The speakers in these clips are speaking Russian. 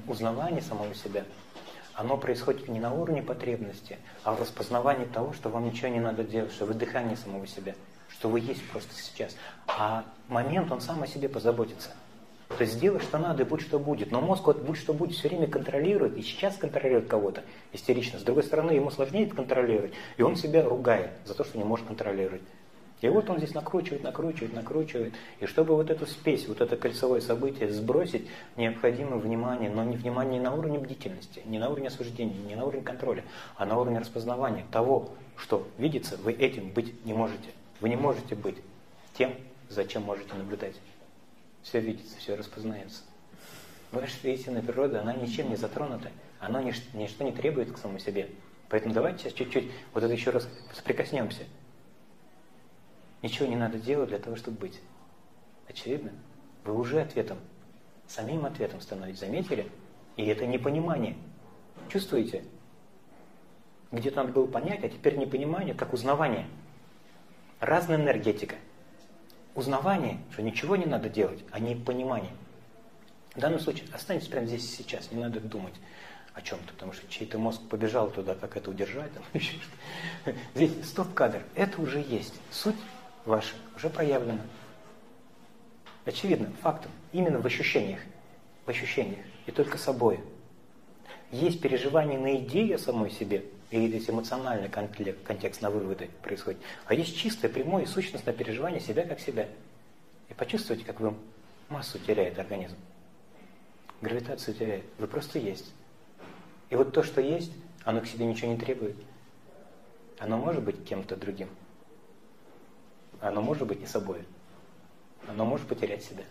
узнавание самого себя, оно происходит не на уровне потребности, а в распознавании того, что вам ничего не надо делать, что вы дыхание самого себя, что вы есть просто сейчас. А момент, он сам о себе позаботится. То есть сделай, что надо, и будь, что будет. Но мозг, вот будь, что будет, все время контролирует, и сейчас контролирует кого-то истерично. С другой стороны, ему сложнее это контролировать, и он себя ругает за то, что не может контролировать. И вот он здесь накручивает, накручивает, накручивает. И чтобы вот эту спесь, вот это кольцевое событие сбросить, необходимо внимание, но не внимание на уровне бдительности, не на уровне осуждения, не на уровне контроля, а на уровне распознавания того, что видится, вы этим быть не можете. Вы не можете быть тем, за чем можете наблюдать. Все видится, все распознается. Ваша истинная природа, она ничем не затронута, она ничто не требует к самому себе. Поэтому давайте сейчас чуть-чуть вот это еще раз соприкоснемся. Ничего не надо делать для того, чтобы быть. Очевидно? Вы уже ответом, самим ответом становитесь. Заметили? И это непонимание. Чувствуете? Где-то надо было понять, а теперь непонимание, как узнавание. Разная энергетика. Узнавание, что ничего не надо делать, а не понимание. В данном случае останьтесь прямо здесь и сейчас, не надо думать о чем-то, потому что чей-то мозг побежал туда, как это удержать. Там, еще что-то. Здесь стоп-кадр, это уже есть. Суть ваша уже проявлена. Очевидно, фактом, именно в ощущениях. В ощущениях. И только собой. Есть переживание на идею о самой себе, и здесь эмоциональный контекст на выводы происходит. А есть чистое, прямое и сущностное переживание себя как себя. И почувствуйте, как вы массу теряет организм. Гравитацию теряет. Вы просто есть. И вот то, что есть, оно к себе ничего не требует. Оно может быть кем-то другим. Оно может быть не собой. Оно может потерять себя.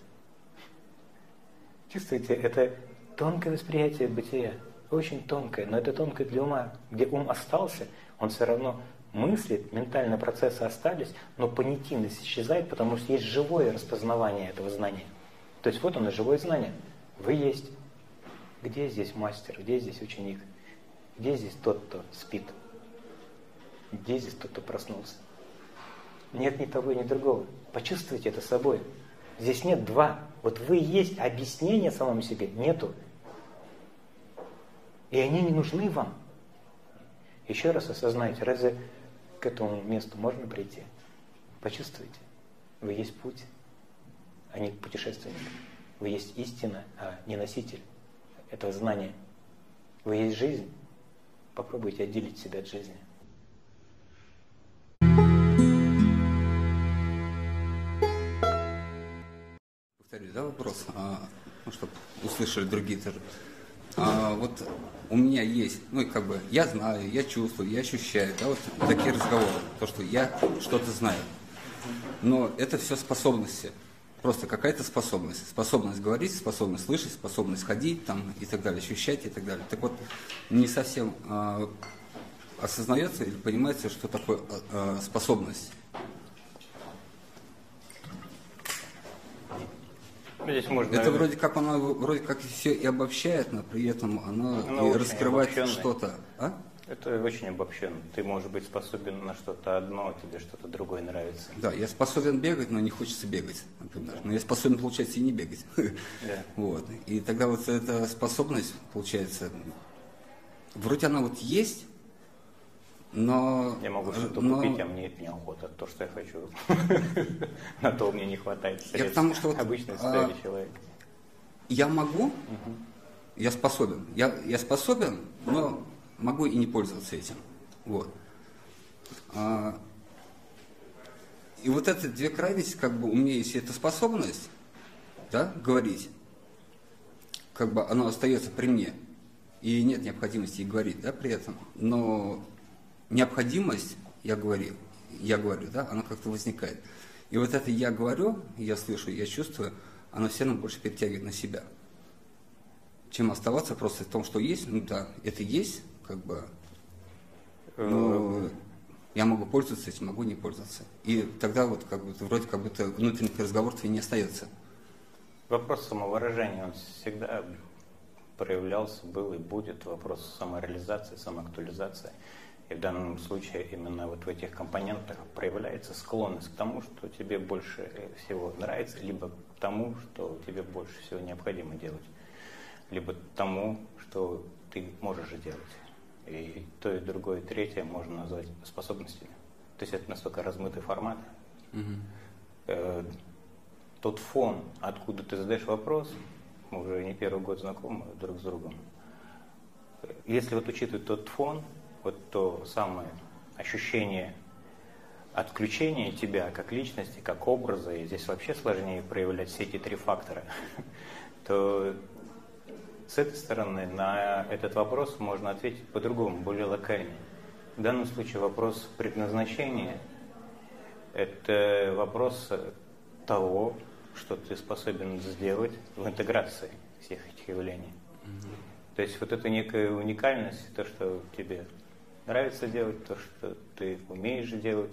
Чувствуете, это тонкое восприятие бытия. Очень тонкое, но это тонкое для ума. Где ум остался, он все равно мыслит, ментальные процессы остались, но понятийность исчезает, потому что есть живое распознавание этого знания. То есть вот оно, живое знание. Вы есть. Где здесь мастер? Где здесь ученик? Где здесь тот, кто спит? Где здесь тот, кто проснулся? Нет ни того, ни другого. Почувствуйте это собой. Здесь нет два. Вот вы есть, а объяснения самому себе нету. И они не нужны вам. Еще раз осознайте, разве к этому месту можно прийти? Почувствуйте. Вы есть путь, а не путешественник. Вы есть истина, а не носитель этого знания. Вы есть жизнь. Попробуйте отделить себя от жизни. Повторюсь, да, вопрос, чтобы услышали другие тоже. Вот у меня есть, я знаю, я чувствую, я ощущаю, да, вот такие разговоры, то, что я что-то знаю. Но это все способности, просто какая-то способность. Способность говорить, способность слышать, способность ходить там, и так далее, ощущать и так далее. Так вот, не совсем осознается или понимается, что такое способность. Здесь можно, это вроде как все и обобщает, но при этом оно и раскрывает что-то. Это очень обобщенно. Ты можешь быть способен на что-то одно, а тебе что-то другое нравится. Да, я способен бегать, но не хочется бегать, например. Но я способен, получается, и не бегать. Да. Вот. И тогда вот эта способность, получается, вроде она вот есть, но... Я могу что-то купить, а мне это неохота. То, что я хочу. На то мне не хватает средств. Потому что вот, обычной состояние человека. Я могу, я способен. Я способен, но могу и не пользоваться этим. Вот. И вот эти две крайности, как бы у меня есть эта способность, да, говорить, как бы оно остается при мне. И нет необходимости и говорить, да, при этом. Но необходимость, я говорю, да, она как-то возникает. И вот это я говорю, я слышу, я чувствую, оно все равно больше перетягивает на себя. Чем оставаться просто в том, что есть, ну да, это есть, как бы, но я могу пользоваться этим, могу не пользоваться. И тогда вот как бы вроде как будто внутренний разговор твой не остается. Вопрос самовыражения, он всегда проявлялся, был и будет. Вопрос самореализации, самоактуализации. И в данном случае именно вот в этих компонентах проявляется склонность к тому, что тебе больше всего нравится, либо к тому, что тебе больше всего необходимо делать. либо тому, что ты можешь делать. И то, и другое, и третье можно назвать способностями. То есть это настолько размытый формат. Тот фон, откуда ты задаешь вопрос, мы уже не первый год знакомы друг с другом. Если вот учитывать тот фон, вот то самое ощущение отключения тебя как личности, как образа, и здесь вообще сложнее проявлять все эти три фактора, то с этой стороны на этот вопрос можно ответить по-другому, более локально. В данном случае вопрос предназначения – это вопрос того, что ты способен сделать в интеграции всех этих явлений. То есть вот это некая уникальность, то, что тебе нравится делать, то, что ты умеешь делать,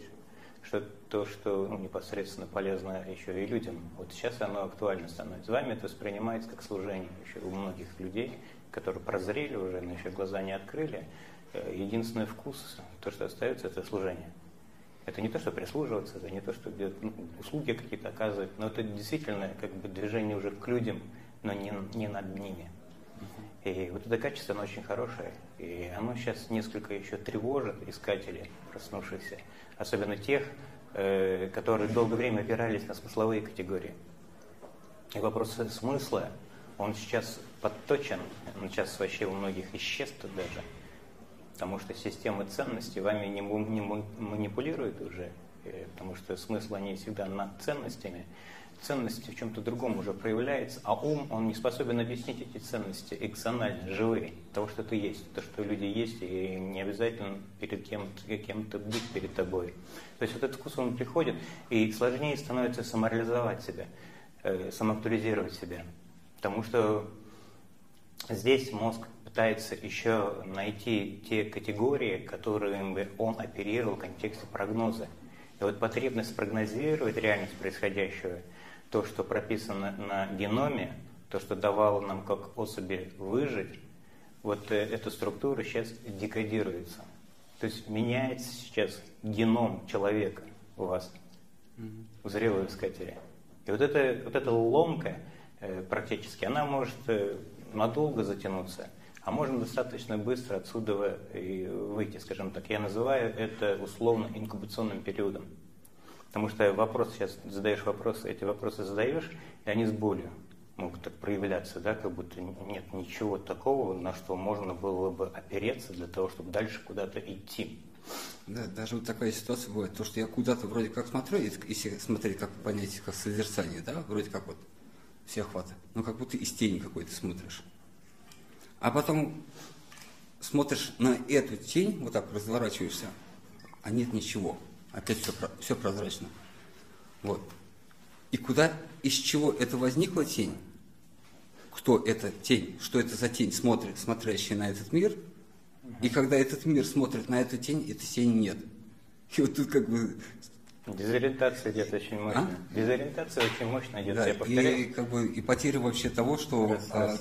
то, что непосредственно полезно еще и людям. Вот сейчас оно актуально становится. Вами это воспринимается как служение еще у многих людей, которые прозрели уже, но еще глаза не открыли. Единственный вкус, то, что остается, это служение. Это не то, что прислуживаться, это не то, что услуги какие-то оказывать, но это действительно как бы движение уже к людям, но не над ними. И вот это качество, оно очень хорошее, и оно сейчас несколько еще тревожит искателей, проснувшихся, особенно тех, которые долгое время опирались на смысловые категории. И вопрос смысла, он сейчас подточен, он сейчас вообще у многих исчез даже, потому что система ценностей вами не манипулирует уже, потому что смысл, они всегда над ценностями. Ценности в чем-то другом уже проявляется, а ум, он не способен объяснить эти ценности экзонально, живые, того, что ты есть, то, что люди есть, и не обязательно перед кем-то быть перед тобой. То есть вот этот вкус, он приходит, и сложнее становится самореализовать себя, самоактуализировать себя, потому что здесь мозг пытается еще найти те категории, которыми он оперировал в контексте прогноза. И вот потребность спрогнозировать реальность происходящего, то, что прописано на геноме, то, что давало нам как особи выжить, вот эта структура сейчас декодируется. То есть меняется сейчас геном человека у вас, у зрелого искателя. И вот эта ломка практически, она может надолго затянуться, а можно достаточно быстро отсюда и выйти, скажем так. Я называю это условно инкубационным периодом. Потому что сейчас задаешь вопросы, эти вопросы задаешь, и они с болью могут так проявляться, да, как будто нет ничего такого, на что можно было бы опереться для того, чтобы дальше куда-то идти. Да, даже вот такая ситуация бывает, то, что я куда-то вроде как смотрю, если смотреть как понятие, как созерцание, да, вроде как вот все охваты, но как будто из тени какой-то смотришь. А потом смотришь на эту тень, вот так разворачиваешься, а нет ничего. Опять все прозрачно. Вот. И из чего это возникла тень? Кто эта тень? Что это за тень, смотрящая на этот мир? И когда этот мир смотрит на эту тень, этой тени нет. И вот тут как бы... Дезориентация идет очень мощно. Дезориентация очень мощно идет, да, я повторяю. И потеря вообще того, что...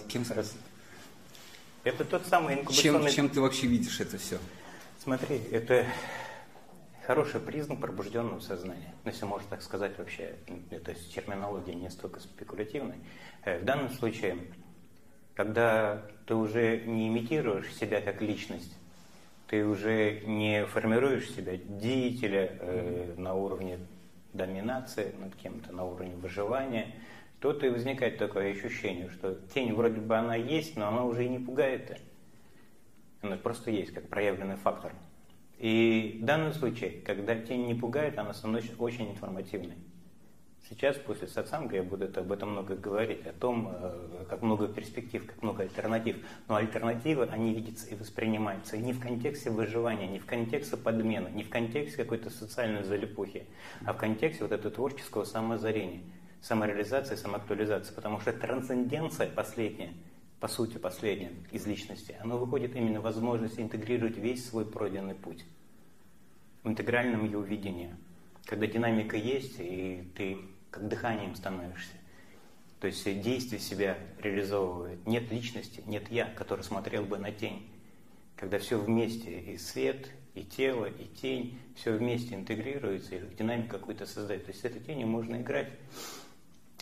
Это тот самый инкубационный... Чем ты вообще видишь это все? Смотри, это хороший признак пробужденного сознания. Если можно так сказать вообще, это терминология не столько спекулятивная. В данном случае, когда ты уже не имитируешь себя как личность, ты уже не формируешь себя деятеля на уровне доминации над кем-то, на уровне выживания, то и возникает такое ощущение, что тень вроде бы она есть, но она уже и не пугает. Она просто есть, как проявленный фактор. И в данном случае, когда тень не пугает, она становится очень информативной. Сейчас, после сатсанга, я буду об этом много говорить, о том, как много перспектив, как много альтернатив. Но альтернативы, они видятся и воспринимаются не в контексте выживания, не в контексте подмены, не в контексте какой-то социальной залипухи, а в контексте вот этого творческого самоозарения, самореализации, самоактуализации. Потому что трансценденция последняя, по сути последняя из личности, она выходит именно в возможность интегрировать весь свой пройденный путь в интегральном ее видении. Когда динамика есть, и ты как дыханием становишься. То есть действие себя реализовывает. Нет личности, нет я, который смотрел бы на тень. Когда все вместе, и свет, и тело, и тень, все вместе интегрируется, и динамику какую-то создает. То есть с этой тенью можно играть.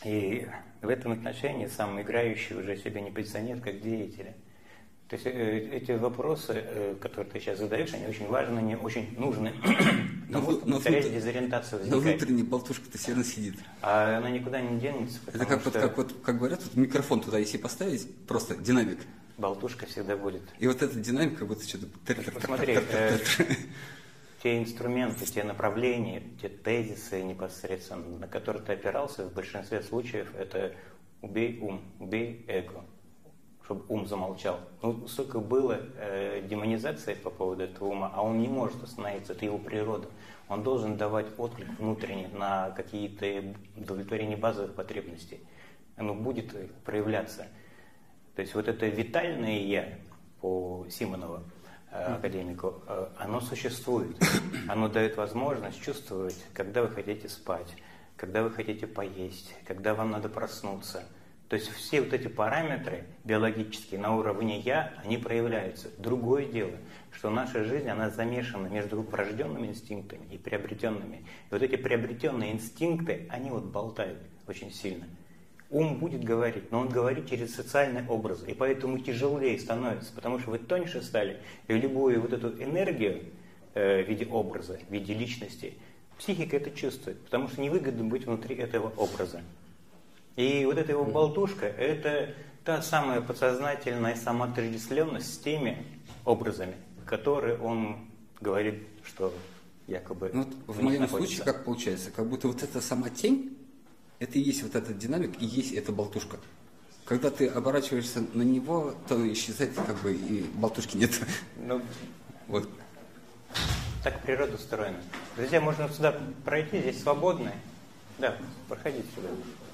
И в этом отношении сам играющий уже себя не позиционирует как деятеля. То есть эти вопросы, которые ты сейчас задаешь, они очень важны, они очень нужны. Но повторяясь, дезориентация возникает. Но внутренняя болтушка-то все равно сидит. А она никуда не денется. Это как говорят, вот микрофон туда если поставить, просто динамик. Болтушка всегда будет. И вот эта динамика как будто что-то... Посмотри, те инструменты, те направления, те тезисы непосредственно, на которые ты опирался, в большинстве случаев это убей ум, убей эго, чтобы ум замолчал. Ну, сколько было демонизации по поводу этого ума, а он не может остановиться, это его природа. Он должен давать отклик внутренний на какие-то удовлетворения базовых потребностей. Оно будет проявляться. То есть вот это витальное «я» по Симонову, академику, оно существует. Оно дает возможность чувствовать, когда вы хотите спать, когда вы хотите поесть, когда вам надо проснуться. То есть все вот эти параметры биологические на уровне «я», они проявляются. Другое дело, что наша жизнь, она замешана между врожденными инстинктами и приобретенными. И вот эти приобретенные инстинкты, они вот болтают очень сильно. Ум будет говорить, но он говорит через социальные образы, и поэтому тяжелее становится, потому что вы тоньше стали, и любую вот эту энергию в виде образа, в виде личности, психика это чувствует, потому что невыгодно быть внутри этого образа. И вот эта его болтушка, это та самая подсознательная самоотождествленность с теми образами, которые он говорит, что якобы... Ну, вот в моем случае как получается, как будто вот эта сама тень, это и есть вот этот динамик, и есть эта болтушка. Когда ты оборачиваешься на него, то исчезает как бы и болтушки нет. Ну, вот. Так природа устроена. Друзья, можно сюда пройти, здесь свободные. Да, проходите сюда.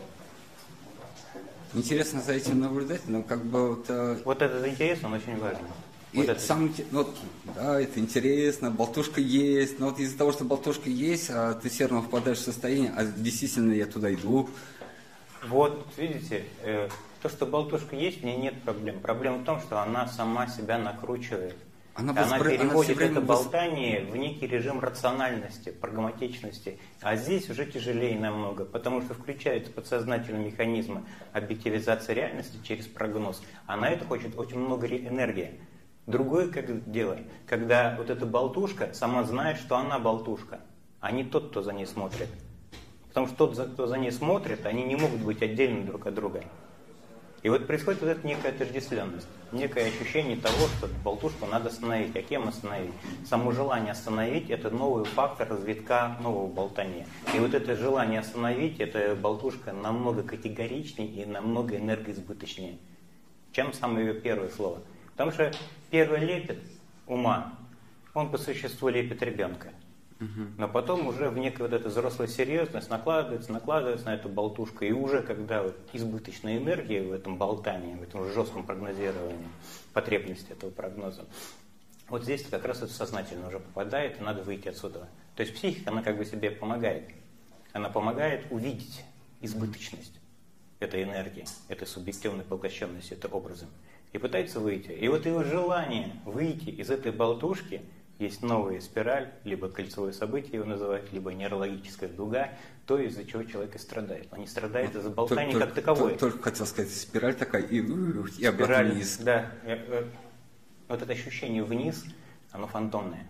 Интересно за этим наблюдать, но как бы вот... Вот этот интерес, он очень важен. И вот сам, ну, да, это интересно, болтушка есть, но вот из-за того, что болтушка есть, а ты все равно впадаешь в состояние, а действительно я туда иду. Вот, видите, то, что болтушка есть, в ней нет проблем. Проблема в том, что она сама себя накручивает. Она переводит это болтание в некий режим рациональности, прагматичности. А здесь уже тяжелее намного, потому что включаются подсознательные механизмы объективизации реальности через прогноз. А на это хочет очень много энергии. Другое дело, когда вот эта болтушка сама знает, что она болтушка, а не тот, кто за ней смотрит. Потому что тот, кто за ней смотрит, они не могут быть отдельны друг от друга. И вот происходит вот эта некая отождествленность, некое ощущение того, что болтушку надо остановить. А кем остановить? Само желание остановить – это новый фактор развитка нового болтания. И вот это желание остановить, эта болтушка намного категоричнее и намного энергоизбыточнее, чем самое ее первое слово. Потому что первый лепет ума, он по существу лепит ребенка. Но потом уже в некую вот эту взрослую серьезность накладывается на эту болтушку. И уже когда вот избыточная энергия в этом болтании, в этом жестком прогнозировании потребности этого прогноза, вот здесь как раз это сознательно уже попадает, и надо выйти отсюда. То есть психика, она как бы себе помогает. Она помогает увидеть избыточность этой энергии, этой субъективной поглощенности, этой образом. И пытается выйти. И вот его желание выйти из этой болтушки – есть новая спираль, либо кольцевое событие его называют, либо нейрологическая дуга, то, из-за чего человек и страдает. Он не страдает из-за болтания как таковой. Только хотел сказать, спираль такая, и обратно спираль, вниз. Да. Вот это ощущение вниз, оно фантомное.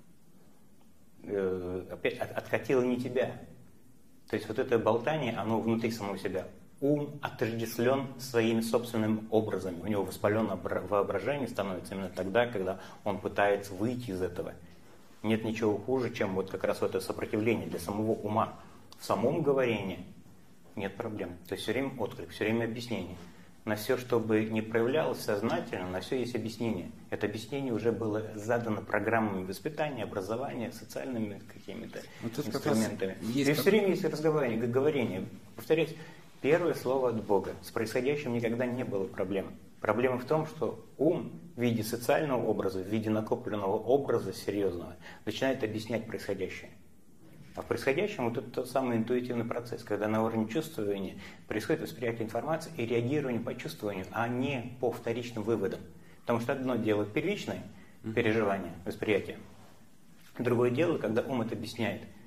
Опять откатило не тебя. То есть вот это болтание, оно внутри самого себя. Ум отождествлен своими собственными образами. У него воспаленное воображение становится именно тогда, когда он пытается выйти из этого. Нет ничего хуже, чем вот как раз вот это сопротивление для самого ума. В самом говорении нет проблем. То есть все время отклик, все время объяснение. На все, что бы не проявлялось сознательно, на все есть объяснение. Это объяснение уже было задано программами воспитания, образования, социальными какими-то инструментами. И все время есть говорение. Повторяюсь, первое слово от Бога. С происходящим никогда не было проблем. Проблема в том, что ум в виде социального образа, в виде накопленного образа серьезного начинает объяснять происходящее. А в происходящем вот это тот самый интуитивный процесс, когда на уровне чувствования происходит восприятие информации и реагирование по чувствованию, а не по вторичным выводам. Потому что одно дело первичное переживание, восприятие. Другое дело, когда ум это объясняет.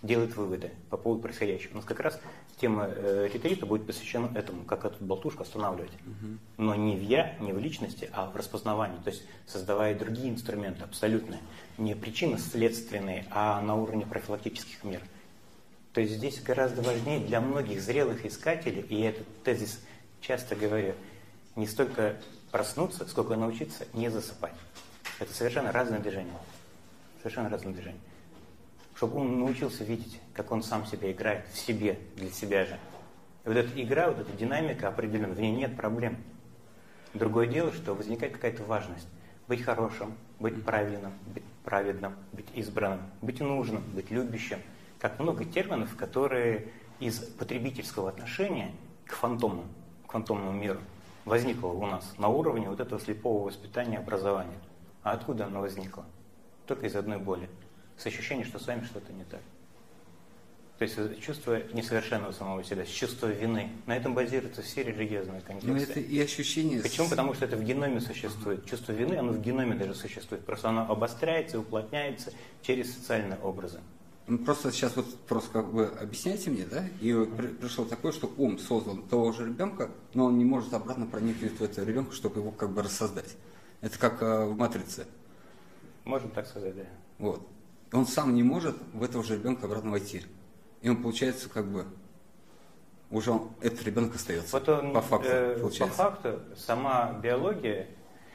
делает выводы по поводу происходящего. У нас как раз тема ретрита будет посвящена этому, как эту болтушку останавливать. Но не в я, не в личности, а в распознавании. То есть создавая другие инструменты, абсолютно не причинно-следственные, а на уровне профилактических мер. То есть здесь гораздо важнее для многих зрелых искателей, и я этот тезис часто говорю, не столько проснуться, сколько научиться не засыпать. Это совершенно разное движение. Совершенно разное движение. Чтобы он научился видеть, как он сам себя играет в себе, для себя же. И вот эта игра, вот эта динамика определенная, в ней нет проблем. Другое дело, что возникает какая-то важность. Быть хорошим, быть правильным, быть праведным, быть избранным, быть нужным, быть любящим. Как много терминов, которые из потребительского отношения к фантомному миру возникло у нас на уровне вот этого слепого воспитания, образования. А откуда оно возникло? Только из одной боли. С ощущением, что с вами что-то не так. То есть чувство несовершенного самого себя, чувство вины. На этом базируются все религиозные контексты. Но это и ощущение... Почему? Потому что это в геноме существует. Чувство вины, оно в геноме даже существует. Просто оно обостряется и уплотняется через социальные образы. Просто сейчас вот просто как бы объясняйте мне, да? И пришло такое, что ум создал того же ребенка, но он не может обратно проникнуть в этого ребенка, чтобы его как бы рассоздать. Это как в «Матрице». Можно так сказать, да. Вот. Он сам не может в этого же ребенка обратно войти. И он, получается, как бы уже этот ребенок остается. Вот он, по факту, получается. По факту сама биология,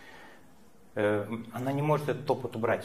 она не может этот опыт убрать.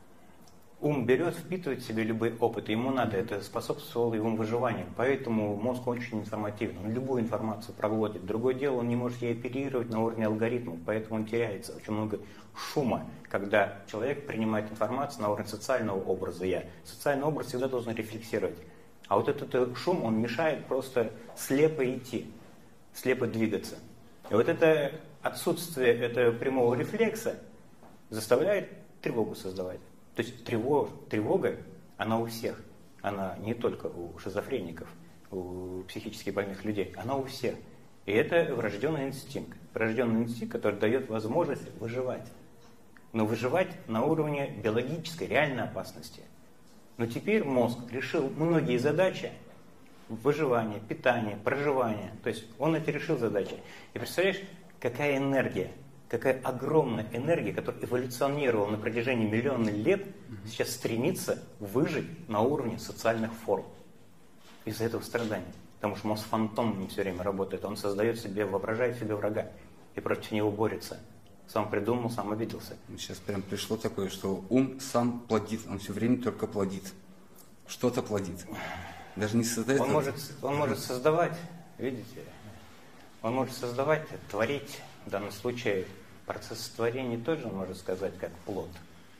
Ум берет, впитывает в себе любой опыт, и ему надо, это способствовало его выживанию. Поэтому мозг очень информативный, он любую информацию проглотит. Другое дело, он не может ей оперировать на уровне алгоритмов, поэтому он теряется. Очень много шума, когда человек принимает информацию на уровне социального образа «я». Социальный образ всегда должен рефлексировать. А вот этот шум, он мешает просто слепо идти, слепо двигаться. И вот это отсутствие этого прямого рефлекса заставляет тревогу создавать. То есть тревога, она у всех. Она не только у шизофреников, у психически больных людей. Она у всех. И это врожденный инстинкт. Врожденный инстинкт, который дает возможность выживать. Но выживать на уровне биологической, реальной опасности. Но теперь мозг решил многие задачи выживания, питания, проживания. То есть он эти решил задачи. И представляешь, какая энергия, какая огромная энергия, которая эволюционировала на протяжении миллионов лет, сейчас стремится выжить на уровне социальных форм. Из-за этого страдания. Потому что мозг фантомом все время работает. Он создает себе, воображает себе врага и против него борется. Сам придумал, сам обиделся. Сейчас прям пришло такое, что ум сам плодит, он все время только плодит. Что-то плодит. Даже не создает. Он может создавать, видите, он может создавать, творить. В данном случае процесс творения тоже можно сказать как плод.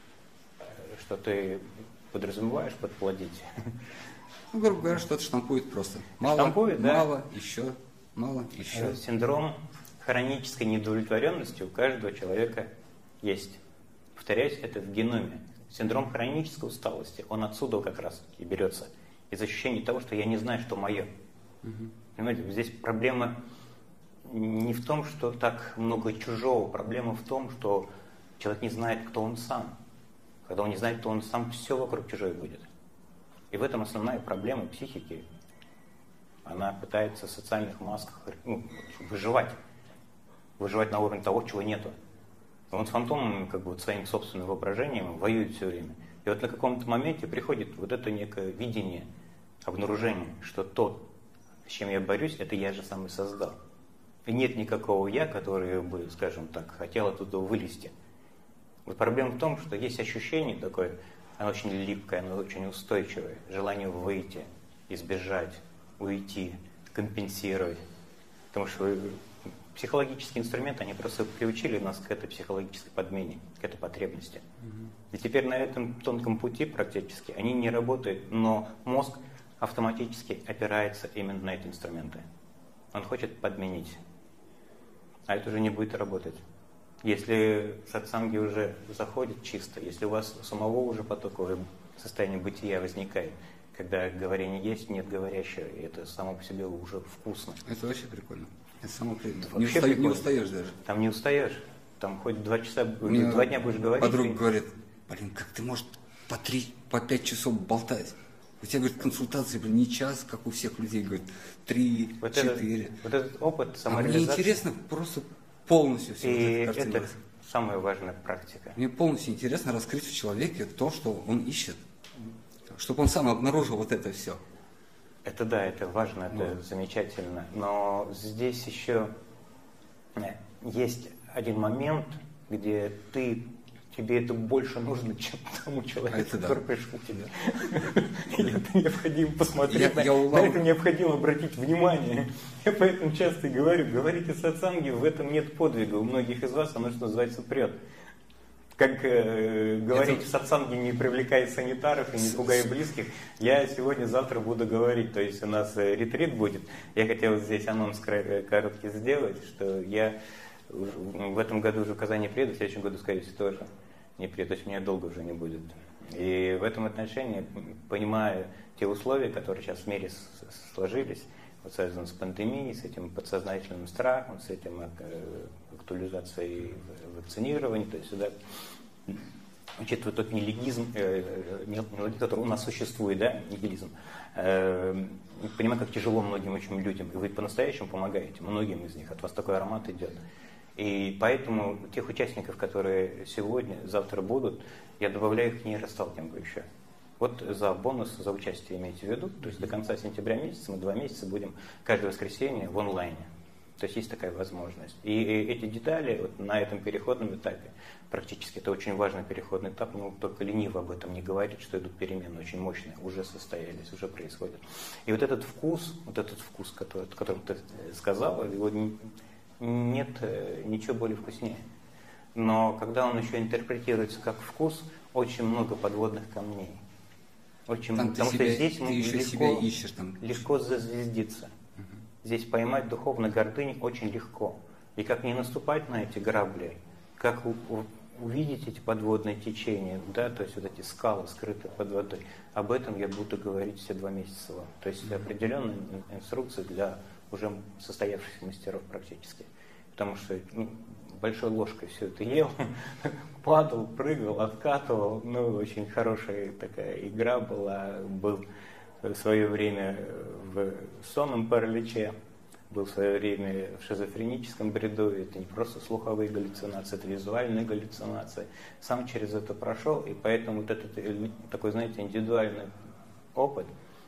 Что ты подразумеваешь под плодить? Ну, грубо говоря, что-то штампует просто. Мало, штампует, да? мало, еще, мало, еще. Синдром хронической недовлетворенности у каждого человека есть. Повторяюсь, это в геноме. Синдром хронической усталости, он отсюда как раз и берется. Из ощущения того, что я не знаю, что мое. Понимаете, здесь проблема не в том, что так много чужого. Проблема в том, что человек не знает, кто он сам. Когда он не знает, кто он сам, все вокруг чужое будет. И в этом основная проблема психики. Она пытается в социальных масках выживать. Выживать на уровне того, чего нету. Он с фантомами, как бы, вот своим собственным воображением воюет все время. И вот на каком-то моменте приходит вот это некое видение, обнаружение, что то, с чем я борюсь, это я же сам и создал. И нет никакого я, который бы, скажем так, хотел оттуда вылезти. Вот проблема в том, что есть ощущение такое, оно очень липкое, оно очень устойчивое. Желание выйти, избежать, уйти, компенсировать. Потому что психологические инструменты, они просто приучили нас к этой психологической подмене, к этой потребности. И теперь на этом тонком пути практически они не работают, но мозг автоматически опирается именно на эти инструменты. Он хочет подменить. А это уже не будет работать. Если сатсанги уже заходит чисто, если у вас самого уже потоковое состояние бытия возникает, когда говорение есть, нет говорящего, и это само по себе уже вкусно. Это вообще прикольно. Это само прикольно. Не устаешь даже. Там не устаешь. Там хоть 2 часа, 2 дня будешь говорить. Подруга говорит, блин, как ты можешь по 5 часов болтать? У тебя, говорит, консультации, блин, не час, как у всех людей, говорит, 3, 4. Вот этот опыт А самореализации. мне интересно просто полностью все И вот это, это самая важная практика. Мне полностью интересно раскрыть в человеке то, что он ищет. Чтобы он сам обнаружил вот это все. Это да, это важно, это замечательно. Но здесь еще есть один момент, где тебе это больше нужно, чем тому человеку, который пришел к тебе. И это необходимо посмотреть, на это необходимо обратить внимание. Я поэтому часто и говорю, говорите сатсанги, в этом нет подвига. У многих из вас оно, что называется, прет. Как говорить в сатсанге, не привлекая санитаров и не пугая близких, я сегодня-завтра буду говорить. То есть у нас ретрит будет. Я хотел здесь анонс короткий сделать, что я в этом году уже в Казани приеду, в следующем году, скорее всего, тоже не приеду. То есть меня долго уже не будет. И в этом отношении, понимая те условия, которые сейчас в мире сложились, вот связано с пандемией, с этим подсознательным страхом, с этим актуализацией вакцинирования, то есть сюда, учитывая тот нигилизм, который у нас существует, да, нигилизм, понимаю, как тяжело многим очень людям, и вы по-настоящему помогаете, многим из них, от вас такой аромат идет. И поэтому тех участников, которые сегодня, завтра будут, я добавляю их к нейросталкингу еще. Вот за бонус, за участие имейте в виду, то есть до конца сентября месяца мы 2 месяца будем каждое воскресенье в онлайне. То есть есть такая возможность. И эти детали вот на этом переходном этапе, практически это очень важный переходный этап, но только лениво об этом не говорит, что идут перемены очень мощные, уже состоялись, уже происходят. И вот этот вкус, о котором ты сказала, его нет ничего более вкуснее. Но когда он еще интерпретируется как вкус, очень много подводных камней. Потому что здесь легко зазвездиться. Здесь поймать духовную гордыню очень легко. И как не наступать на эти грабли, как увидеть эти подводные течения, да, то есть вот эти скалы, скрытые под водой, об этом я буду говорить все 2 месяца. То есть определенные инструкции для уже состоявшихся мастеров практически. Потому что большой ложкой все это ел, падал, прыгал, откатывал. Очень хорошая такая игра была. Был в свое время в сонном параличе, был в свое время в шизофреническом бреду. Это не просто слуховые галлюцинации, это визуальные галлюцинации. Сам через это прошел, и поэтому вот этот такой, знаете, индивидуальный опыт,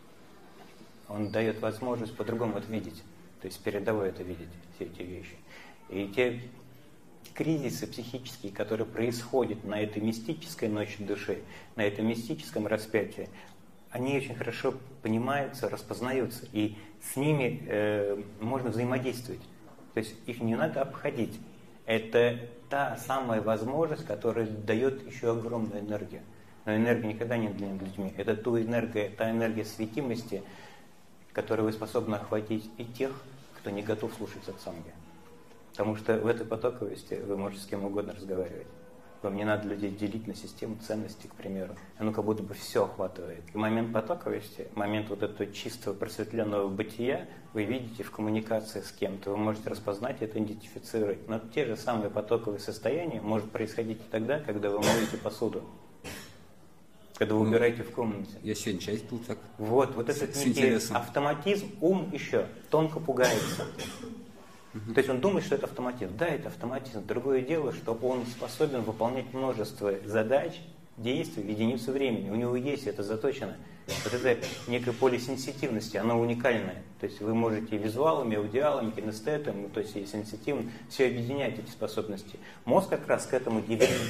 он дает возможность по-другому это видеть. То есть передовой это видеть, все эти вещи. И те кризисы психические, которые происходят на этой мистической ночи души, на этом мистическом распятии, они очень хорошо понимаются, распознаются, и с ними можно взаимодействовать. То есть их не надо обходить. Это та самая возможность, которая дает еще огромную энергию. Но энергия никогда не длинна людьми. Это та энергия светимости, которой вы способны охватить и тех, кто не готов слушать сатсанги. Потому что в этой потоковости вы можете с кем угодно разговаривать. Вам не надо людей делить на систему ценностей, к примеру. Оно как будто бы все охватывает. И момент потоковости, момент вот этого чистого просветленного бытия вы видите в коммуникации с кем-то. Вы можете распознать это, идентифицировать. Но те же самые потоковые состояния может происходить и тогда, когда вы моете посуду. Когда вы убираете в комнате. Я сегодня часть был так. Вот этот некий автоматизм, ум еще тонко пугается. То есть он думает, что это автоматизм. Да, это автоматизм. Другое дело, что он способен выполнять множество задач, действий в единицу времени. У него есть это заточено. Вот это некое поле сенситивности, оно уникальное. То есть вы можете визуалами, аудиалами, кинестетом, то есть и сенситивным, все объединять эти способности. Мозг как раз к этому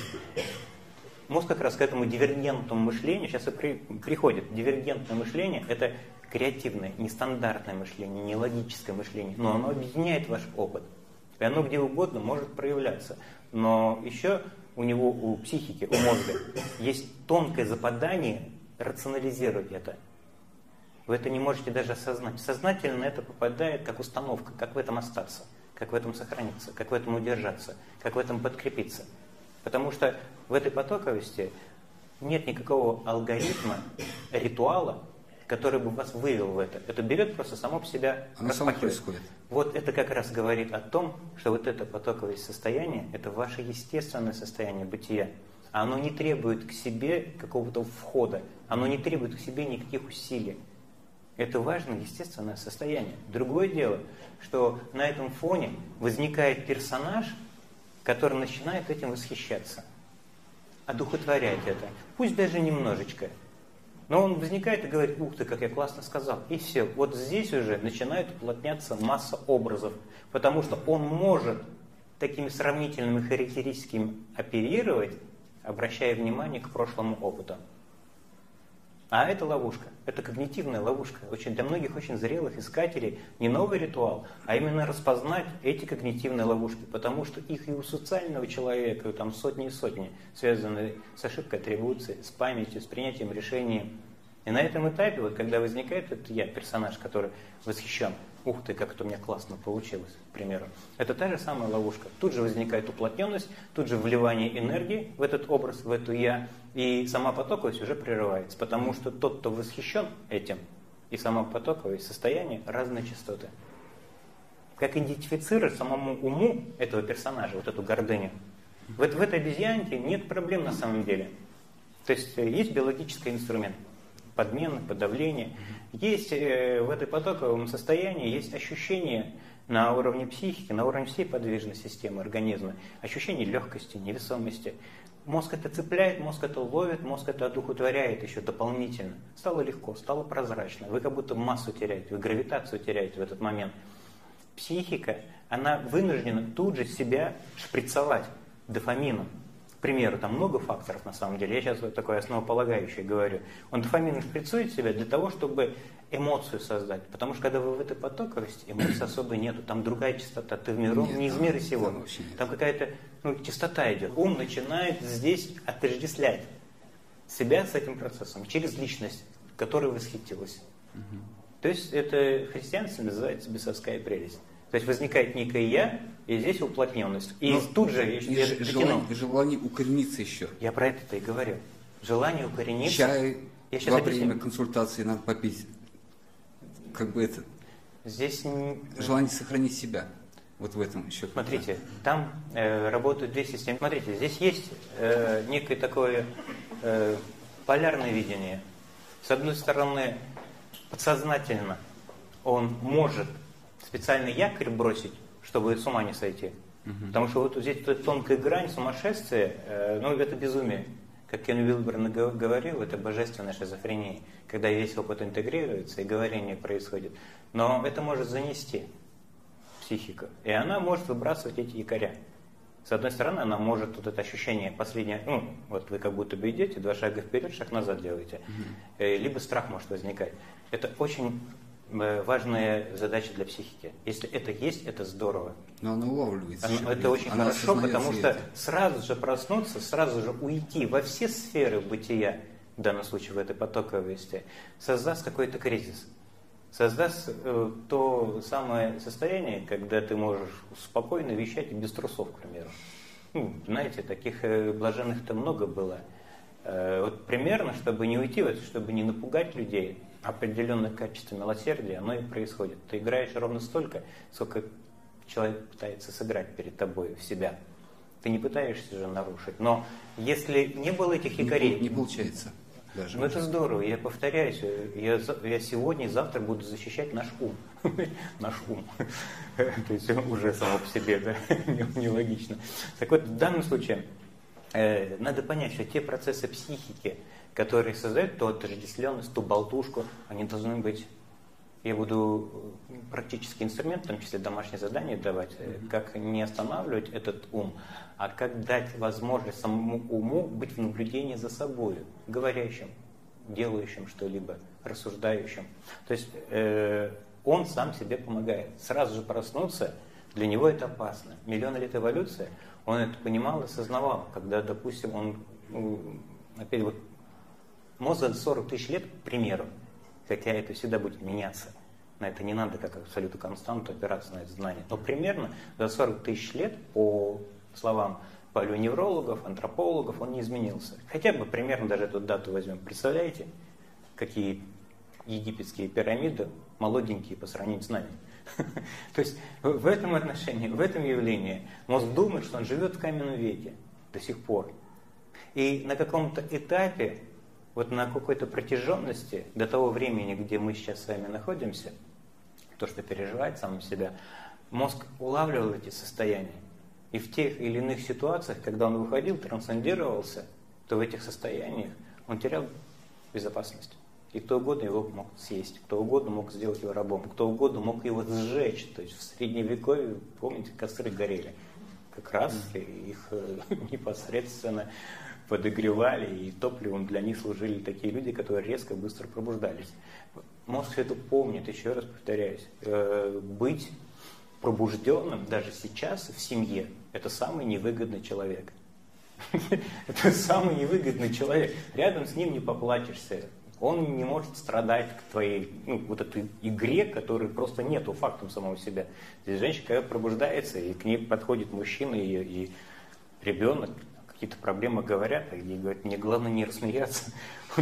дивергентному мышлению, сейчас и приходит. Дивергентное мышление – это креативное, нестандартное мышление, нелогическое мышление, но оно объединяет ваш опыт. И оно где угодно может проявляться. Но еще у психики, у мозга есть тонкое западание рационализировать это. Вы это не можете даже осознать. Сознательно это попадает как установка, как в этом остаться, как в этом сохраниться, как в этом удержаться, как в этом подкрепиться. Потому что в этой потоковости нет никакого алгоритма, ритуала, который бы вас вывел в это. Это берет просто само по себе, распахивает. Вот это как раз говорит о том, что вот это потоковое состояние, это ваше естественное состояние бытия. Оно не требует к себе какого-то входа, оно не требует к себе никаких усилий. Это важное, естественное состояние. Другое дело, что на этом фоне возникает персонаж, который начинает этим восхищаться, одухотворять это, пусть даже немножечко. Но он возникает и говорит: ух ты, как я классно сказал. И все. Вот здесь уже начинает уплотняться масса образов, потому что он может такими сравнительными характеристиками оперировать, обращая внимание к прошлому опыту. А это ловушка, это когнитивная ловушка. Для многих очень зрелых искателей не новый ритуал, а именно распознать эти когнитивные ловушки, потому что их и у социального человека там сотни и сотни, связанные с ошибкой атрибуции, с памятью, с принятием решений. И на этом этапе, вот когда возникает этот я, персонаж, который восхищен, ух ты, как это у меня классно получилось, к примеру, это та же самая ловушка. Тут же возникает уплотненность, тут же вливание энергии в этот образ, в эту я, и сама потоковость уже прерывается, потому что тот, кто восхищен этим, и сама потоковость, состояние разные частоты. Как идентифицировать самому уму этого персонажа, вот эту гордыню? В этой обезьянке нет проблем на самом деле. То есть биологический инструмент. Подмена, подавление. Есть в этой потоковом состоянии есть ощущение на уровне психики, на уровне всей подвижной системы организма. Ощущение легкости, невесомости. Мозг это цепляет, мозг это ловит, мозг это одухотворяет еще дополнительно. Стало легко, стало прозрачно. Вы как будто массу теряете, вы гравитацию теряете в этот момент. Психика, она вынуждена тут же себя шприцовать дофамином. К примеру, там много факторов на самом деле. Я сейчас вот такое основополагающее говорю. Он дофамин шприцует себя для того, чтобы эмоцию создать. Потому что когда вы в этой потоковости, эмоций особо нету. Там другая частота. Ты в миру, не из мира сего. Там какая-то частота идет. Ум начинает здесь отождествлять себя с этим процессом через личность, которая восхитилась. То есть это в христианстве называется бесовская прелесть. То есть возникает некое «я», и здесь уплотненность. И тут же... Желание укорениться еще. Я про это-то и говорю. Желание укорениться... Чай во время консультации надо попить. Как бы это... Здесь... Желание сохранить себя. Вот в этом еще. Смотрите, там работают две системы. Смотрите, здесь есть некое такое полярное видение. С одной стороны, подсознательно он может специальный якорь бросить, чтобы с ума не сойти. Потому что вот здесь тонкая грань сумасшествия, это безумие. Как Кен Уилберн говорил, это божественная шизофрения, когда весь опыт интегрируется и говорение происходит. Но это может занести психику, и она может выбрасывать эти якоря. С одной стороны, она может вот это ощущение последнее, вот вы как будто бы идете, 2 шага вперед, шаг назад делаете, либо страх может возникать. Это очень важная задача для психики. Если это есть, это здорово. Но она улавливается. Это очень хорошо, потому что сразу же проснуться, сразу же уйти во все сферы бытия, в данном случае в этой потоковости, создаст какой-то кризис. Создаст то самое состояние, когда ты можешь спокойно вещать без трусов, к примеру. Знаете, таких блаженных-то много было. Вот примерно, чтобы не уйти, чтобы не напугать людей, определенное качество милосердия, оно и происходит. Ты играешь ровно столько, сколько человек пытается сыграть перед тобой в себя. Ты не пытаешься же нарушить. Но если не было этих якорей... Не получается. Даже. Это здорово, я повторяюсь, я сегодня и завтра буду защищать наш ум. Наш ум. То есть уже само по себе нелогично. Так вот, в данном случае надо понять, что те процессы психики, которые создают ту отождествленность, ту болтушку, они должны быть... Я буду практический инструмент, в том числе домашнее задание давать, как не останавливать этот ум, а как дать возможность самому уму быть в наблюдении за собой, говорящим, делающим что-либо, рассуждающим. То есть он сам себе помогает. Сразу же проснуться, для него это опасно. Миллионы лет эволюции, он это понимал и осознавал, когда, допустим, он, опять вот, мозг за 40 тысяч лет, к примеру, хотя это всегда будет меняться. На это не надо как абсолютно константу опираться на это знание. Но примерно за 40 тысяч лет, по словам палеоневрологов, антропологов, он не изменился. Хотя бы примерно даже эту дату возьмем. Представляете, какие египетские пирамиды молоденькие по сравнению с нами. То есть в этом отношении, в этом явлении мозг думает, что он живет в каменном веке до сих пор. И на каком-то этапе, вот на какой-то протяженности до того времени, где мы сейчас с вами находимся, то, что переживает сам себя, мозг улавливал эти состояния. И в тех или иных ситуациях, когда он выходил, трансцендировался, то в этих состояниях он терял безопасность. И кто угодно его мог съесть, кто угодно мог сделать его рабом, кто угодно мог его сжечь. То есть в Средневековье, помните, костры горели. Как раз их непосредственно подогревали, и топливом для них служили такие люди, которые резко, быстро пробуждались. Мозг все это помнит, еще раз повторяюсь. Быть пробужденным даже сейчас в семье – это самый невыгодный человек. Это самый невыгодный человек. Рядом с ним не поплачешься. Он не может страдать к твоей, вот этой игре, которой просто нету фактом самого себя. Здесь женщина, когда пробуждается, и к ней подходит мужчина и ребенок, какие-то проблемы говорят, и ей говорят, мне главное не рассмеяться.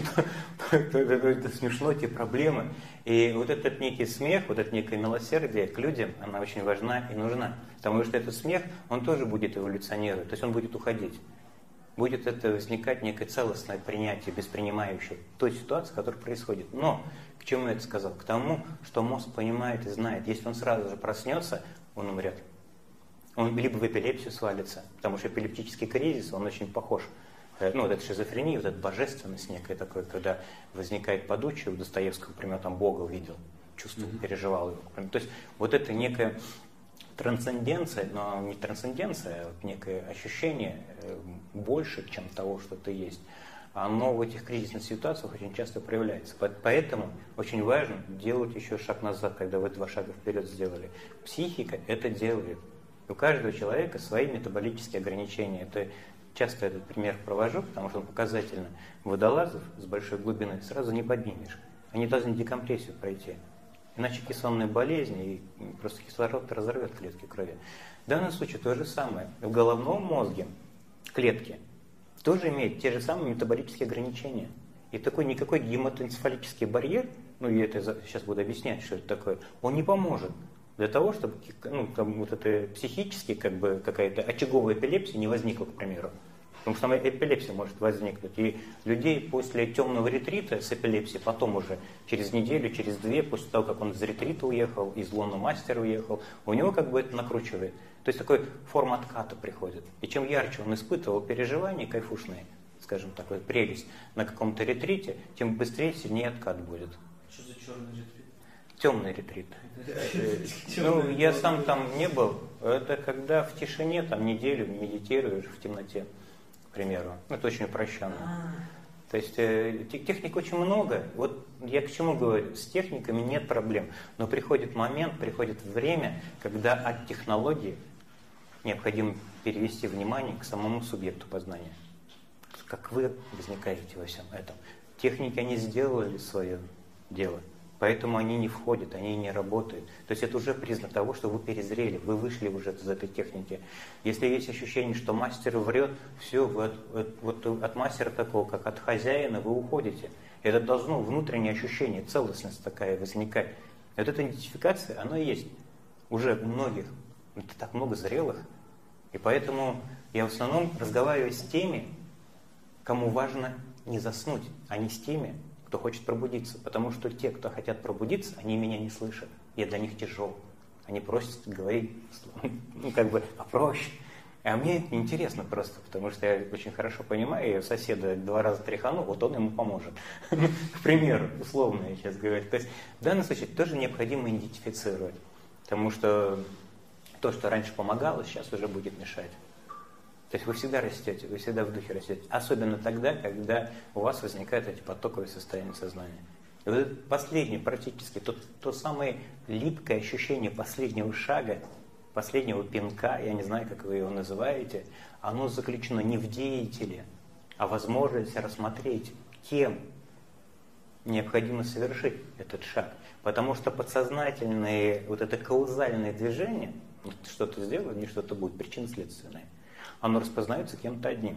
Это смешно, эти проблемы. И вот этот некий смех, вот это некое милосердие к людям, она очень важна и нужна. Потому что этот смех, он тоже будет эволюционировать, то есть он будет уходить. Будет это возникать некое целостное принятие, беспринимающее той ситуации, которая происходит. Но к чему я это сказал? К тому, что мозг понимает и знает, если он сразу же проснется, он умрет. Он либо в эпилепсию свалится, потому что эпилептический кризис, он очень похож. Вот эта шизофрения, вот эта божественность некая такая, когда возникает подучие, у Достоевского, например, там Бога увидел, чувствовал, переживал его. То есть вот это некая трансценденция, но не трансценденция, а вот некое ощущение больше, чем того, что ты есть, оно в этих кризисных ситуациях очень часто проявляется. Поэтому очень важно делать еще шаг назад, когда вы 2 шага вперед сделали. Психика это делает. У каждого человека свои метаболические ограничения. Это часто этот пример провожу, потому что он показательно. Водолазов с большой глубины сразу не поднимешь. Они должны декомпрессию пройти. Иначе кессонные болезни, и просто кислород разорвет клетки крови. В данном случае то же самое. В головном мозге клетки тоже имеют те же самые метаболические ограничения. И такой никакой гематоэнцефалический барьер, я это сейчас буду объяснять, что это такое, он не поможет для того, чтобы вот это психически какая-то очаговая эпилепсия не возникла, к примеру. Потому что сама эпилепсия может возникнуть. И людей после темного ретрита с эпилепсией, потом уже через неделю, через 2, после того, как он из ретрита уехал, из лунного мастера уехал, у него это накручивает. То есть такой форма отката приходит. И чем ярче он испытывал переживания кайфушные, скажем, такой прелесть на каком-то ретрите, тем быстрее, сильнее откат будет. Что за черный ретрит? Темный ретрит. Я сам там не был. Это когда в тишине, там неделю медитируешь в темноте, к примеру. Это очень упрощенно. То есть техник очень много. Вот я к чему говорю? С техниками нет проблем. Но приходит момент, приходит время, когда от технологии необходимо перевести внимание к самому субъекту познания. Как вы возникаете во всем этом. Техники, они сделали свое дело. Поэтому они не входят, они не работают. То есть это уже признак того, что вы перезрели, вы вышли уже из этой техники. Если есть ощущение, что мастер врет, все, вы от мастера такого, как от хозяина, вы уходите. Это должно внутреннее ощущение, целостность такая возникать. И вот эта идентификация, она есть уже у многих. Это так много зрелых. И поэтому я в основном разговариваю с теми, кому важно не заснуть, а не с теми, кто хочет пробудиться. Потому что те, кто хотят пробудиться, они меня не слышат. Я для них тяжел. Они просят говорить, попроще. А мне это неинтересно просто, потому что я очень хорошо понимаю, я соседа 2 раза тряхану, вот он ему поможет. К примеру, условно я сейчас говорю. То есть в данном случае тоже необходимо идентифицировать. Потому что то, что раньше помогало, сейчас уже будет мешать. То есть вы всегда растете, вы всегда в духе растете. Особенно тогда, когда у вас возникают эти потоковые состояния сознания. И вот это последнее, практически, то самое липкое ощущение последнего шага, последнего пинка, я не знаю, как вы его называете, оно заключено не в деятеле, а в возможности рассмотреть, кем необходимо совершить этот шаг. Потому что подсознательные, вот это каузальное движение, что-то сделано, не что-то будет, причинно-следственное, оно распознается кем-то одним.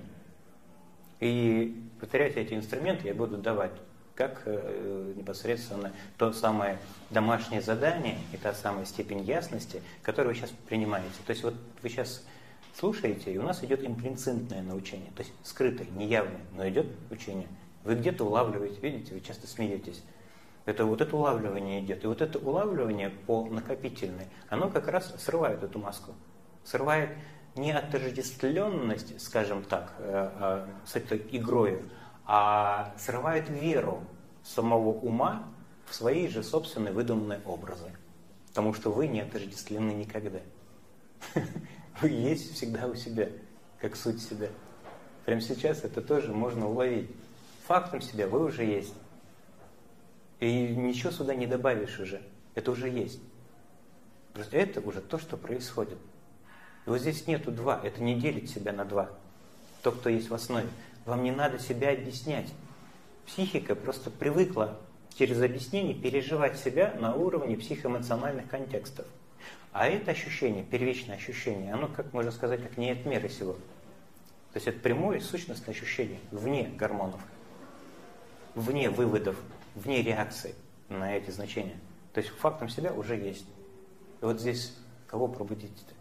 И повторять эти инструменты я буду давать как непосредственно то самое домашнее задание и та самая степень ясности, которую вы сейчас принимаете. То есть вот вы сейчас слушаете, и у нас идет имплицитное научение, то есть скрытое, неявное, но идет учение. Вы где-то улавливаете, видите, вы часто смеетесь. Это вот это улавливание идет. И вот это улавливание по накопительной, оно как раз срывает эту маску. Срывает не отождествленность, скажем так, с этой игрой, а срывает веру самого ума в свои же собственные выдуманные образы. Потому что вы не отождествлены никогда. Вы есть всегда у себя, как суть себя. Прямо сейчас это тоже можно уловить. Фактом себя вы уже есть. И ничего сюда не добавишь уже. Это уже есть. Просто это уже то, что происходит. И вот здесь нету два. Это не делит себя на два. То, кто есть в основе. Вам не надо себя объяснять. Психика просто привыкла через объяснение переживать себя на уровне психоэмоциональных контекстов. А это ощущение, первичное ощущение, оно, как можно сказать, как не от мира сего. То есть это прямое сущностное ощущение, вне гормонов, вне выводов, вне реакции на эти значения. То есть фактом себя уже есть. И вот здесь кого пробудить-то?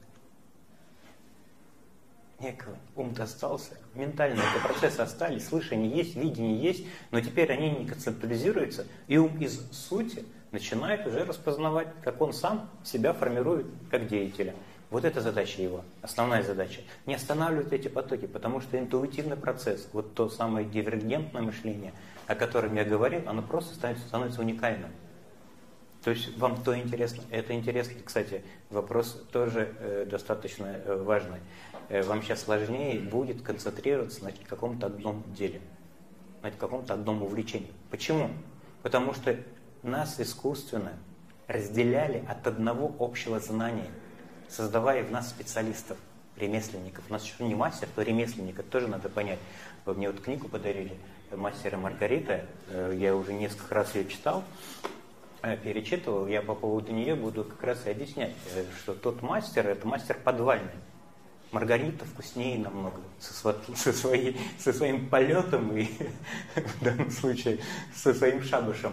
Некого. Ум-то остался, ментальные процессы остались, слышание есть, видение есть, но теперь они не концептуализируются, и ум из сути начинает уже распознавать, как он сам себя формирует как деятеля. Вот это задача его, основная задача. Не останавливать эти потоки, потому что интуитивный процесс, вот то самое дивергентное мышление, о котором я говорил, оно просто становится уникальным. То есть вам то интересно, это интересно. Кстати, вопрос тоже достаточно важный. Вам сейчас сложнее будет концентрироваться на каком-то одном деле, на каком-то одном увлечении. Почему? Потому что нас искусственно разделяли от одного общего знания, создавая в нас специалистов, ремесленников. У нас еще не мастер, то ремесленник, это тоже надо понять. Вы мне вот книгу подарили «Мастер и Маргарита», я уже несколько раз ее читал, перечитывал, я по поводу нее буду как раз и объяснять, что тот мастер, это мастер подвальный. Маргарита вкуснее намного, со своим полетом и, в данном случае, со своим шабашем.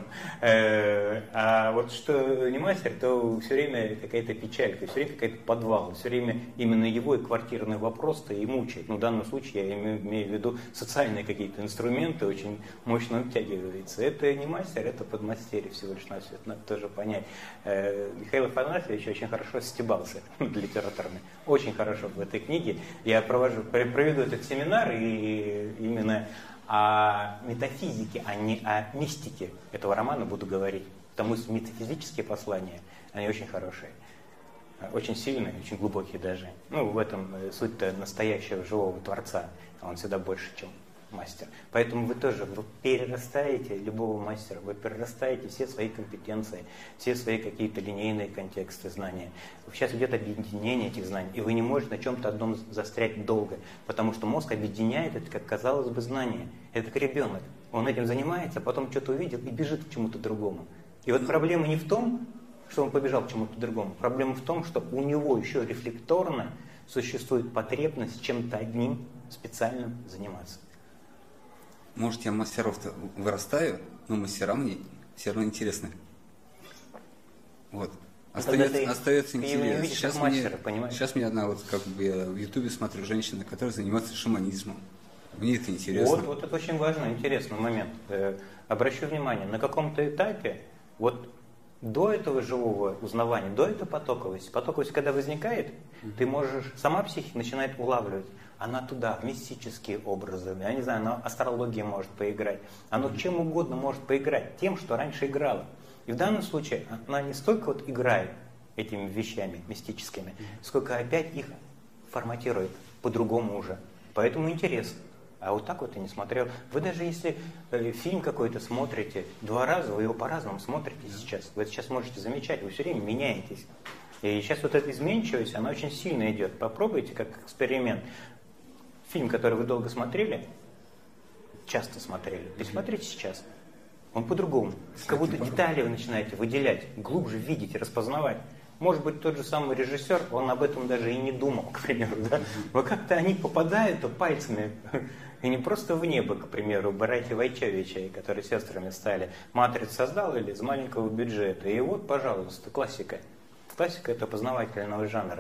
А вот что не мастер, то все время какая-то печалька, все время какая-то подвал, все время именно его и квартирный вопрос-то и мучает. Ну, в данном случае я имею в виду социальные какие-то инструменты, очень мощно втягивается. Это не мастер, это подмастерье всего лишь на все. Это надо тоже понять. Михаил Афанасьевич очень хорошо стебался литературно, очень хорошо в этой книге. Я проведу этот семинар и именно о метафизике, а не о мистике этого романа буду говорить. Потому что метафизические послания, они очень хорошие, очень сильные, очень глубокие даже. Ну, в этом суть-то настоящего живого творца, а он всегда больше, чем мастер. Поэтому вы перерастаете любого мастера, вы перерастаете все свои компетенции, все свои какие-то линейные контексты знания. Сейчас идет объединение этих знаний, и вы не можете на чем-то одном застрять долго, потому что мозг объединяет это, как казалось бы, знание. Это как ребенок. Он этим занимается, потом что-то увидел и бежит к чему-то другому. И вот проблема не в том, что он побежал к чему-то другому. Проблема в том, что у него еще рефлекторно существует потребность чем-то одним специальным заниматься. Может, я мастеров-то вырастаю, но мастера мне все равно интересны. Вот. Остается интерес. Сейчас мне одна, вот как бы я в Ютубе смотрю, женщина, которая занимается шаманизмом. Мне это интересно. Вот это очень важный, интересный момент. Обращу внимание, на каком-то этапе, вот до этого живого узнавания, до этой потоковости, когда возникает, ты можешь, сама психика начинает улавливать. Она туда, мистические образы, я не знаю, она астрология может поиграть. Она чем угодно может поиграть, тем, что раньше играла. И в данном случае она не столько вот играет этими вещами мистическими, сколько опять их форматирует по-другому уже. Поэтому интересно. А вот так вот я не смотрел. Вы даже если фильм какой-то смотрите 2 раза, вы его по-разному смотрите сейчас. Вы это сейчас можете замечать, вы все время меняетесь. И сейчас вот эта изменчивость, она очень сильно идет. Попробуйте как эксперимент. Фильм, который вы долго смотрели, часто смотрели, пересмотрите сейчас. Он по-другому. Как будто детали вы начинаете выделять, глубже видеть, распознавать. Может быть, тот же самый режиссер, он об этом даже и не думал, к примеру. Да? Но как-то они попадают пальцами, и не просто в небо, к примеру, братья Вайчевича, которые сестрами стали. «Матрицу» создал или из маленького бюджета. И вот, пожалуйста, классика. Классика – это познавательного жанра.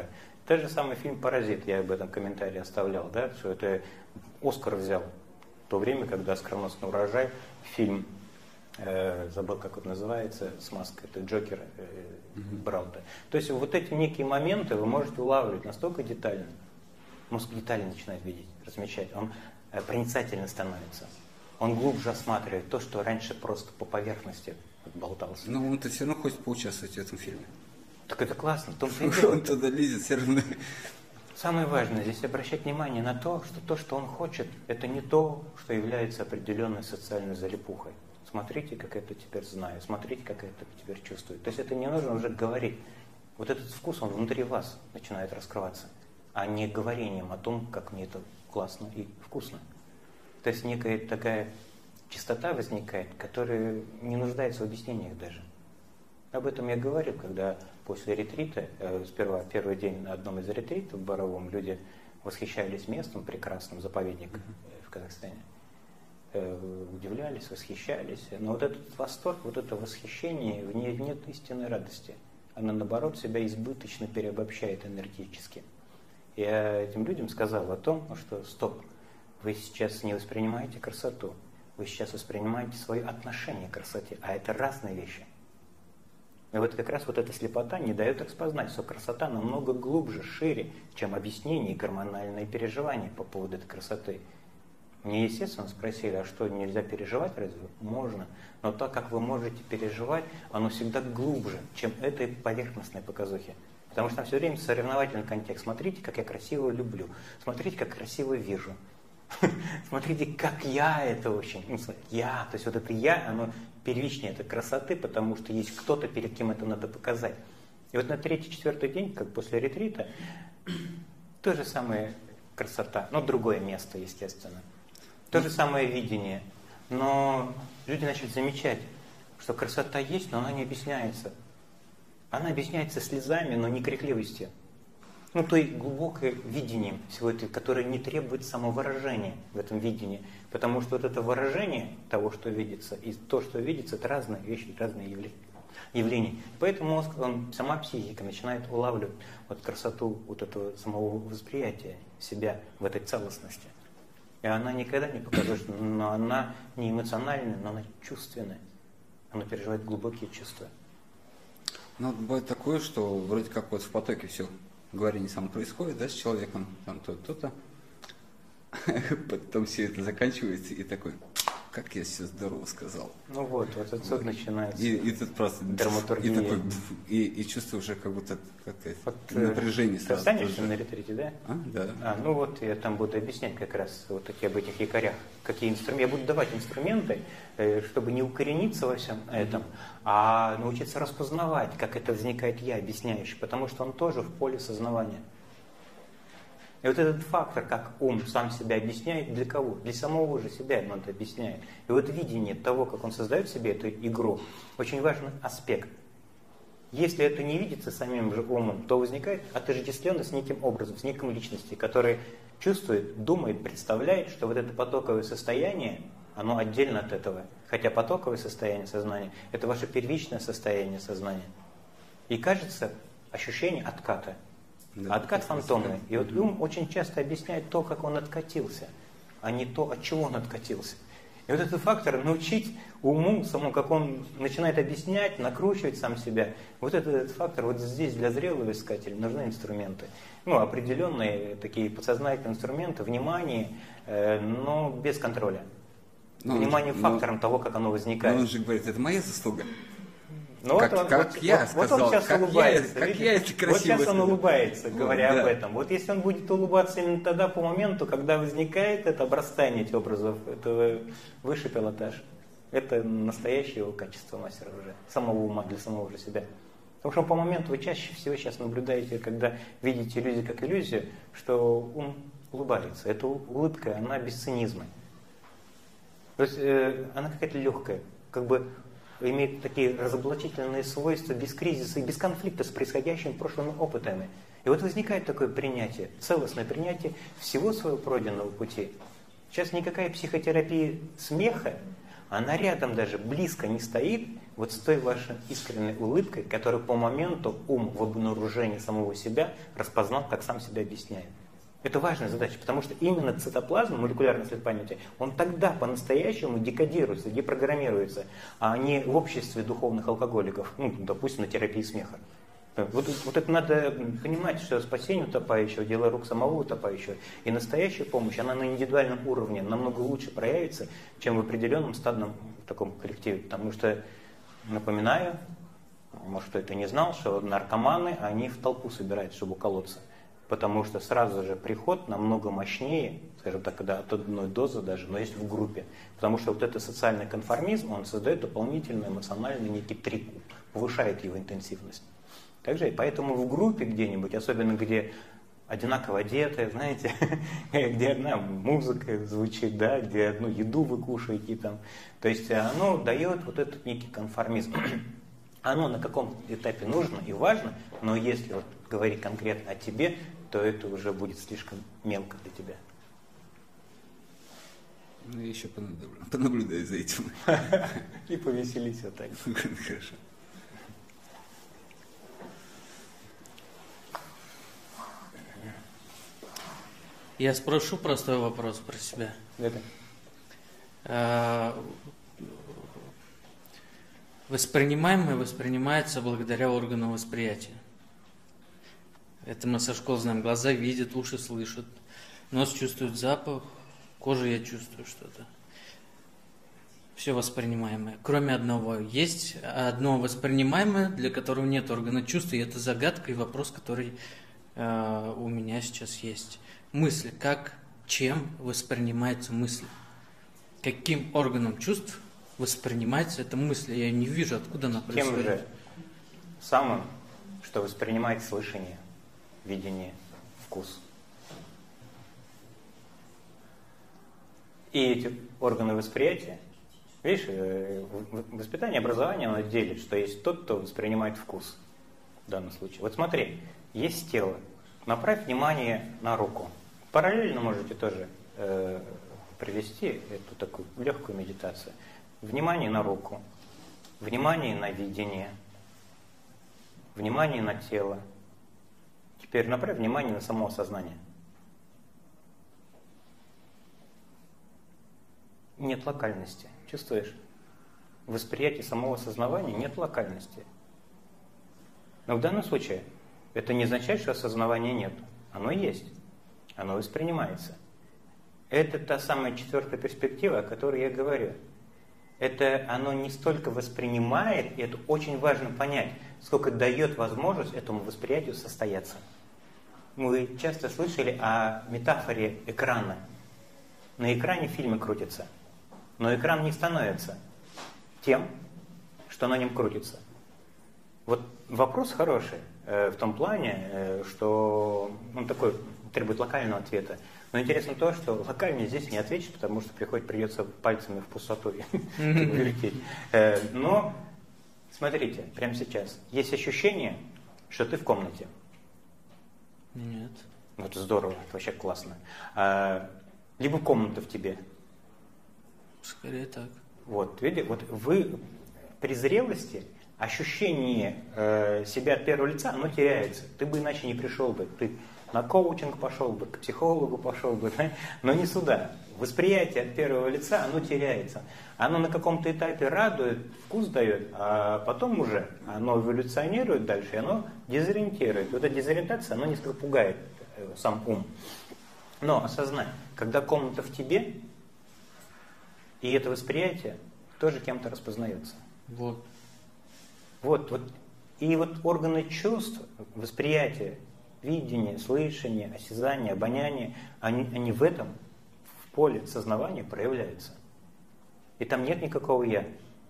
Тот же самый фильм «Паразит», я об этом комментарий оставлял, да, что это Оскар взял в то время, когда «Скромностный урожай», фильм, забыл, как он называется, с маской, это Джокер Брауда. То есть вот эти некие моменты вы можете улавливать настолько детально, мозг детально начинает видеть, размечать, он проницательно становится. Он глубже осматривает то, что раньше просто по поверхности болтался. Но он-то все равно хочет поучаствовать в этом фильме. Так это классно. Он туда лезет все равно. Самое важное здесь обращать внимание на то, что он хочет, это не то, что является определенной социальной залипухой. Смотрите, как я это теперь знаю, смотрите, как я это теперь чувствую. То есть это не нужно уже говорить. Вот этот вкус, он внутри вас начинает раскрываться, а не говорением о том, как мне это классно и вкусно. То есть некая такая чистота возникает, которая не нуждается в объяснениях даже. Об этом я говорил, когда после ретрита, сперва первый день на одном из ретритов в Боровом люди восхищались местом прекрасным, заповедник в Казахстане. Удивлялись, восхищались. Но вот этот восторг, вот это восхищение, в ней нет истинной радости. Она, наоборот, себя избыточно переобобщает энергетически. Я этим людям сказал о том, что стоп, вы сейчас не воспринимаете красоту, вы сейчас воспринимаете свое отношение к красоте, а это разные вещи. И вот как раз вот эта слепота не дает распознать, что красота намного глубже, шире, чем объяснение и гормональные переживания по поводу этой красоты. Мне, естественно, спросили, а что, нельзя переживать разве? Можно. Но так, как вы можете переживать, оно всегда глубже, чем этой поверхностной показухи. Потому что там все время соревновательный контекст. Смотрите, как я красиво люблю. Смотрите, как красиво вижу. Смотрите, как я это очень... Я, то есть вот это я, оно первичнее этой красоты, потому что есть кто-то, перед кем это надо показать. И вот на 3-4 день, как после ретрита, то же самое красота, но другое место, естественно. То же самое видение. Но люди начали замечать, что красота есть, но она не объясняется. Она объясняется слезами, но не крикливостью. Ну, той глубокое видением всего этого, которое не требует самовыражения в этом видении. Потому что вот это выражение того, что видится, и то, что видится, это разные вещи, разные явления. Поэтому мозг, сама психика начинает улавливать вот красоту вот этого самого восприятия себя в этой целостности. И она никогда не показывает, но она не эмоциональная, но она чувственная. Она переживает глубокие чувства. Ну, бывает такое, что вроде как вот в потоке все говорение само происходит, да, с человеком, там то-то, потом все это заканчивается и такой, как я все здорово сказал. Ну вот отсюда начинается. И тут просто драматургия. И такой, и чувство уже как будто напряжение сразу. Ты останешься на ретрите, да? Да. Ну вот я там буду объяснять как раз вот такие об этих якорях, какие инструменты. Я буду давать инструменты, чтобы не укорениться во всем этом, а научиться распознавать, как это возникает я, объясняющий, потому что он тоже в поле сознавания. И вот этот фактор, как ум сам себя объясняет, для кого? Для самого же себя он это объясняет. И вот видение того, как он создает себе эту игру, очень важный аспект. Если это не видится самим же умом, то возникает отождествленность с неким образом, с неким личностью, который чувствует, думает, представляет, что вот это потоковое состояние, оно отдельно от этого. Хотя потоковое состояние сознания – это ваше первичное состояние сознания. И кажется ощущение отката. Откат фантомный. И вот ум очень часто объясняет то, как он откатился, а не то, от чего он откатился. И вот этот фактор научить уму, самому, как он начинает объяснять, накручивать сам себя, вот этот фактор, вот здесь для зрелого искателя нужны инструменты. Ну, определенные такие подсознательные инструменты, внимание, но без контроля. Внимание фактором того, как оно возникает. Но он же говорит, это моя заслуга. Ну, как я сказал, он сейчас улыбается. Как я это красиво вот сейчас сказал. он улыбается, говоря об этом. Вот если он будет улыбаться именно тогда, по моменту, когда возникает это обрастание этих образов, это высший пилотаж. Это настоящее его качество мастера уже, самого ума, для самого же себя. Потому что по моменту вы чаще всего сейчас наблюдаете, когда видите иллюзию как иллюзию, что ум улыбается. Эта улыбка, она без цинизма. То есть она какая-то легкая, как бы имеет такие разоблачительные свойства без кризиса и без конфликта с происходящими прошлыми опытами. И вот возникает такое принятие, целостное принятие всего своего пройденного пути. Сейчас никакая психотерапия смеха, она рядом даже близко не стоит вот с той вашей искренней улыбкой, которую по моменту ум в обнаружении самого себя распознал, как сам себя объясняет. Это важная задача, потому что именно цитоплазма, молекулярный след памяти, он тогда по-настоящему декодируется, депрограммируется, а не в обществе духовных алкоголиков, ну, допустим, на терапии смеха. Вот это надо понимать, что спасение утопающего, дело рук самого утопающего. И настоящая помощь, она на индивидуальном уровне намного лучше проявится, чем в определенном стадном таком коллективе. Потому что, напоминаю, может кто-то не знал, что наркоманы, они в толпу собираются, чтобы уколоться. Потому что сразу же приход намного мощнее, скажем так, когда от одной дозы даже, но есть в группе. Потому что вот этот социальный конформизм, он создает дополнительный эмоциональный некий трик, повышает его интенсивность. Также, поэтому в группе где-нибудь, особенно где одинаково одетые, знаете, где одна музыка звучит, да, где одну еду вы кушаете, там, то есть оно дает вот этот некий конформизм. Оно на каком этапе нужно и важно, но если вот говорить конкретно о тебе, то это уже будет слишком мелко для тебя. Ну, я еще понаблюдаю за этим. И повеселись вот так. Хорошо. Я спрошу простой вопрос про себя. Воспринимаемое воспринимается благодаря органам восприятия. Это мы со школы знаем. Глаза видят, уши слышат, нос чувствует запах, кожа я чувствую что-то. Все воспринимаемое. Кроме одного. Есть одно воспринимаемое, для которого нет органа чувств, и это загадка и вопрос, который у меня сейчас есть. Мысли. Чем воспринимается мысль? Каким органом чувств воспринимается эта мысль? Я не вижу, откуда она происходит. Тем же самым, что воспринимает слышание, видение, вкус. И эти органы восприятия, видишь, воспитание, образование, оно делит, что есть тот, кто воспринимает вкус в данном случае. Вот смотри, есть тело. Направь внимание на руку. Параллельно можете тоже провести эту такую легкую медитацию. Внимание на руку, внимание на видение, внимание на тело. Теперь направь внимание на само сознание. Нет локальности. Чувствуешь? В восприятии самого сознания нет локальности. Но в данном случае это не означает, что осознавания нет. Оно есть. Оно воспринимается. Это та самая четвертая перспектива, о которой я говорю. Это оно не столько воспринимает, и это очень важно понять, сколько дает возможность этому восприятию состояться. Мы часто слышали о метафоре экрана. На экране фильмы крутятся, но экран не становится тем, что на нем крутится. Вот вопрос хороший в том плане, что он такой требует локального ответа. Но интересно то, что локально здесь не ответишь, потому что придется пальцами в пустоту вертеть. Но смотрите, прямо сейчас есть ощущение, что ты в комнате. Нет. Вот здорово, это вообще классно. Либо комната в тебе. Скорее так. Вот, видите, вот вы при зрелости ощущение себя от первого лица, оно теряется. Ты бы иначе не пришел бы. Ты на коучинг пошел бы, к психологу пошел бы, да? Но не сюда. Восприятие от первого лица, оно теряется. Оно на каком-то этапе радует, вкус дает, а потом уже оно эволюционирует дальше, и оно дезориентирует. Вот эта дезориентация, она несколько пугает сам ум. Но осознай, когда комната в тебе, и это восприятие тоже кем-то распознается. Вот. И вот органы чувств, восприятие, видение, слышание, осязание, обоняние, они в этом, в поле сознавания проявляются. И там нет никакого «я».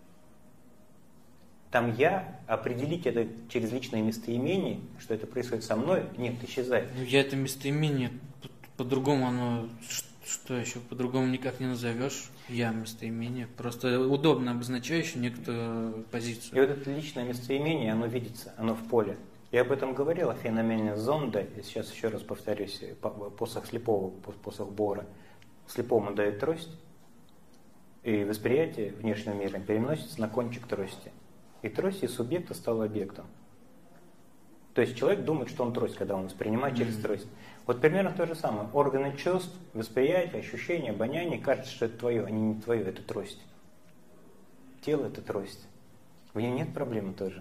Там «я», определить это через личное местоимение, что это происходит со мной, нет, исчезает. Ну, я это местоимение, по-другому оно, что еще, по-другому никак не назовешь. Я местоимение, просто удобно обозначающее некоторую позицию. И вот это личное местоимение, оно видится, оно в поле. Я об этом говорил, о феномене зонда, и сейчас еще раз повторюсь, посох слепого, посох Бора. Слепому дает трость, И восприятие внешнего мира переносится на кончик трости. И трость из субъекта стала объектом. То есть человек думает, что он трость, когда он воспринимает через трость. Вот примерно то же самое. Органы чувств, восприятие, ощущения, обоняние, кажется, что это твое, они не твое, это трость. Тело – это трость. В ней нет проблемы тоже.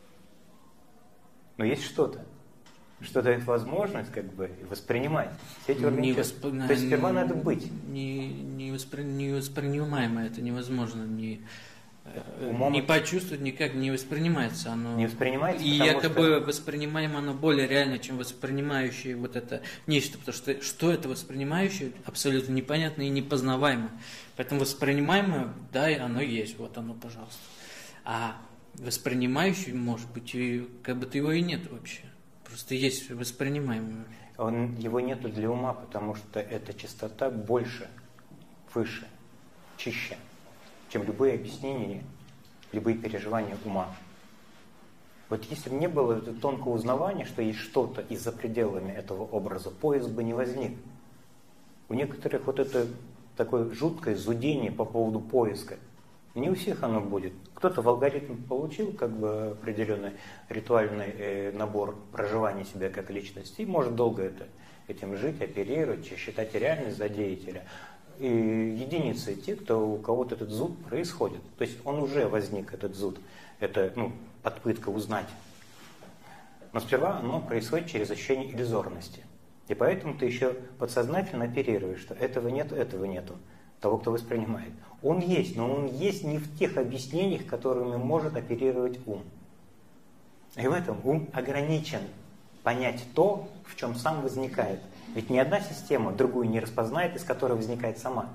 Но есть что-то, что дает возможность как бы воспринимать все эти органы чувств. То есть сперва надо быть. Невоспринимаемо, это невозможно. Не почувствовать никак, не воспринимается оно. Не воспринимается, и якобы воспринимаемо оно более реально, чем воспринимающее вот это нечто. Потому что это воспринимающее, абсолютно непонятно и непознаваемо. Поэтому воспринимаемое, да, оно есть, вот оно, пожалуйста. А воспринимающее, может быть, и как будто его и нет вообще. Просто есть воспринимаемое. Его нету для ума, потому что эта частота больше, выше, чище, чем любые объяснения, любые переживания ума. Вот если бы не было тонкого узнавания, что есть что-то и за пределами этого образа, поиск бы не возник. У некоторых вот это такое жуткое зудение по поводу поиска. Не у всех оно будет. Кто-то в алгоритм получил как бы определенный ритуальный набор проживания себя как личности и может долго этим жить, оперировать, считать реальность за деятеля. И единицы те, у кого-то этот зуд происходит. То есть он уже возник, этот зуд. Это попытка узнать. Но сперва оно происходит через ощущение иллюзорности. И поэтому ты еще подсознательно оперируешь, что этого нет, этого нету. Того, кто воспринимает. Он есть, но он есть не в тех объяснениях, которыми может оперировать ум. И в этом ум ограничен понять то, в чем сам возникает. Ведь ни одна система другую не распознает, из которой возникает сама.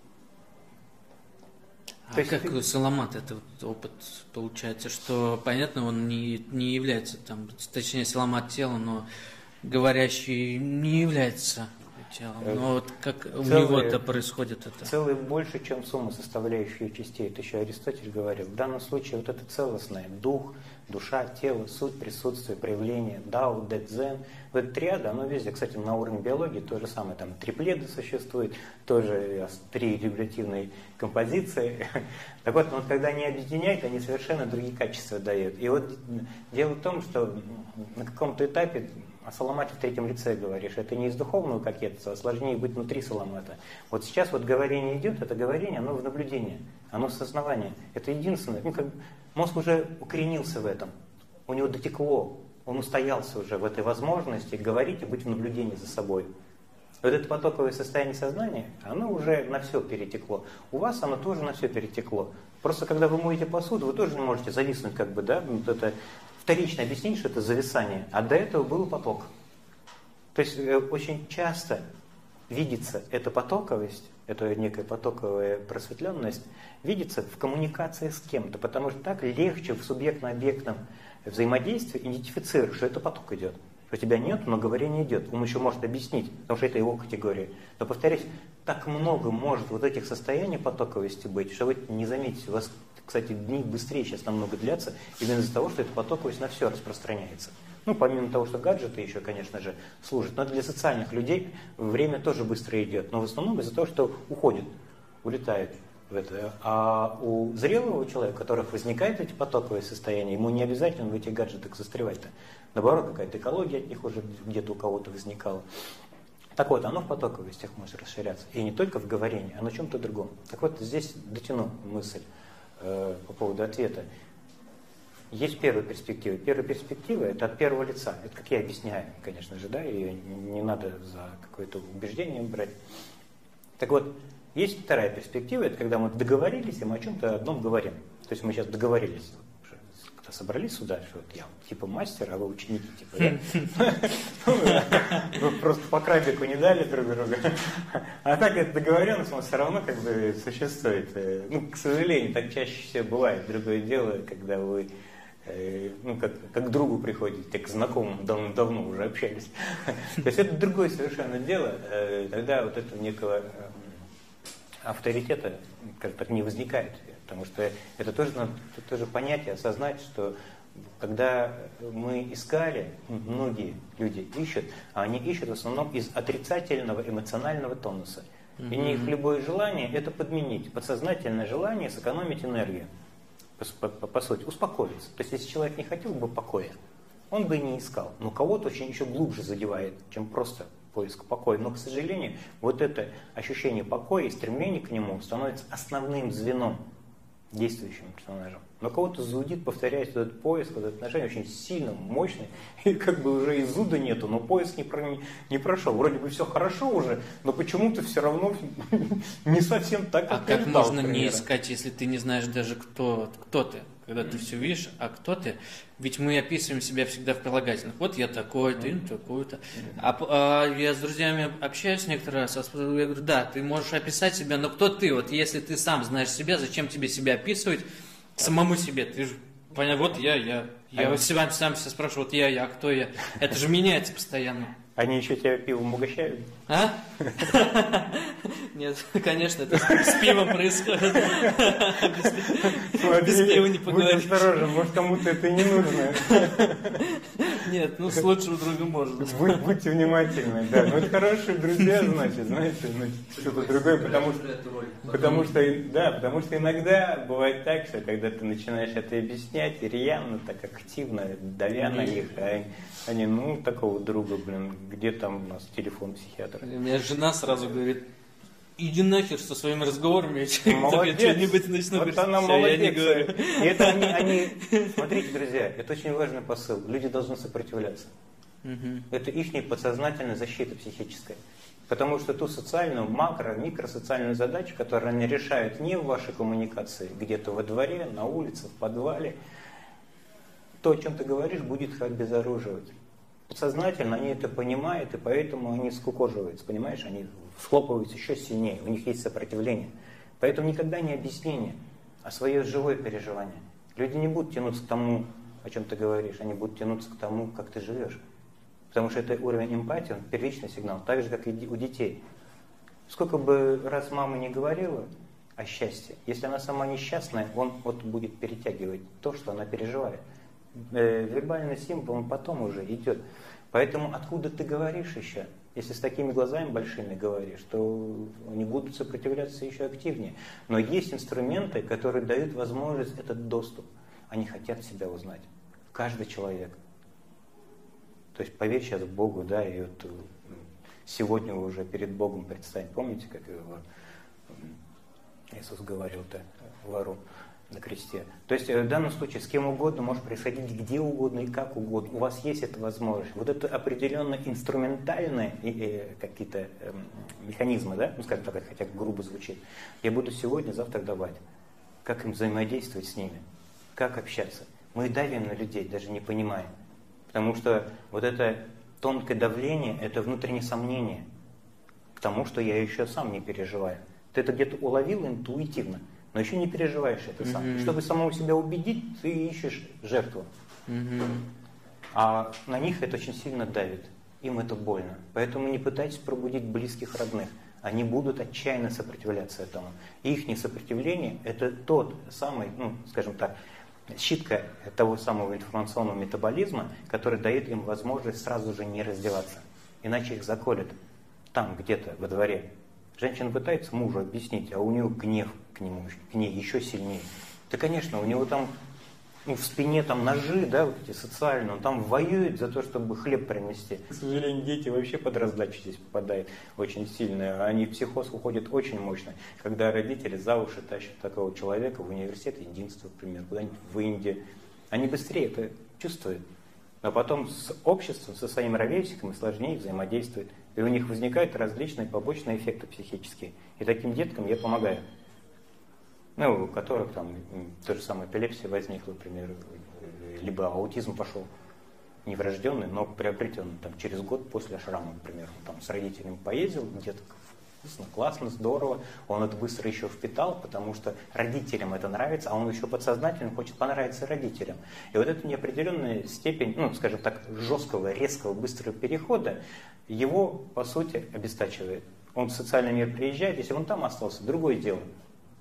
А как Саламат этот опыт получается, что, понятно, он не является, точнее, Саламат тело, но говорящий не является телом. Но вот как у него это происходит? Целое больше, чем сумма составляющих частей. Это еще Аристотель говорил. В данном случае вот это целостное. Дух, душа, тело, суть, присутствие, проявление, дао, дэт, дзен. Вот эта триада, оно везде. Кстати, на уровне биологии то же самое. Там трипледы существуют, тоже 3 регулятивные композиции. Так вот, когда они объединяют, они совершенно другие качества дают. И вот дело в том, что на каком-то этапе о Саламате в 3-м лице говоришь, это не из духовного кокетства, а сложнее быть внутри Саламата. Вот сейчас вот говорение идет, это говорение, оно в наблюдении, оно в сознании. Это единственное. Мозг уже укоренился в этом, у него дотекло, он устоялся уже в этой возможности говорить и быть в наблюдении за собой. Вот это потоковое состояние сознания, оно уже на все перетекло. У вас оно тоже на все перетекло. Просто когда вы моете посуду, вы тоже не можете зависнуть, вот это вторично объяснить, что это зависание, а до этого был поток. То есть очень часто видится эта потоковость, эта некая потоковая просветленность, видится в коммуникации с кем-то, потому что так легче в субъектно-объектном взаимодействии идентифицировать, что это поток идет. Что тебя нет, но говорение идет. Он еще может объяснить, потому что это его категория. Но, повторюсь, так много может вот этих состояний потоковости быть, что вы не заметите. У вас, кстати, дни быстрее сейчас намного длятся, именно из-за того, что эта потоковость на все распространяется. Помимо того, что гаджеты еще, конечно же, служат, но для социальных людей время тоже быстро идет. Но в основном из-за того, что уходит, улетает в это. А у зрелого человека, у которых возникают эти потоковые состояния, ему не обязательно в этих гаджетах застревать-то. Наоборот, какая-то экология от них уже где-то у кого-то возникала. Так вот, оно в потоковостях может расширяться. И не только в говорении, а на чем-то другом. Так вот, здесь дотяну мысль по поводу ответа. Есть первая перспектива. Первая перспектива – это от первого лица. Это как я объясняю, конечно же, да, и не надо за какое-то убеждение брать. Так вот, есть вторая перспектива, это когда мы договорились, и мы о чем-то одном говорим. То есть мы сейчас договорились, когда собрались сюда, что вот я типа мастер, а вы ученики, типа, да? Вы просто по крабику не дали друг другу. А так эта договоренность, она все равно как бы существует. К сожалению, так чаще всего бывает. Другое дело, когда вы как к другу приходите, к знакомым, давно уже общались. То есть это другое совершенно дело. Тогда вот этого некого авторитета, как так, не возникает. Потому что это тоже понятие, осознать, что когда мы искали, многие люди ищут, а они ищут в основном из отрицательного эмоционального тонуса. И у них любое желание – это подменить. Подсознательное желание сэкономить энергию. По сути, успокоиться. То есть, если человек не хотел бы покоя, он бы и не искал. Но кого-то очень еще глубже задевает, чем просто поиск покоя. Но, к сожалению, вот это ощущение покоя и стремление к нему становится основным звеном действующим персонажем. Но кого-то зудит, повторяется этот поиск, вот это отношение очень сильно, мощный, и как бы уже и зуда нету, но поиск не прошел. Вроде бы все хорошо уже, но почему-то все равно не совсем так, как как ждал, можно не например. искать, если ты не знаешь даже, кто ты? Когда ты все видишь, а кто ты? Ведь мы описываем себя всегда в прилагательных. Вот я такой-то, и такой-то. Я с друзьями общаюсь некоторый раз, я говорю, да, ты можешь описать себя, но кто ты? Вот если ты сам знаешь себя, зачем тебе себя описывать самому себе? Ты же, понятно, вот я. Я вот сам себя спрашиваю, вот я, кто я? Это же меняется постоянно. Они еще тебя пивом угощают? А? Нет, конечно, это с пивом происходит. Без пива не поговоришь. Будь осторожен, может кому-то это и не нужно. Нет, ну с лучшим другом можно. Будьте внимательны, да. Ну это хорошие друзья, значит, знаете, что-то другое, потому что иногда бывает так, что когда ты начинаешь это объяснять, рьяно, так активно, давя на них, они, ну, такого друга, блин, где там у нас телефон психиатра? У меня жена сразу говорит, иди нахер со своими разговорами, молодец. что-нибудь начну Вот говорить. она Всё, молодец. я не говорю. И это они, смотрите, друзья, это очень важный посыл. Люди должны сопротивляться. Это их подсознательная защита психическая. Потому что ту социальную, микросоциальную задачу, которую они решают не в вашей коммуникации, где-то во дворе, на улице, в подвале, то, о чем ты говоришь, будет их обезоруживать. Подсознательно они это понимают, и поэтому они скукоживаются, понимаешь? Они схлопываются еще сильнее, у них есть сопротивление. Поэтому никогда не объяснение, а свое живое переживание. Люди не будут тянуться к тому, о чем ты говоришь, они будут тянуться к тому, как ты живешь. Потому что это уровень эмпатии, он первичный сигнал, так же, как и у детей. Сколько бы раз мама не говорила о счастье, если она сама несчастная, он вот будет перетягивать то, что она переживает. Вербальный символ, он потом уже идет. Поэтому откуда ты говоришь еще? Если с такими глазами большими говоришь, то они будут сопротивляться еще активнее. Но есть инструменты, которые дают возможность этот доступ. Они хотят себя узнать. Каждый человек. То есть поверь сейчас Богу, да, и вот сегодня вы уже перед Богом предстань. Помните, как Иисус говорил-то вору на кресте? То есть в данном случае с кем угодно может происходить где угодно и как угодно. У вас есть эта возможность. Вот это определенно инструментальные какие-то механизмы, да, ну скажем так, хотя грубо звучит, я буду сегодня, завтра давать. Как им взаимодействовать с ними, как общаться. Мы давим на людей, даже не понимая. Потому что вот это тонкое давление, это внутреннее сомнение к тому, что я еще сам не переживаю. Ты это где-то уловил интуитивно, но еще не переживаешь это сам. И чтобы самого себя убедить, ты ищешь жертву. А на них это очень сильно давит. Им это больно. Поэтому не пытайтесь пробудить близких, родных. Они будут отчаянно сопротивляться этому. И их несопротивление – это тот самый, ну, скажем так, щитка того самого информационного метаболизма, который дает им возможность сразу же не раздеваться. Иначе их заколят там, где-то во дворе. Женщина пытается мужу объяснить, а у него гнев к ней еще сильнее. Да, конечно, у него там в спине там ножи, да, вот эти социальные, он там воюет за то, чтобы хлеб принести. К сожалению, дети вообще под раздачу здесь попадают очень сильно. Они в психоз уходят очень мощно, когда родители за уши тащат такого человека в университет единства, например, куда-нибудь в Индию. Они быстрее это чувствуют. Но потом с обществом, со своим ровесником сложнее взаимодействуют. И у них возникают различные побочные эффекты психические. И таким деткам я помогаю. Ну, у которых там та же самая эпилепсия возникла, например, либо аутизм пошел не врожденный, но приобретенный там, через год после шрама, например. Он там с родителями поездил, где-то вкусно, классно, здорово. Он это быстро еще впитал, потому что родителям это нравится, а он еще подсознательно хочет понравиться родителям. И вот эта неопределенная степень, ну, скажем так, жесткого, резкого, быстрого перехода, его, по сути, обестачивает. Он в социальный мир приезжает, если он там остался, другое дело.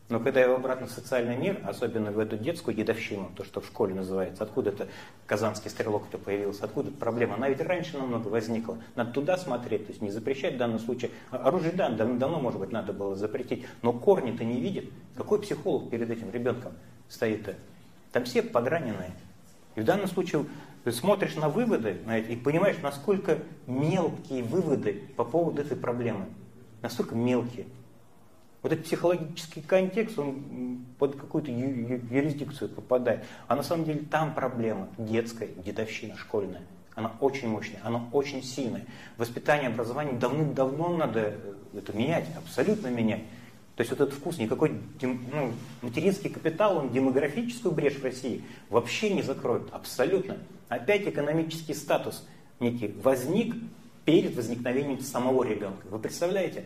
Но когда его обратно в социальный мир, особенно в эту детскую дедовщину, то, что в школе называется, откуда это казанский стрелок-то появился, откуда эта проблема, она ведь раньше намного возникла. Надо туда смотреть, то есть не запрещать в данном случае. Оружие, да, давно, может быть, надо было запретить, но корни-то не видит. Какой психолог перед этим ребенком стоит-то? Там все подраненные. И в данном случае ты смотришь на выводы и понимаешь, насколько мелкие выводы по поводу этой проблемы. Настолько мелкие. Вот этот психологический контекст, он под какую-то юрисдикцию попадает. А на самом деле там проблема детская, дедовщина школьная. Она очень мощная, она очень сильная. Воспитание, образование давным-давно надо это менять, абсолютно менять. То есть вот этот вкус, никакой материнский капитал, он демографическую брешь в России вообще не закроет, абсолютно. Опять экономический статус некий возник перед возникновением самого ребенка. Вы представляете?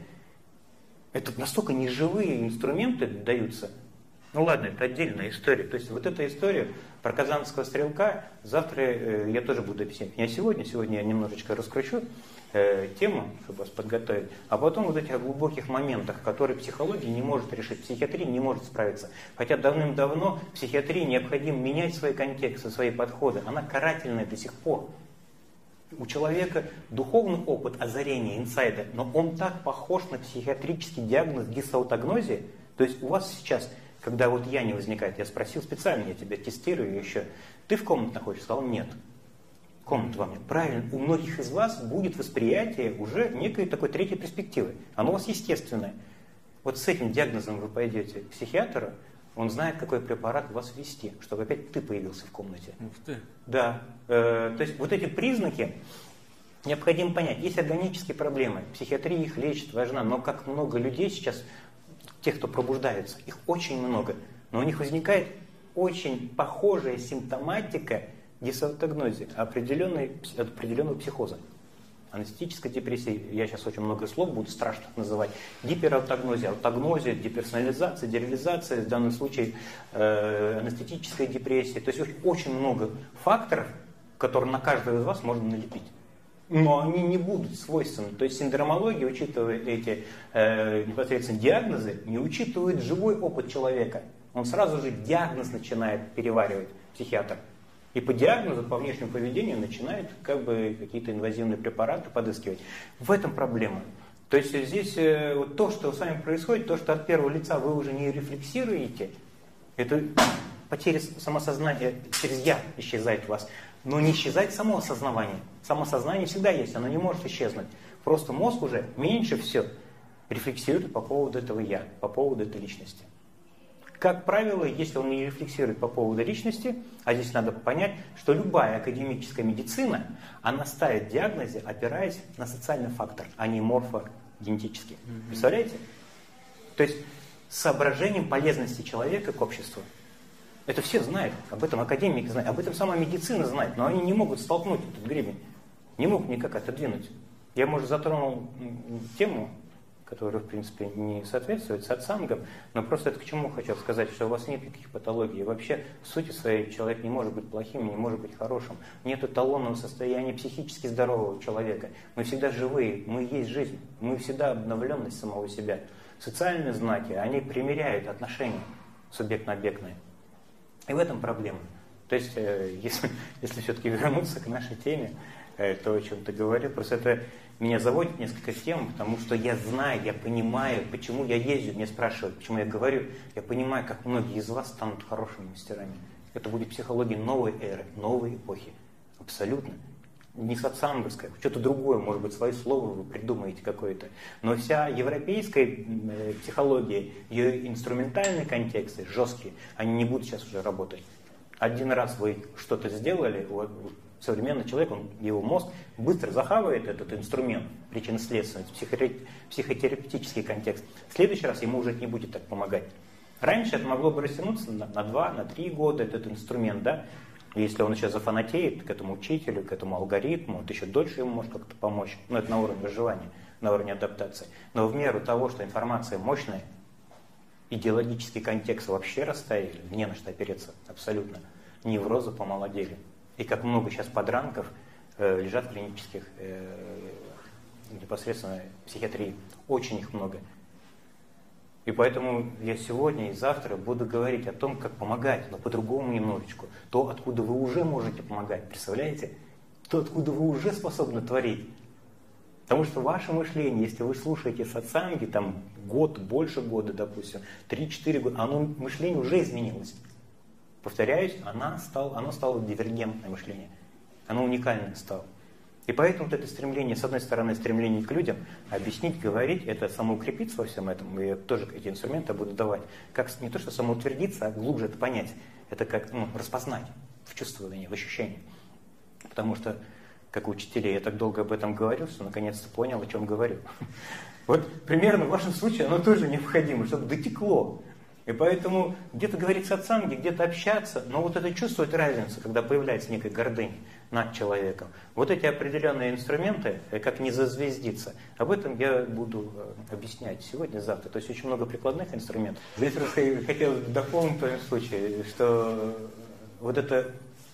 Это настолько неживые инструменты даются. Ну ладно, это отдельная история. То есть вот эта история про казанского стрелка, завтра я тоже буду объяснять. Не сегодня я немножечко раскручу тему, чтобы вас подготовить, а потом вот этих глубоких моментах, которые психология не может решить, психиатрия не может справиться. Хотя давным-давно психиатрии необходимо менять свои контексты, свои подходы. Она карательная до сих пор. У человека духовный опыт озарения, инсайда, но он так похож на психиатрический диагноз дисаутогнозии. То есть у вас сейчас, когда вот я не возникает, я спросил специально, я тебя тестирую еще, ты в комнате находишься? Сказал, нет. Комната вам нет. Правильно, у многих из вас будет восприятие уже некой такой третьей перспективы. Оно у вас естественное. Вот с этим диагнозом вы пойдете к психиатру, он знает, какой препарат вас ввести, чтобы опять ты появился в комнате. Ух ты. Да. То есть вот эти признаки необходимо понять. Есть органические проблемы. Психиатрия их лечит, важна. Но как много людей сейчас, тех, кто пробуждается, их очень много. Но у них возникает очень похожая симптоматика дисаутогнозии, определенного психоза. Анестетической депрессии, я сейчас очень много слов буду страшных называть, гипераутогнозия, аутогнозия, деперсонализация, дереализация, в данном случае анестетическая депрессия. То есть очень много факторов, которые на каждого из вас можно налепить. Но они не будут свойственны. То есть синдромология, учитывая эти непосредственно диагнозы, не учитывает живой опыт человека. Он сразу же диагноз начинает переваривать, психиатр. И по диагнозу, по внешнему поведению начинает какие-то инвазивные препараты подыскивать. В этом проблема. То есть здесь вот то, что с вами происходит, то, что от первого лица вы уже не рефлексируете, это потеря самосознания через «я» исчезает у вас. Но не исчезает само осознавание. Само сознание всегда есть, оно не может исчезнуть. Просто мозг уже меньше все рефлексирует по поводу этого «я», по поводу этой личности. Как правило, если он не рефлексирует по поводу личности, а здесь надо понять, что любая академическая медицина, она ставит диагнозы, опираясь на социальный фактор, а не морфогенетический. Представляете? То есть с соображением полезности человека к обществу. Это все знают, об этом академики знают, об этом сама медицина знает, но они не могут столкнуть этот гребень, не могут никак отодвинуть. Я, может, затронул тему, которая, в принципе, не соответствует сатсангам, но просто это к чему хочу сказать, что у вас нет никаких патологий. И вообще, в сути своей, человек не может быть плохим, не может быть хорошим. Нет эталонного состояния психически здорового человека. Мы всегда живые, мы есть жизнь, мы всегда обновленность самого себя. Социальные знаки, они примеряют отношения субъектно-объектные. И в этом проблема. То есть, если все-таки вернуться к нашей теме, то, о чем ты говорил, просто это меня заводит несколько тем, потому что я знаю, я понимаю, почему я езжу, меня спрашивают, почему я говорю, я понимаю, как многие из вас станут хорошими мастерами. Это будет психология новой эры, новой эпохи. Абсолютно. Не сатсанговская, что-то другое, может быть, свое слово вы придумаете какое-то. Но вся европейская психология, ее инструментальные контексты, жесткие, они не будут сейчас уже работать. Один раз вы что-то сделали, современный человек, его мозг быстро захавает этот инструмент, причинно-следственный, психотерапевтический контекст. В следующий раз ему уже не будет так помогать. Раньше это могло бы растянуться на 2, на 3 года, этот инструмент, да. Если он еще зафанатеет к этому учителю, к этому алгоритму, это еще дольше ему может как-то помочь. Но это на уровне выживания, на уровне адаптации. Но в меру того, что информация мощная, идеологический контекст вообще расставили, не на что опереться абсолютно. Неврозы помолодели. И как много сейчас подранков лежат в клинических непосредственно психиатрии. Очень их много. И поэтому я сегодня и завтра буду говорить о том, как помогать, но по-другому немножечко. То, откуда вы уже можете помогать, представляете? То, откуда вы уже способны творить. Потому что ваше мышление, если вы слушаете сатсанги, там год, больше года, допустим, 3-4 года, мышление уже изменилось. Повторяюсь, оно стало дивергентное мышление. Оно уникальное стало. И поэтому вот это стремление, с одной стороны, стремление к людям, объяснить, говорить, это самоукрепиться во всем этом. И я тоже эти инструменты буду давать. Как не то, что самоутвердиться, а глубже это понять. Это как распознать в чувствовании, в ощущении. Потому что, как учителей, я так долго об этом говорил, что наконец-то понял, о чем говорю. Вот примерно в вашем случае оно тоже необходимо, чтобы дотекло. И поэтому где-то говорить сатсанги, где-то общаться, но вот это чувствовать разницу, когда появляется некая гордыня над человеком. Вот эти определенные инструменты, как не зазвездиться, об этом я буду объяснять сегодня, завтра. То есть очень много прикладных инструментов. Здесь хотел дополнить в том случае, что вот это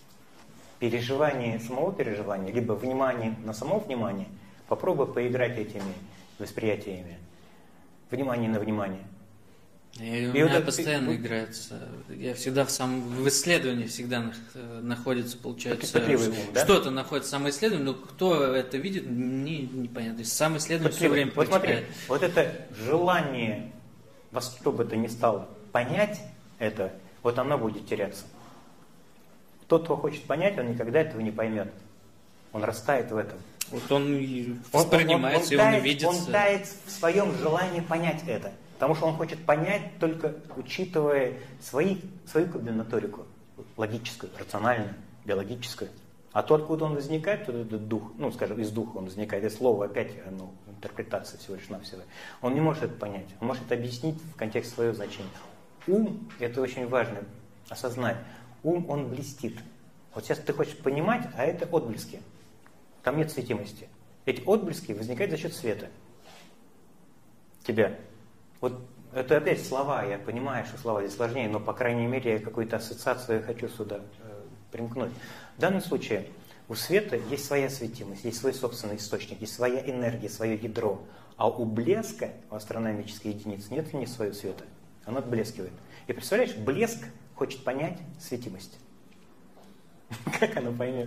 переживание, самого переживания, либо внимание на само внимание, попробуй поиграть этими восприятиями. Внимание на внимание. У меня постоянно играется. Я всегда в исследовании всегда находится, получается, ум, да? Что-то находится в самоисследовании, но кто это видит, непонятно. То есть самоисследование все время вот смотри, протекает. вот это желание, во что бы то ни стало, понять это, вот оно будет теряться. Тот, кто хочет понять, он никогда этого не поймет. Он растает в этом. Вот он воспринимается, и он видится. Он тает в своем желании понять это. Потому что он хочет понять, только учитывая свою комбинаторику, логическую, рациональную, биологическую. А то, откуда он возникает, то это дух, скажем, из духа он возникает, и слово опять, интерпретация всего лишь навсего. Он не может это понять, он может это объяснить в контексте своего значения. Ум, это очень важно осознать, ум, он блестит. Вот сейчас ты хочешь понимать, а это отблески. Там нет светимости. Эти отблески возникают за счет света. Тебя. Вот это опять слова, я понимаю, что слова здесь сложнее, но, по крайней мере, я какую-то ассоциацию хочу сюда примкнуть. В данном случае у света есть своя светимость, есть свой собственный источник, есть своя энергия, свое ядро. А у блеска, у астрономической единицы, нет ни своего света. Оно отблескивает. И представляешь, блеск хочет понять светимость. Как оно поймет?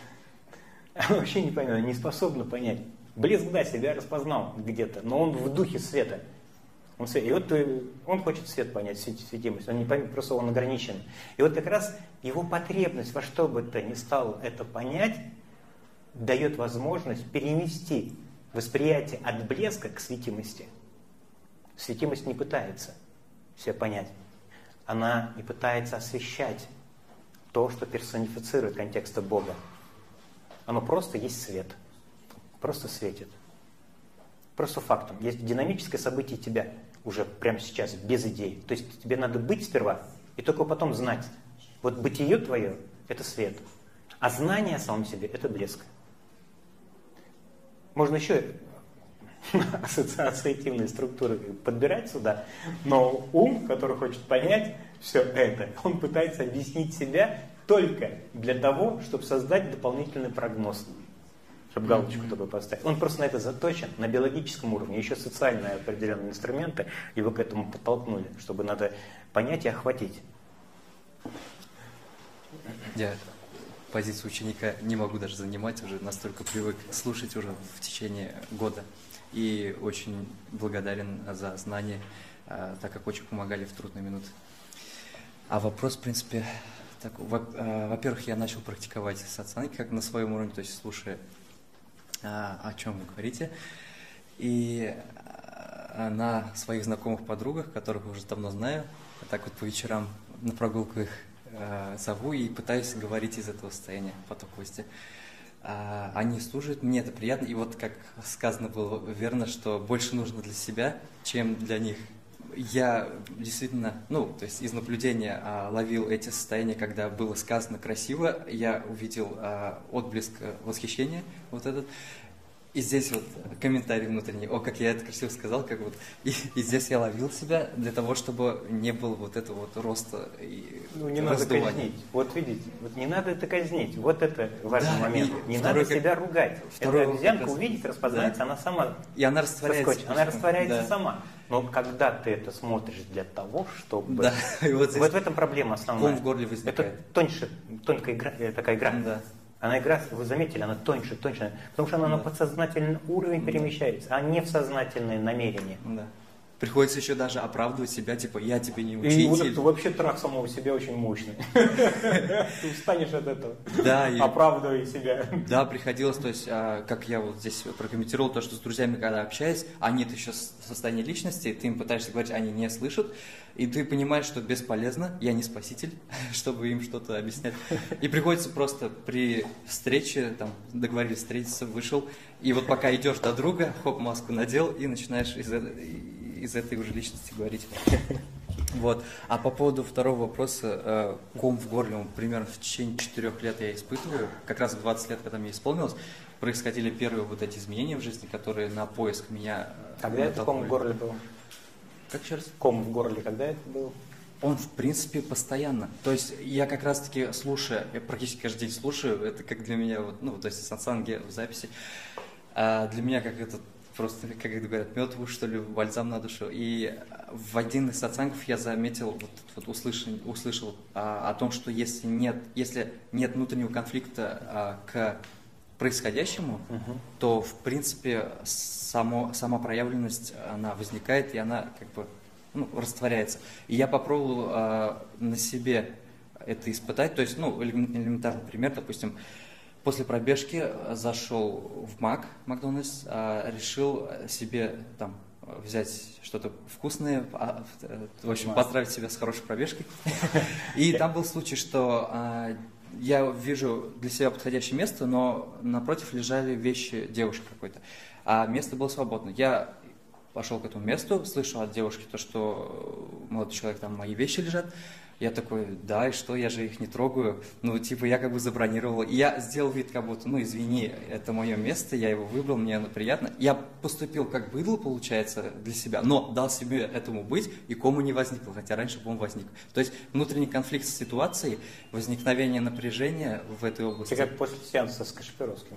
Оно вообще не поймет, не способно понять. Блеск, да, себя распознал где-то, но он в духе света. И вот он хочет свет понять, светимость, он не поймет, просто он ограничен. И вот как раз его потребность во что бы то ни стало это понять, дает возможность перенести восприятие от блеска к светимости. Светимость не пытается все понять. Она не пытается освещать то, что персонифицирует контекста Бога. Оно просто есть свет. Просто светит. Просто фактом. Есть динамическое событие тебя уже прямо сейчас, без идей. То есть тебе надо быть сперва, и только потом знать. Вот бытие твое – это свет. А знание о самом себе – это блеск. Можно еще ассоциативные структуры подбирать сюда, но ум, который хочет понять все это, он пытается объяснить себя только для того, чтобы создать дополнительный прогноз. Чтобы галочку такой поставить. Он просто на это заточен, на биологическом уровне. Еще социальные определенные инструменты его к этому подтолкнули, чтобы надо понять и охватить. Я позицию ученика не могу даже занимать, уже настолько привык слушать уже в течение года. И очень благодарен за знания, так как очень помогали в трудные минуты. А вопрос, в принципе, такой. Во-первых, я начал практиковать сатсанги как на своем уровне, то есть слушая, о чем вы говорите. И на своих знакомых подругах, которых уже давно знаю, так вот по вечерам на прогулку их зову и пытаюсь говорить из этого состояния потоковости. Они слушают, мне это приятно. И вот как сказано было верно, что больше нужно для себя, чем для них. Я действительно, то есть из наблюдения ловил эти состояния, когда было сказано красиво, я увидел отблеск восхищения, вот этот. И здесь вот комментарий внутренний, как я это красиво сказал, как вот, и здесь я ловил себя для того, чтобы не было вот этого вот роста и не надо казнить. Вот видите, вот не надо это казнить. Вот это важный момент. Не надо себя ругать. Эта обезьянка увидит, распознается, она сама. И она растворяется. Она растворяется сама. Но когда ты это смотришь для того, чтобы... Да, и вот здесь в этом проблема основная. ком в горле возникает. Это тонкая игра, такая игра. Да. Она игра, вы заметили, она тоньше, потому что она на подсознательный уровень перемещается, а не в сознательные намерения. Да. Приходится еще даже оправдывать себя, типа, я тебе не И учитель. вот это вообще трах самого себя очень мощный. Ты устанешь от этого, Да, оправдывая себя. Да, приходилось, то есть, как я вот здесь прокомментировал, то, что с друзьями, когда общаюсь, они-то еще в состоянии личности, ты им пытаешься говорить, они не слышат, и ты понимаешь, что бесполезно, я не спаситель, чтобы им что-то объяснять. И приходится просто при встрече, там, договорились встретиться, вышел, и вот пока идешь до друга, хоп, маску надел, и начинаешь из этой уже личности говорить. Вот. А по поводу второго вопроса, ком в горле, он примерно в течение 4 лет я испытываю. Как раз в 20 лет, когда мне исполнилось, происходили первые вот эти изменения в жизни, которые на поиск меня... Когда это ком в горле был? Как еще раз? Ком в горле, когда это был? Он, в принципе, постоянно. То есть я как раз-таки слушаю, я практически каждый день слушаю, это как для меня, вот, ну, то есть сатсанги в записи, для меня как это просто, как это говорят, мед в уши, что ли, бальзам на душу. И в один из сатсангов я заметил, услышал о том, что если нет внутреннего конфликта к происходящему, то, в принципе, сама проявленность, она возникает, и она как бы растворяется. И я попробовал на себе это испытать. То есть, элементарный пример, допустим, после пробежки зашел в Макдональдс, решил себе там взять что-то вкусное, в общем, поздравить себя с хорошей пробежкой. И там был случай, что я вижу для себя подходящее место, но напротив лежали вещи девушки какой-то, а место было свободно. Я пошел к этому месту, слышу от девушки то, что молодой человек, там мои вещи лежат. Я такой, да, и что, я же их не трогаю. Я как бы забронировал. И я сделал вид, как будто, извини, это мое место, я его выбрал, мне оно приятно. Я поступил как быдло, получается, для себя, но дал себе этому быть, и кому не возникло, хотя раньше бы он возник. То есть внутренний конфликт с ситуацией, возникновение напряжения в этой области. Это как после сеанса с Кашпировским.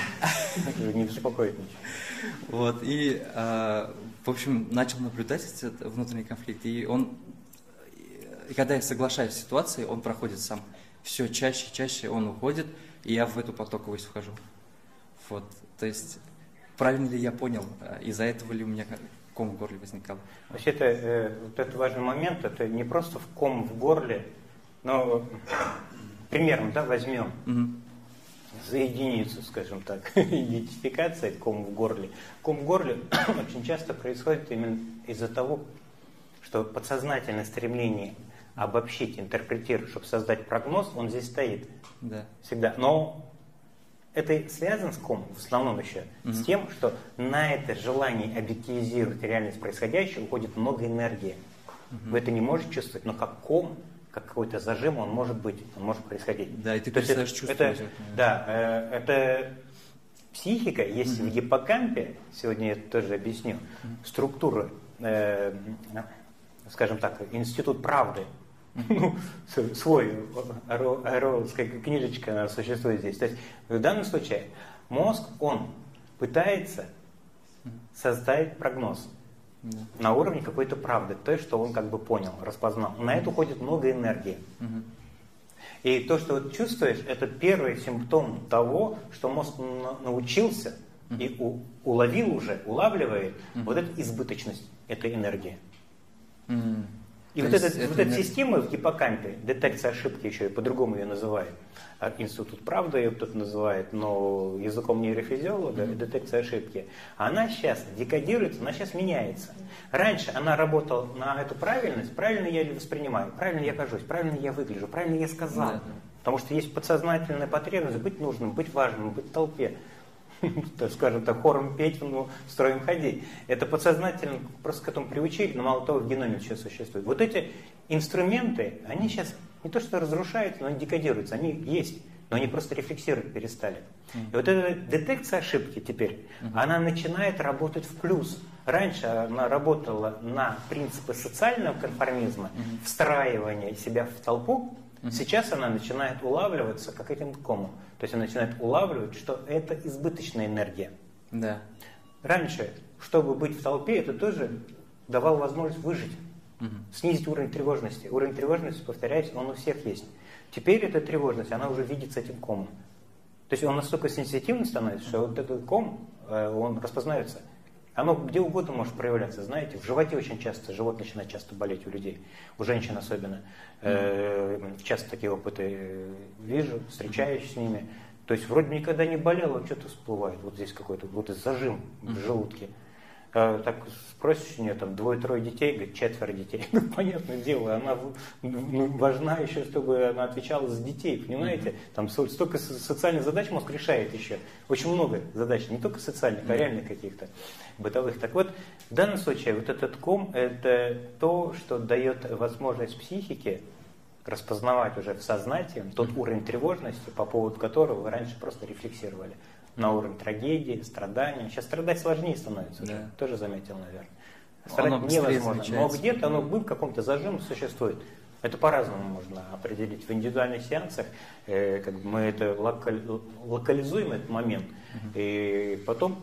Не беспокоит ничего. Вот, и, в общем, начал наблюдать этот внутренний конфликт, и когда я соглашаюсь с ситуацией, он проходит сам. Все чаще и чаще он уходит, и я в эту потоковость вхожу. Вот, то есть, правильно ли я понял, из-за этого ли у меня ком в горле возникал? Вообще, это важный момент, это не просто ком в горле, но примерно, возьмем за единицу, скажем так, идентификация ком в горле. Ком в горле очень часто происходит именно из-за того, что подсознательное стремление обобщить, интерпретировать, чтобы создать прогноз, он здесь стоит. Да. Всегда. Но это связано с комом, в основном еще, с тем, что на это желание объективизировать реальность происходящего уходит много энергии. Вы это не можете чувствовать, но как ком, как какой-то зажим, он может быть, он может происходить. Да, и ты перестаешь чувствовать. Это психика, есть в гиппокампе, сегодня я это тоже объясню, структура, скажем так, институт правды, свой, Оруэлловская книжечка, она существует здесь. То есть в данном случае мозг, он пытается создать прогноз на уровне какой-то правды, то, что он как бы понял, распознал. На это уходит много энергии. И то, что ты чувствуешь, это первый симптом того, что мозг научился и улавливает вот эту избыточность этой энергии. И вот эта система в гиппокампе, детекция ошибки еще и по-другому ее называют. Институт правды ее кто-то называет, но языком нейрофизиолога детекция ошибки. Она сейчас декодируется, она сейчас меняется. Раньше она работала на эту правильность, правильно я воспринимаю, правильно я кажусь, правильно я выгляжу, правильно я сказал. Потому что есть подсознательная потребность быть нужным, быть важным, быть в толпе. Скажем так, хором петь, строем ходить. Это подсознательно просто к этому приучили, но мало того, в геноме сейчас существует. Вот эти инструменты, они сейчас не то что разрушаются, но они декодируются, они есть, но они просто рефлексировать перестали. И вот эта детекция ошибки теперь, она начинает работать в плюс. Раньше она работала на принципы социального конформизма, встраивания себя в толпу. Сейчас она начинает улавливаться как этим комом. То есть она начинает улавливать, что это избыточная энергия. Да. Раньше, чтобы быть в толпе, это тоже давал возможность выжить, снизить уровень тревожности. Уровень тревожности, повторяюсь, он у всех есть. Теперь эта тревожность, она уже видится этим комом. То есть он настолько сенситивный становится, что вот этот ком, он распознается. Оно где угодно может проявляться, знаете, в животе очень часто, живот начинает часто болеть у людей, у женщин особенно. Часто такие опыты вижу, встречаюсь с ними. То есть вроде никогда не болело, что-то всплывает, вот здесь какой-то вот зажим в желудке. Так спросишь у нее, там, 2-3 детей, говорит, 4 детей. Ну, понятное дело, она важна еще, чтобы она отвечала за детей, понимаете? Там столько социальных задач мозг решает еще. Очень много задач, не только социальных, а реальных каких-то, бытовых. Так вот, в данном случае вот этот ком, это то, что дает возможность психике распознавать уже в сознании тот уровень тревожности, по поводу которого вы раньше просто рефлексировали. На уровень трагедии, страдания. Сейчас страдать сложнее становится, да. Тоже заметил, наверное. Страдать невозможно. Но где-то оно был, в каком-то зажим существует. Это по-разному можно определить. В индивидуальных сеансах мы это локализуем, этот момент, и потом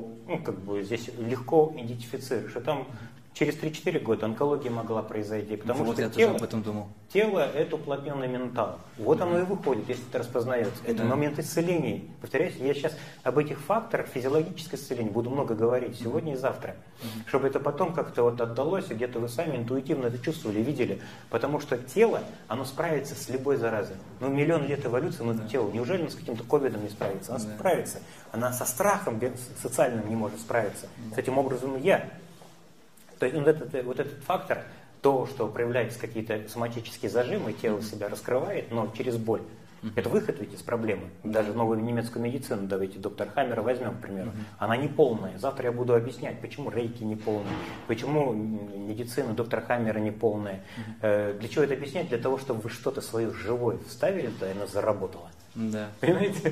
здесь легко идентифицируешь, что там через 3-4 года онкология могла произойти, потому вот что я тоже об этом думал. Тело – это уплотненный ментал. Вот оно и выходит, если это распознается. Это момент исцеления. Повторяюсь, я сейчас об этих факторах физиологического исцеления буду много говорить сегодня и завтра. Чтобы это потом как-то вот отдалось, и где-то вы сами интуитивно это чувствовали, видели. Потому что тело, оно справится с любой заразой. Ну, миллион лет эволюции, тело. Неужели оно с каким-то ковидом не справится? Оно справится. Она со страхом социальным не может справиться. С этим образом я. То есть вот этот фактор, то, что проявляются какие-то соматические зажимы, тело себя раскрывает, но через боль. Это выход ведь из проблемы. Даже новую немецкую медицину, давайте доктор Хаммера возьмем, к примеру. Она не полная. Завтра я буду объяснять, почему рейки не полные, почему медицина доктора Хаммера не полная. Для чего это объяснять? Для того, чтобы вы что-то свое живое вставили, да, и оно заработало. Да. Понимаете?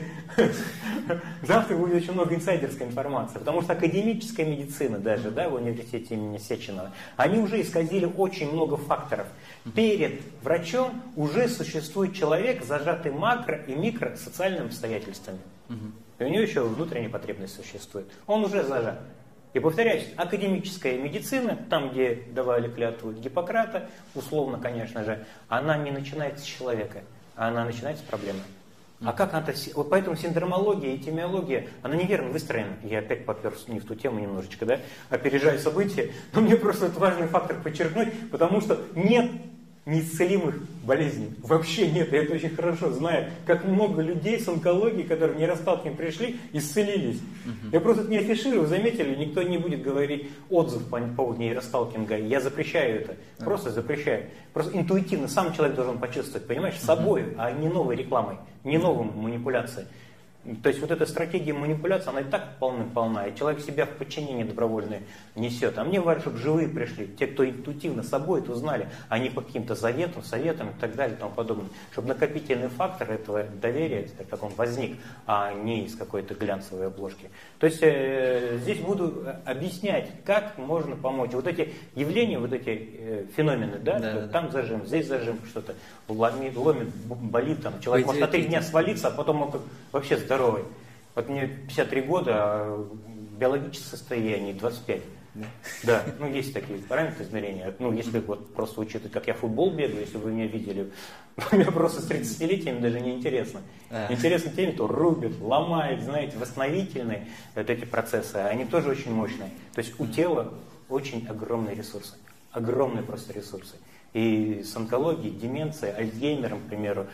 Завтра будет очень много инсайдерской информации, потому что академическая медицина даже, да, в университете имени Сеченова, они уже исказили очень много факторов. Перед врачом уже существует человек, зажатый макро и микро социальными обстоятельствами. И у него еще внутренняя потребность существует. Он уже зажат. И повторяюсь, академическая медицина, там, где давали клятву Гиппократа, условно, конечно же, она не начинается с человека, а она начинается с проблемы. А как она-то... Вот поэтому синдромология и этимиология, она неверно выстроена. Я опять поперся не в ту тему немножечко, да, опережаю события, но мне просто это важный фактор подчеркнуть, потому что нет неисцелимых болезней. Вообще нет, я это очень хорошо знаю. Как много людей с онкологией, которые в нейросталкинг пришли, исцелились. Я просто это не афиширую, заметили, никто не будет говорить отзыв по поводу нейросталкинга. Я запрещаю это, просто запрещаю. Просто интуитивно сам человек должен почувствовать, понимаешь, собой, а не новой рекламой, не новой манипуляцией. То есть вот эта стратегия манипуляции, она и так полна, и человек себя в подчинение добровольное несет. А мне важно, чтобы живые пришли, те, кто интуитивно собой это узнали, а не по каким-то советам и так далее и тому подобное. Чтобы накопительный фактор этого доверия, как он возник, а не из какой-то глянцевой обложки. То есть здесь буду объяснять, как можно помочь. Вот эти явления, вот эти феномены, да. Там зажим, здесь зажим, что-то ломит, болит, там, человек может на 3 дня свалиться, а потом он вообще здоровый. Вот мне 53 года, а биологическое состояние 25. Да, ну есть такие параметры измерения. Ну, если вот просто учитывать, как я в футбол бегаю, если вы меня видели, мне просто с 30-летиями даже не интересно. Интересно тем, кто рубит, ломает, знаете, восстановительные вот эти процессы, они тоже очень мощные. То есть у тела очень огромные ресурсы. Огромные просто ресурсы. И с онкологией, деменцией, Альцгеймером, к примеру,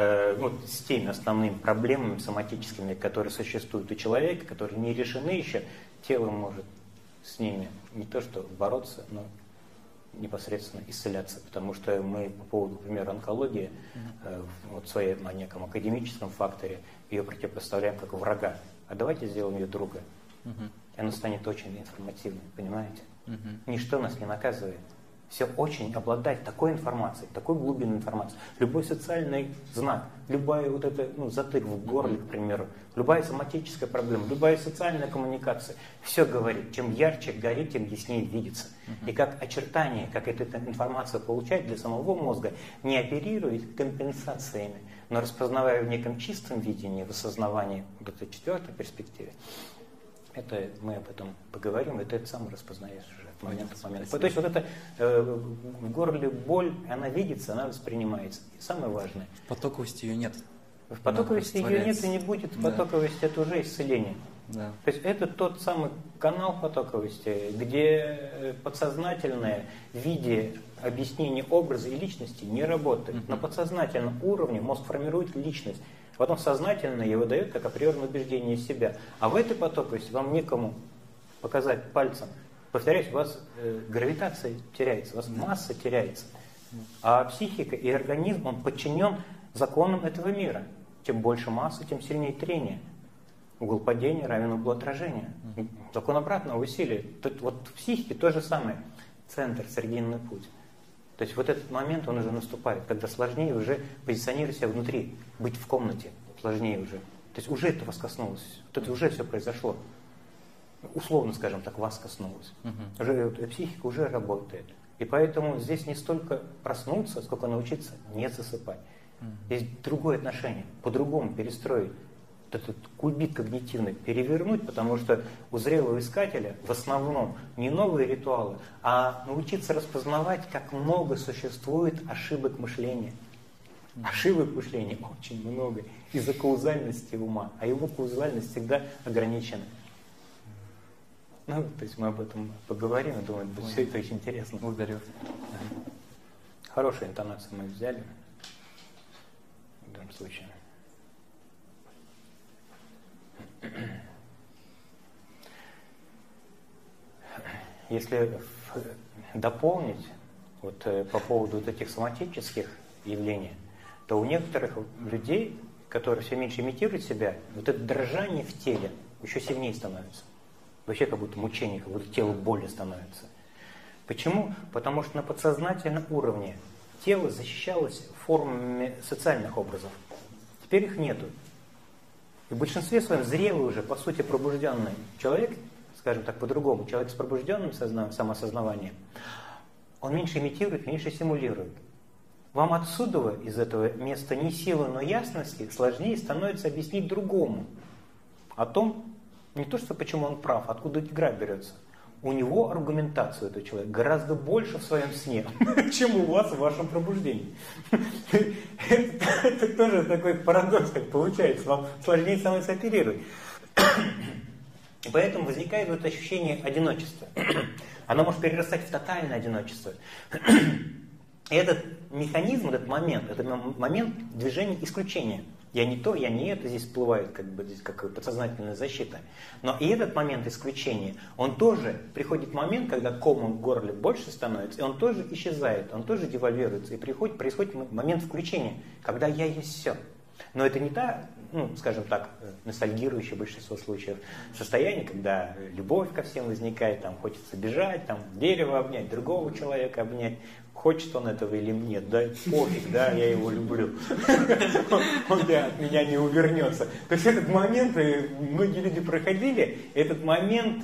с теми основными проблемами соматическими, которые существуют у человека, которые не решены еще, тело может с ними не то что бороться, но непосредственно исцеляться. Потому что мы по поводу, например, онкологии, вот в своем неком академическом факторе, ее противопоставляем как врага. А давайте сделаем ее друга. И она станет очень информативной, понимаете? Ничто нас не наказывает. Все очень обладать такой информацией, такой глубинной информацией. Любой социальный знак, любая вот эта, затык в горле, к примеру, любая соматическая проблема, любая социальная коммуникация, все говорит. Чем ярче горит, тем яснее видится. И как очертание, как эта информация получать для самого мозга, не оперирует компенсациями, но распознавая в неком чистом видении, в осознавании, вот этой 4-й перспективе, это мы об этом поговорим, это сам распознаешь уже. от момента к моменту. То есть вот это в горле боль, она видится, она воспринимается. И самое важное. В потоковости ее нет. В потоковости ее нет и не будет. В потоковости это уже исцеление. Да. То есть это тот самый канал потоковости, где подсознательное в виде объяснения образа и личности не работает. На подсознательном уровне мозг формирует личность. Потом сознательно его дает как априорное убеждение себя. А в этой потоковости вам некому показать пальцем. Повторяюсь, у вас гравитация теряется, у вас масса теряется. А психика и организм, он подчинен законам этого мира. Чем больше массы, тем сильнее трение. Угол падения равен углу отражения. Закон обратного усилия. Тут вот в психике то же самое. Центр, срединный путь. То есть вот этот момент, он уже наступает, когда сложнее уже позиционировать себя внутри, быть в комнате, сложнее уже. То есть уже это вас коснулось, вот это уже все произошло. Условно, скажем так, вас коснулось. Уже психика уже работает. И поэтому здесь не столько проснуться, сколько научиться не засыпать. Есть другое отношение, по-другому перестроить. Этот кульбит когнитивный перевернуть, потому что у зрелого искателя в основном не новые ритуалы, а научиться распознавать, как много существует ошибок мышления. Ошибок мышления очень много из-за каузальности ума, а его каузальность всегда ограничена. Ну, то есть мы об этом поговорим, я думаю, все это очень интересно. Благодарю. Хорошую интонацию мы взяли в данном случае. Если дополнить вот, по поводу вот этих соматических явлений, то у некоторых людей, которые все меньше имитируют себя, вот это дрожание в теле еще сильнее становится. Вообще как будто мучение, как будто телу больно становится. Почему? Потому что на подсознательном уровне тело защищалось формами социальных образов. Теперь их нету. И в большинстве своем зрелый уже, по сути, пробужденный человек, скажем так по-другому, человек с пробужденным самоосознаванием, он меньше имитирует, меньше симулирует. Вам отсюда, из этого места не силы, но ясности, сложнее становится объяснить другому о том, не то, что почему он прав, откуда игра берется. У него аргументация, у этого человека, гораздо больше в своем сне, чем у вас в вашем пробуждении. Это тоже такой парадокс, как получается. Вам сложнее становится оперировать. И поэтому возникает вот ощущение одиночества. Оно может перерастать в тотальное одиночество. И этот механизм, этот момент, это момент движения исключения. Я не то, я не это, здесь всплывает как бы здесь как подсознательная защита. Но и этот момент исключения, он тоже приходит момент, когда кома в горле больше становится, и он тоже исчезает, он тоже девальвируется, и происходит момент включения, когда я есть все. Но это не та, ну, скажем так, ностальгирующее в большинстве случаев состояние, когда любовь ко всем возникает, там хочется бежать, там дерево обнять, другого человека обнять. Хочет он этого или нет, да, пофиг, да, я его люблю. Он от меня не увернется. То есть этот момент, многие люди проходили, этот момент,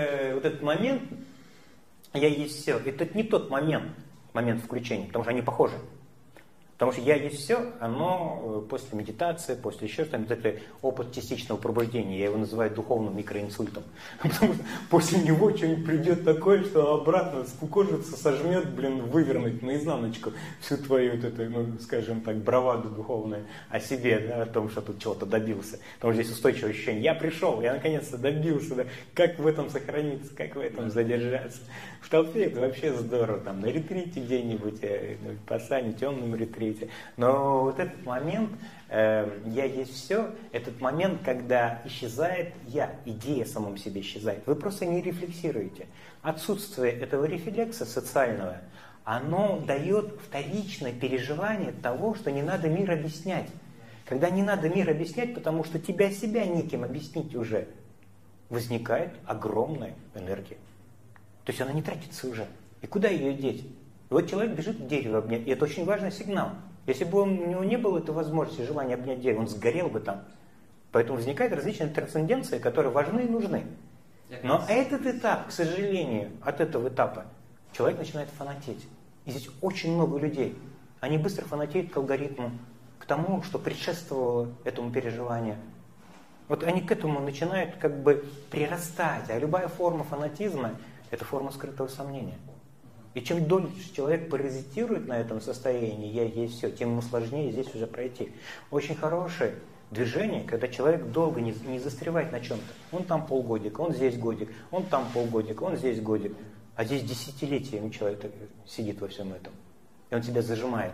я есть все, это не тот момент включения, потому что они похожи. Потому что я есть все, оно после медитации, после еще что-нибудь, это опыт частичного пробуждения, я его называю духовным микроинсультом. Потому что после него что-нибудь придет такое, что обратно скукожится, сожмет, вывернуть наизнаночку всю твою вот эту, ну, скажем так, браваду духовную о себе, да, о том, что тут чего-то добился. Потому что здесь устойчивое ощущение, я пришел, я наконец-то добился, да, как в этом сохраниться, как в этом задержаться. В толпе это вообще здорово, там, на ретрите где-нибудь, в Пасане, темном ретрите. Но вот этот момент, я есть все, этот момент, когда исчезает я, идея в самом себе исчезает. Вы просто не рефлексируете. Отсутствие этого рефлекса социального, оно дает вторичное переживание того, что не надо мир объяснять. Когда не надо мир объяснять, потому что тебя себя неким объяснить уже, возникает огромная энергия. То есть она не тратится уже. И куда ее деть? И вот человек бежит к дереву обнять, и это очень важный сигнал. Если бы у него не было этой возможности, желания обнять дерево, он сгорел бы там. Поэтому возникают различные трансценденции, которые важны и нужны. Но этот этап, к сожалению, от этого этапа человек начинает фанатеть. И здесь очень много людей. Они быстро фанатеют к алгоритму, к тому, что предшествовало этому переживанию. Вот они к этому начинают как бы прирастать. А любая форма фанатизма, Это форма скрытого сомнения. И чем дольше человек паразитирует на этом состоянии «я есть все», тем ему сложнее здесь уже пройти. Очень хорошее движение, когда человек долго не застревает на чем-то. Он там полгодика, он здесь годик, он там полгодика, он здесь годик. А здесь десятилетиями человек сидит во всем этом. И он тебя зажимает.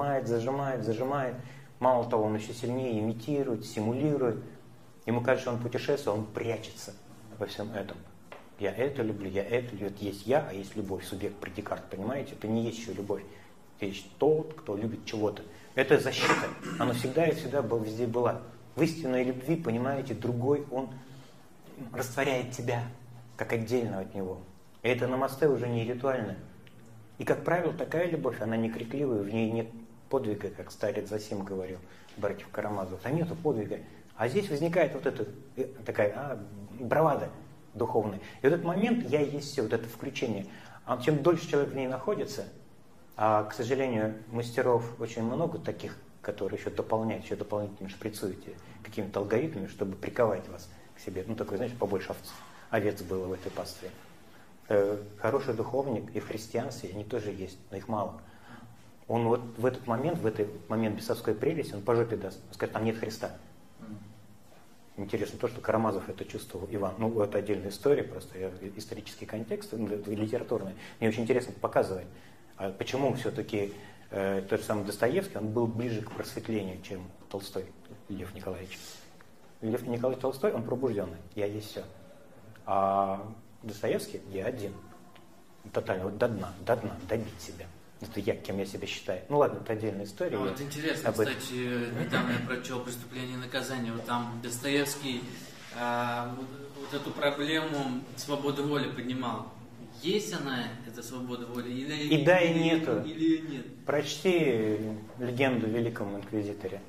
Мало того, он еще сильнее имитирует, симулирует. Ему кажется, что он путешествует, он прячется во всем этом. Я это люблю, я это люблю. Есть я, а есть любовь, субъект, предикат, понимаете? Это не есть еще любовь. Это есть тот, кто любит чего-то. Это защита. Она всегда и всегда везде была. В истинной любви, понимаете, другой, он растворяет тебя, как отдельно от него. И это намасте уже не ритуально. И, как правило, такая любовь, она не крикливая, в ней нет подвига, как старец Засим говорил, братьев Карамазов. Там нету подвига. А здесь возникает вот эта такая бравада духовная. И вот этот момент «я есть все», вот это включение. А чем дольше человек в ней находится, а, к сожалению, мастеров очень много таких, которые еще дополняют, еще дополнительно шприцуют какими-то алгоритмами, чтобы приковать вас к себе. Ну, такой, знаете, побольше овец было в этой пастве. Хороший духовник и в христианстве, они тоже есть, но их мало. Он вот в этот момент бесовской прелести, он по жопе даст. Он скажет, там нет Христа. Интересно то, что Карамазов это чувствовал, Иван. Ну, это отдельная история, просто исторический контекст, литературный. Мне очень интересно показывать, почему все-таки тот же самый Достоевский, он был ближе к просветлению, чем Толстой, Лев Николаевич. Лев Николаевич Толстой, он пробужденный, я есть все. А Достоевский, я один. Тотально, вот до дна, добить себя. Это я, кем я себя считаю. Ну ладно, это отдельная история. Вот интересно, кстати, недавно я прочел «Преступление и наказание». Вот там Достоевский вот эту проблему свободы воли поднимал. Есть она, эта свобода воли, или да, и нету. Или нет? Прочти легенду о Великом Инквизиторе.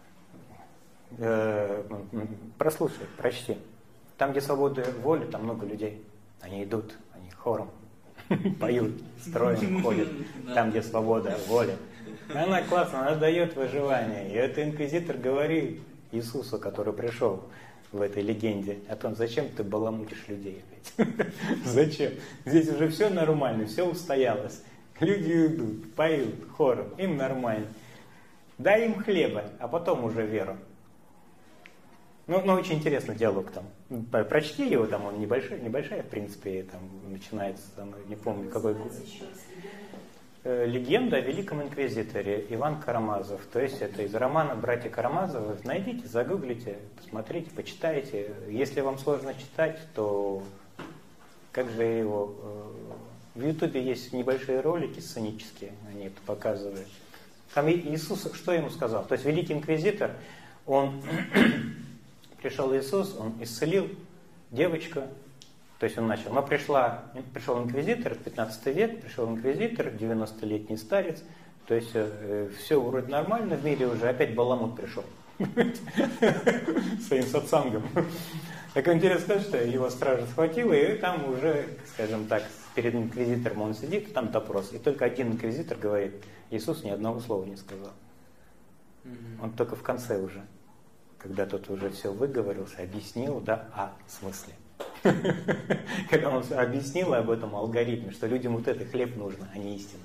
Прослушай, прочти. Там, где свобода воли, там много людей. Они идут, они хором поют, строем ходят. Там, где свобода воли. Она классно, она дает выживание. И этот инквизитор говорит Иисусу, который пришел в этой легенде, о том, зачем ты баламутишь людей опять. Зачем? Здесь уже все нормально, все устоялось. Люди идут, поют хором, им нормально. Дай им хлеба, а потом уже веру. Ну, очень интересный диалог там. Прочти его, там он небольшая, в принципе, там начинается, там, не помню, какой год. Легенда о Великом Инквизиторе, Иван Карамазов. То есть это из романа «Братья Карамазовы». Найдите, загуглите, посмотрите, почитайте. Если вам сложно читать, то как же его... В Ютубе есть небольшие ролики сценические, они это показывают. Там Иисус, что ему сказал? То есть Великий Инквизитор, он... Пришел Иисус, он исцелил девочку, то есть он начал. Но пришел инквизитор, 15 век, пришел инквизитор, 90-летний старец, то есть все вроде нормально в мире уже, опять Баламут пришел своим сатсангом. Так интересно, что его стража схватила, и там уже, скажем так, перед инквизитором он сидит, там допрос, и только один инквизитор говорит, Иисус ни одного слова не сказал. Он только в конце уже. Когда тот уже все выговорился, объяснил, да, смысле. Когда он объяснил об этом алгоритме, что людям вот это хлеб нужно, а не истина.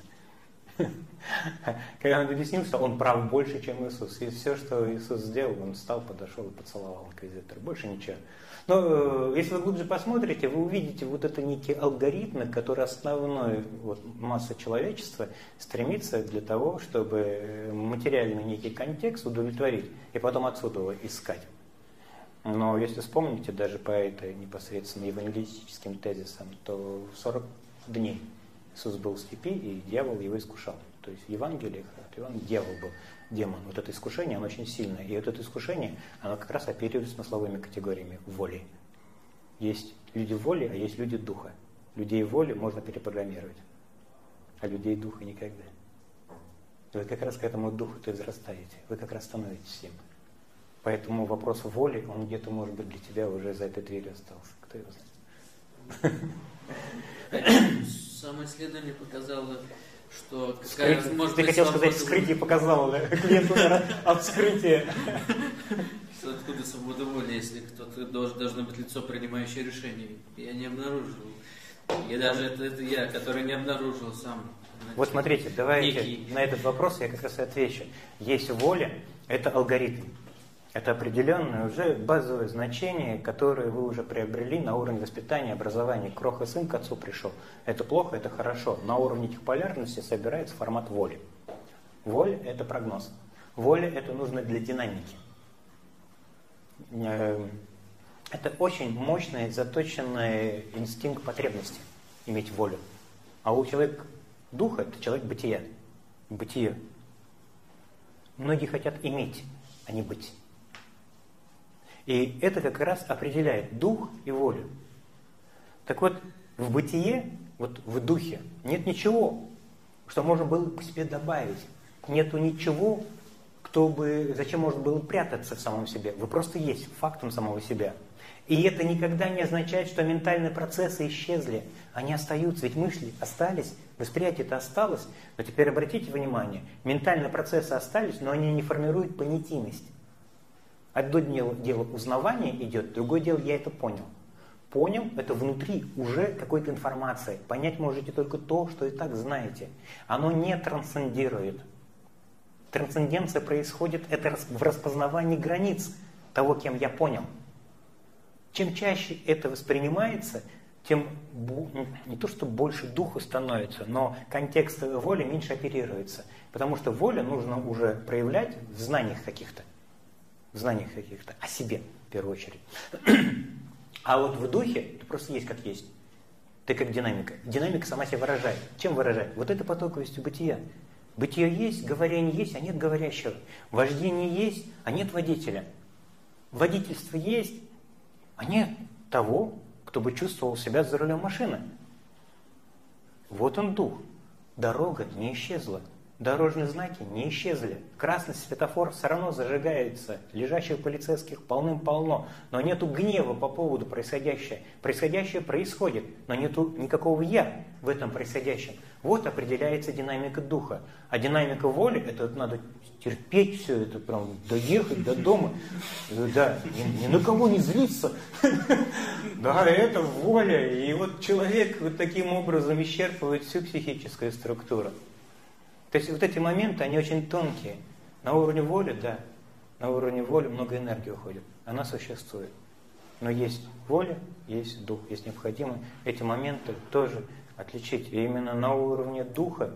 Когда он объяснил, что он прав больше, чем Иисус. И все, что Иисус сделал, он встал, подошел и поцеловал инквизитора. Больше ничего. Но если вы глубже посмотрите, вы увидите вот это некие алгоритмы, которые основной масса человечества стремится для того, чтобы материальный некий контекст удовлетворить и потом отсюда его искать. Но если вспомните даже по этой непосредственно евангелистическим тезисам, то в 40 дней Иисус был в степи, и дьявол его искушал. То есть в Евангелиях от Иоанна дьявол был демон. Вот это искушение, оно очень сильное. И вот это искушение, оно как раз оперирует смысловыми категориями воли. Есть люди воли, а есть люди духа. Людей воли можно перепрограммировать, а людей духа никогда. Вы как раз к этому духу-то израстаете. Вы как раз становитесь им. Поэтому вопрос воли, он где-то, может быть, для тебя уже за этой дверью остался. Кто его знает? Самоисследование показало, что... Ты хотел сказать, вскрытие показало, да? Клиент умер от вскрытия. Откуда свобода воли, если кто-то должно быть лицо, принимающее решение? Я не обнаружил И даже это я, который не обнаружил сам. Вот смотрите, давайте некий. на этот вопрос я как раз и отвечу. Есть воля, это алгоритм. Это определенное уже базовое значение, которое вы уже приобрели на уровне воспитания, образования. Кроха сын к отцу пришел. Это плохо, это хорошо. На уровне этих полярностей собирается формат воли. Воля – это прогноз. Воля – это нужно для динамики. Это очень мощный, заточенный инстинкт потребности иметь волю. А у человека духа – это человек бытия. Бытие. Многие хотят иметь, а не быть. И это как раз определяет дух и волю. Так вот, в бытие, вот в духе, нет ничего, что можно было бы к себе добавить. Нету ничего, зачем можно было прятаться в самом себе. Вы просто есть фактом самого себя. И это никогда не означает, что ментальные процессы исчезли. Они остаются, ведь мысли остались, восприятие-то осталось. Но теперь обратите внимание, ментальные процессы остались, но они не формируют понятийность. Одно дело узнавание идет, другое дело я это понял. Понял – это внутри уже какой-то информации. Понять можете только то, что и так знаете. Оно не трансцендирует. Трансценденция происходит это в распознавании границ того, кем я понял. Чем чаще это воспринимается, тем не то, что больше духу становится, но контекст воли меньше оперируется. Потому что волю нужно уже проявлять в знаниях каких-то. О себе, в первую очередь. А вот в духе ты просто есть как есть. Ты как динамика. Динамика сама себя выражает. Чем выражает? Вот это потоковостью бытия. Бытие есть, говорение есть, а нет говорящего. Вождение есть, а нет водителя. Водительство есть, а нет того, кто бы чувствовал себя за рулем машины. Вот он дух. Дорога не исчезла. Дорожные знаки не исчезли. Красный светофор все равно зажигается. Лежащих полицейских полным-полно. Но нету гнева по поводу происходящего. Происходящее происходит, но нету никакого «я» в этом происходящем. Вот определяется динамика духа. А динамика воли, это надо терпеть все это, прям доехать до дома. Да, ни на кого не злиться. Да, это воля. И вот человек вот таким образом исчерпывает всю психическую структуру. То есть вот эти моменты, они очень тонкие. На уровне воли, да, на уровне воли много энергии уходит. Она существует. Но есть воля, есть дух, есть необходимо эти моменты тоже отличить. И именно на уровне духа,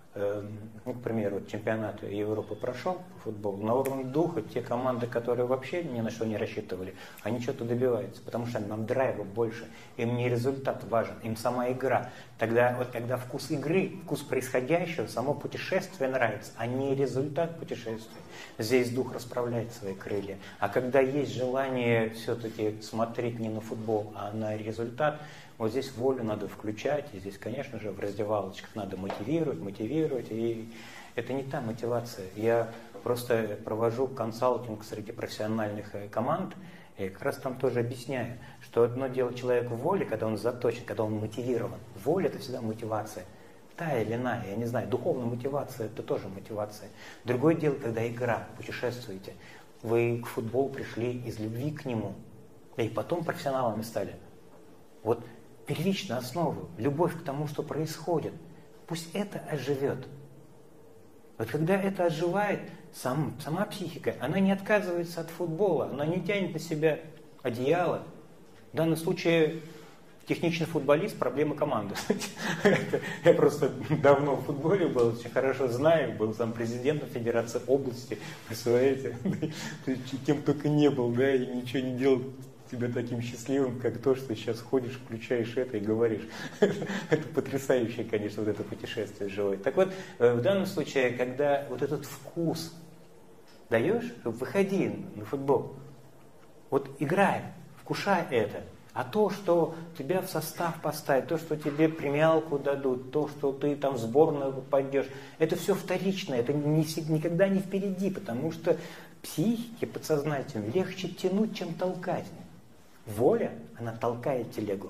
к примеру, чемпионат Европы прошел по футболу, на уровне духа те команды, которые вообще ни на что не рассчитывали, они что-то добиваются, потому что нам драйва больше, им не результат важен, им сама игра. Тогда вот когда вкус игры, вкус происходящего, само путешествие нравится, а не результат путешествия. Здесь дух расправляет свои крылья. А когда есть желание все-таки смотреть не на футбол, а на результат, вот здесь волю надо включать, и здесь, конечно же, в раздевалочках надо мотивировать, и это не та мотивация. Я просто провожу консалтинг среди профессиональных команд, и как раз там тоже объясняю, что одно дело человек в воле, когда он заточен, когда он мотивирован. Воля – это всегда мотивация. Та или иная, я не знаю, духовная мотивация – это тоже мотивация. Другое дело, когда игра, путешествуете. Вы к футболу пришли из любви к нему, и потом профессионалами стали. Вот первичная основа, любовь к тому, что происходит. Пусть это оживет. Вот когда это оживает, сама психика, она не отказывается от футбола, она не тянет на себя одеяло. В данном случае техничный футболист – проблема команды. Я просто давно в футболе был, очень хорошо знаю, был сам президентом Федерации области, представляете, кем только не был, да, и ничего не делал тебя таким счастливым, как то, что сейчас ходишь, включаешь это и говоришь. Это потрясающее, конечно, вот это путешествие живое. Так вот, в данном случае, когда вот этот вкус даешь, выходи на футбол, вот играй, вкушай это. А то, что тебя в состав поставят, то, что тебе премиалку дадут, то, что ты там в сборную попадешь, это все вторично, это никогда не впереди, потому что психике подсознательно легче тянуть, чем толкать. Воля, она толкает телегу.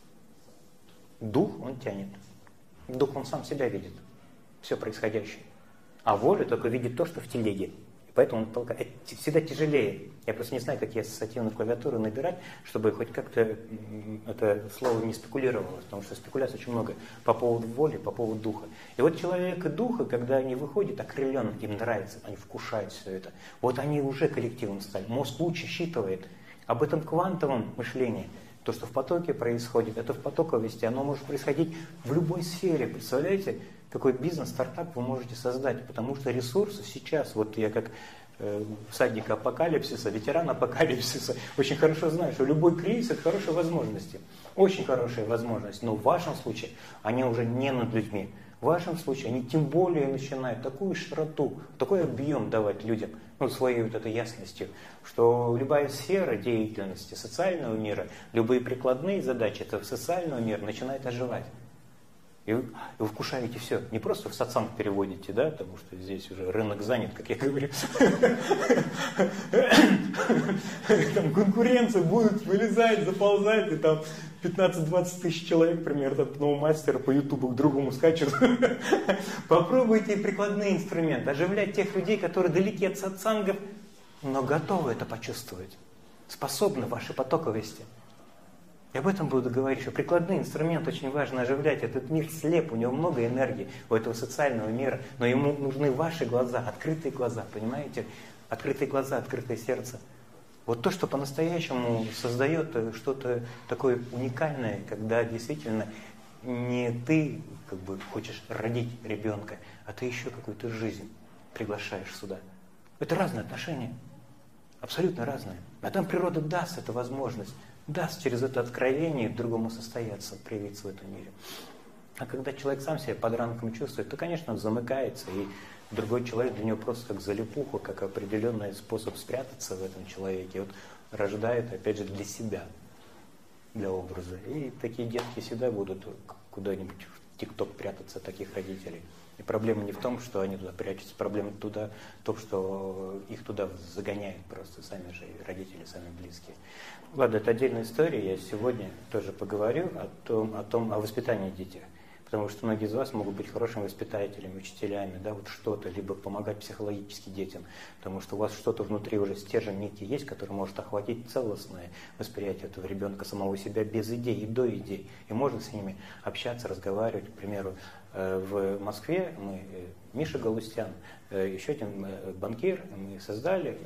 Дух, он тянет. Дух, он сам себя видит, все происходящее. А воля только видит то, что в телеге. Поэтому он толкает. Это всегда тяжелее. Я просто не знаю, какие ассоциативные клавиатуры набирать, чтобы хоть как-то это слово не спекулировалось, потому что спекуляций очень много по поводу воли, по поводу духа. И вот человек и духа, когда они выходят окрыленно, им нравится, они вкушают все это. Вот они уже коллективом стали. Мозг лучше считывает. Об этом квантовом мышлении, то, что в потоке происходит, это в потоковости, оно может происходить в любой сфере. Представляете? Какой бизнес, стартап вы можете создать, потому что ресурсы сейчас, вот я как всадник апокалипсиса, ветеран апокалипсиса, очень хорошо знаю, что любой кризис – это хорошие возможности, очень хорошая возможность, но в вашем случае они уже не над людьми, в вашем случае они тем более начинают такую широту, такой объем давать людям, ну, своей вот этой ясностью, что любая сфера деятельности социального мира, любые прикладные задачи этого социального мира начинают оживать. И вы вкушаете все. Не просто в сатсанг переводите, да, потому что здесь уже рынок занят, как я говорю. Там конкуренция будет вылезать, заползать, и там 15-20 тысяч человек, примерно, одного мастера по ютубу к другому скачут. Попробуйте прикладные инструменты, оживлять тех людей, которые далеки от сатсангов, но готовы это почувствовать, способны вашей потоковости. И об этом буду говорить, что прикладные инструменты очень важно оживлять. Этот мир слеп, у него много энергии, у этого социального мира, но ему нужны ваши глаза, открытые глаза, понимаете? Открытые глаза, открытое сердце. Вот то, что по-настоящему создает что-то такое уникальное, когда действительно не ты как бы хочешь родить ребенка, а ты еще какую-то жизнь приглашаешь сюда. Это разные отношения, абсолютно разные. А там природа даст эту возможность. Даст через это откровение другому состояться, проявиться в этом мире. А когда человек сам себя под ранком чувствует, то, конечно, он замыкается, и другой человек для него просто как залипуха, как определенный способ спрятаться в этом человеке. Вот рождает, опять же, для себя, для образа. И такие детки всегда будут куда-нибудь в ТикТок прятаться, таких родителей. И проблема не в том, что они туда прячутся, проблема в том, что их туда загоняют просто сами же родители, сами близкие. Ладно, это отдельная история, я сегодня тоже поговорю о воспитании детей. Потому что многие из вас могут быть хорошими воспитателями, учителями, да, вот что-то, либо помогать психологически детям, потому что у вас что-то внутри уже стержень некий есть, который может охватить целостное восприятие этого ребенка, самого себя, без идей и до идей. И можно с ними общаться, разговаривать. К примеру, в Москве Миша Галустян, еще один банкир, мы создали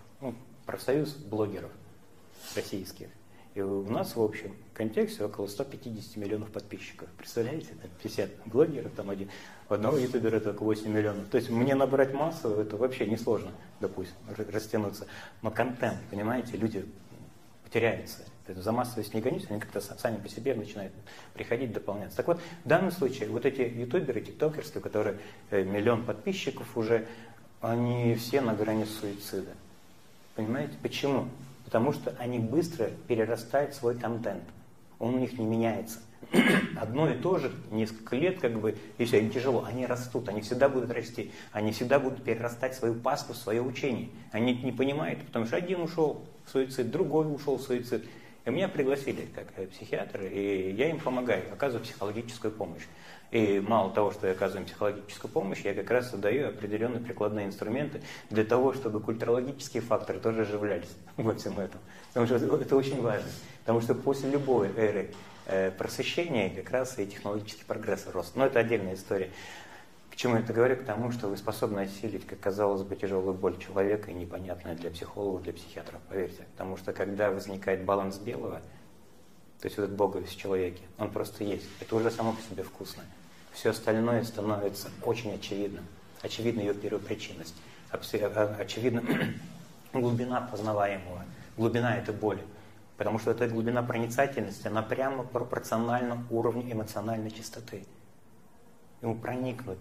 профсоюз блогеров российских. И у нас в общем контексте около 150 миллионов подписчиков. Представляете, 50 блогеров, там у одного ютубера только 8 миллионов. То есть мне набрать массу, это вообще несложно, допустим, растянуться. Но контент, понимаете, люди теряются. За массовость не гонюсь, они как-то сами по себе начинают приходить, дополняться. Так вот, в данном случае, вот эти ютуберы, тиктокерские, у которых миллион подписчиков уже, они все на грани суицида. Понимаете? Почему? Потому что они быстро перерастают свой контент. Он у них не меняется. Одно и то же, несколько лет, как бы, и все, им тяжело. Они растут, они всегда будут расти. Они всегда будут перерастать свою паству, свое учение. Они не понимают, потому что один ушел в суицид, другой ушел в суицид. И меня пригласили как психиатр, и я им помогаю, оказываю психологическую помощь. И мало того, что я оказываю психологическую помощь, я как раз даю определенные прикладные инструменты для того, чтобы культурологические факторы тоже оживлялись во всем этом. Потому что это очень важно. Потому что после любой эры просвещения как раз и технологический прогресс рос. Но это отдельная история. К чему я это говорю? К тому, что вы способны осилить, как казалось бы, тяжелую боль человека и непонятную для психологов, для психиатров, поверьте. Потому что когда возникает баланс белого, то есть вот этот боговость в человеке, он просто есть. Это уже само по себе вкусно. Все остальное становится очень очевидным. Очевидна ее первопричинность. Очевидна глубина познаваемого. Глубина этой боли. Потому что эта глубина проницательности, она прямо пропорциональна уровню эмоциональной чистоты. Ему проникнуть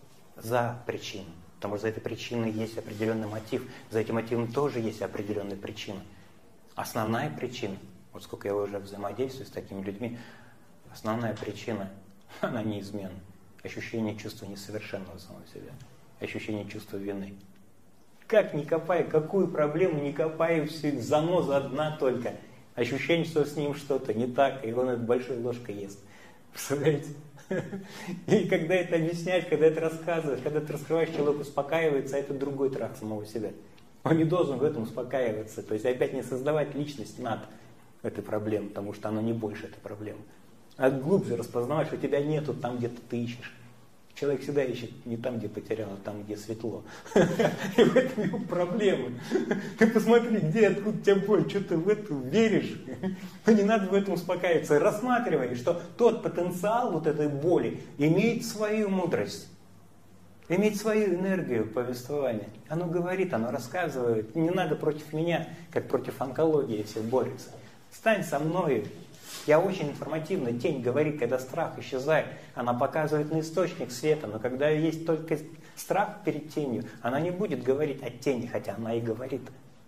за причину. Потому что за этой причиной есть определенный мотив. За этим мотивом тоже есть определенная причина. Основная причина, вот сколько я уже взаимодействую с такими людьми, основная причина, она неизменна. Ощущение чувства несовершенного самого себя. Ощущение чувства вины. Как ни копай, какую проблему не копай, все заноза одна только. Ощущение, что с ним что-то не так, и он это большой ложкой ест. Представляете? И когда это объясняешь, когда это рассказываешь, когда ты раскрываешь, человек успокаивается, а это другой трах самого себя. Он не должен в этом успокаиваться. То есть опять не создавать личность над этой проблемой, потому что она не больше этой проблемы. А глубже распознавать, что тебя нету там, где ты ищешь. Человек всегда ищет не там, где потерял, а там, где светло. И в этом его проблема. Ты посмотри, где, откуда тебя боль, что ты в это веришь. Но не надо в этом успокаиваться. Рассматривай, что тот потенциал вот этой боли имеет свою мудрость, имеет свою энергию повествования. Оно говорит, оно рассказывает. Не надо против меня, как против онкологии все борются. Стань со мной. Я очень информативно. Тень говорит, когда страх исчезает, она показывает на источник света, но когда есть только страх перед тенью, она не будет говорить о тени, хотя она и говорит.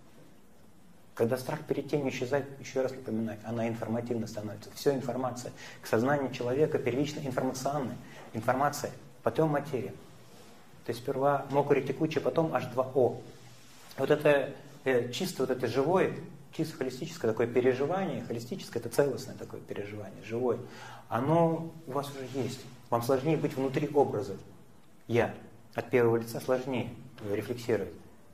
Когда страх перед тенью исчезает, еще раз напоминаю, она информативно становится. Все информация. К сознанию человека первично информационная. Информация, потом материя. То есть сперва мокрый текучий, потом H2O. Вот это чисто вот это живое, чисто холистическое такое переживание, холистическое это целостное такое переживание, живое, оно у вас уже есть. Вам сложнее быть внутри образа. Я. От первого лица сложнее рефлексировать.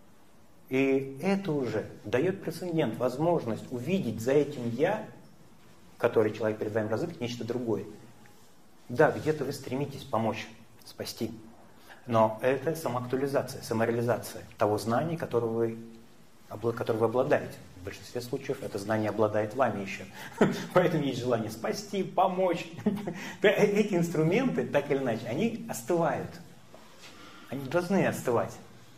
И это уже дает прецедент, возможность увидеть за этим «я», который человек перед вами развит, нечто другое. Да, где-то вы стремитесь помочь, спасти. Но это самоактуализация, самореализация того знания, которым вы обладаете. В большинстве случаев это знание обладает вами еще. Поэтому есть желание спасти, помочь. Эти инструменты, так или иначе, они остывают. Они должны остывать.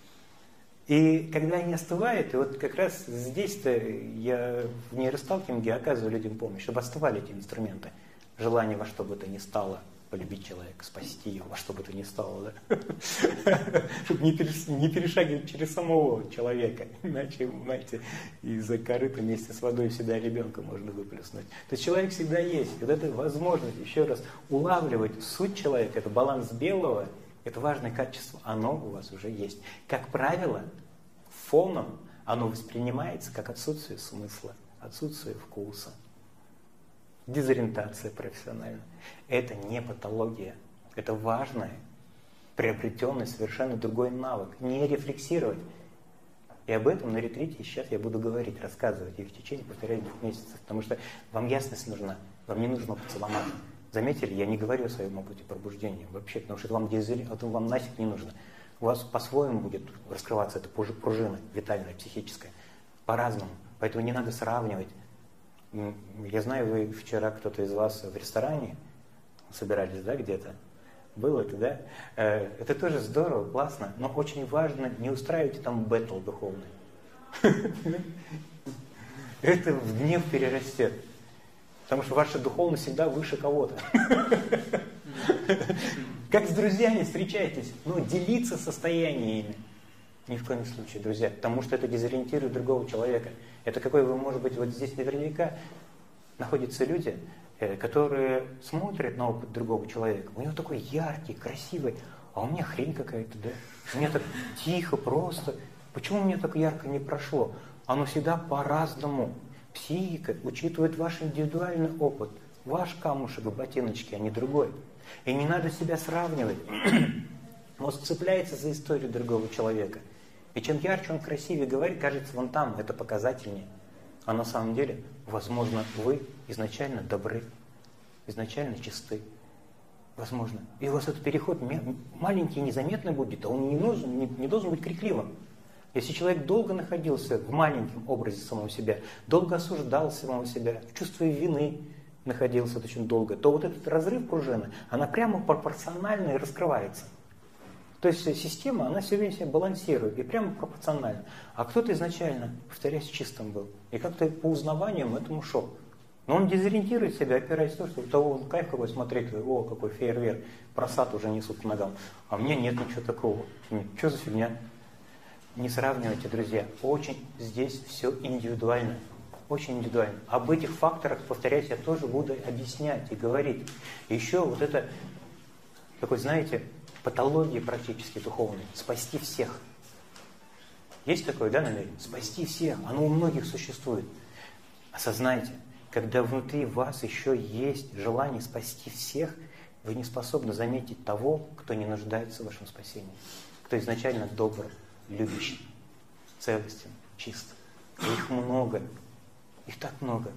И когда они остывают, и вот как раз здесь-то я в нейросталкинге оказываю людям помощь, чтобы остывали эти инструменты. Желание во что бы то ни стало полюбить человека, спасти его, во что бы то ни стало, да? Чтобы не перешагивать через самого человека, иначе, знаете, из-за корыта вместе с водой всегда ребенка можно выплеснуть. То есть человек всегда есть. Вот эта возможность, еще раз, улавливать суть человека, это баланс белого, это важное качество, оно у вас уже есть. Как правило, фоном оно воспринимается как отсутствие смысла, отсутствие вкуса. Дезориентация профессиональная. Это не патология. Это важный, приобретенный совершенно другой навык. Не рефлексировать. И об этом на ретрите сейчас я буду говорить, рассказывать. И в течение, повторяю, 2 месяцев. Потому что вам ясность нужна. Вам не нужно опыт ломать. Заметили, я не говорю о своем опыте пробуждения вообще. Потому что это вам нафиг не нужно. У вас по-своему будет раскрываться эта пружина витальная, психическая. По-разному. Поэтому не надо сравнивать. Я знаю, вы вчера кто-то из вас в ресторане собирались, да, где-то? Было это, да? Это тоже здорово, классно, но очень важно, не устраивайте там бэтл духовный. Это в гнев перерастет. Потому что ваша духовность всегда выше кого-то. Как с друзьями встречаетесь, но делиться состояниями. Ни в коем случае, друзья, потому что это дезориентирует другого человека. Это какой вы, может быть, вот здесь наверняка находятся люди, которые смотрят на опыт другого человека. У него такой яркий, красивый, а у меня хрень какая-то, да? У меня так тихо, просто. Почему у меня так ярко не прошло? Оно всегда по-разному. Психика учитывает ваш индивидуальный опыт, ваш камушек в ботиночке, а не другой. И не надо себя сравнивать. Мозг цепляется за историю другого человека. И чем ярче он красивее говорит, кажется, вон там, это показательнее. А на самом деле, возможно, вы изначально добры, изначально чисты. Возможно. И у вас этот переход маленький, незаметный будет, а он не должен быть крикливым. Если человек долго находился в маленьком образе самого себя, долго осуждал самого себя, в чувстве вины находился очень долго, то вот этот разрыв пружины, она прямо пропорционально и раскрывается. То есть система, она все время себя балансирует и прямо пропорционально. А кто-то изначально, повторяюсь, чистым был. И как-то по узнаваниям этому шел. Но он дезориентирует себя, опираясь на то, что у того кайф какой смотреть, о, какой фейерверк, просад уже несут к ногам. А мне нет ничего такого. Что за фигня? Не сравнивайте, друзья. Очень здесь все индивидуально. Очень индивидуально. Об этих факторах, повторяюсь, я тоже буду объяснять и говорить. Еще вот это, такой, знаете, патологии практически духовной. Спасти всех. Есть такое, да, намерение? Спасти всех. Оно у многих существует. Осознайте, когда внутри вас еще есть желание спасти всех, Вы не способны заметить того, кто не нуждается в вашем спасении, кто изначально добр, любящий, целостен, чист. Их много, их так много.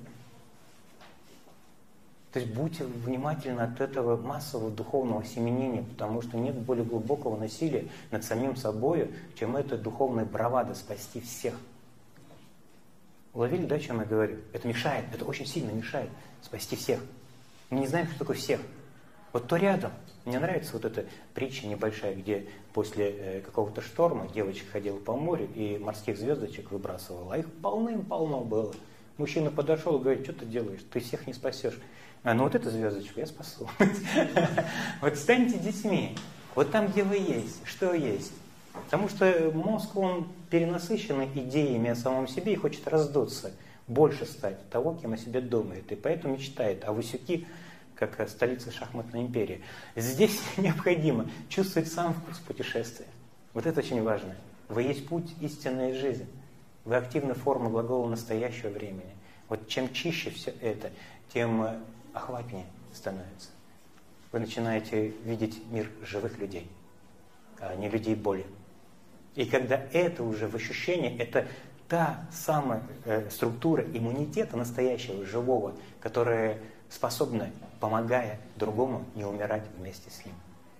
То есть будьте внимательны от этого массового духовного семенения, потому что нет более глубокого насилия над самим собой, чем это духовная бравада спасти всех. Уловили, да, о чем я говорю? Это мешает, это очень сильно мешает спасти всех. Мы не знаем, что такое всех. Вот то рядом. Мне нравится вот эта притча небольшая, где после какого-то шторма девочка ходила по морю и морских звездочек выбрасывала, а их полным-полно было. Мужчина подошел и говорит: что ты делаешь? Ты всех не спасешь. Ну вот эту звездочку я спасу. Вот станьте детьми. Вот там, где вы есть, что есть. Потому что мозг, он перенасыщен идеями о самом себе и хочет раздуться, больше стать того, кем о себе думает. И поэтому мечтает о Васюки, как столица шахматной империи. Здесь необходимо чувствовать сам вкус путешествия. Вот это очень важно. Вы есть путь, истинная жизнь. Вы активна форма глагола настоящего времени. Вот чем чище все это, тем охватнее становится. Вы начинаете видеть мир живых людей, а не людей боли. И когда это уже в ощущении, это та самая структура иммунитета настоящего, живого, которая способна, помогая другому, не умирать вместе с ним.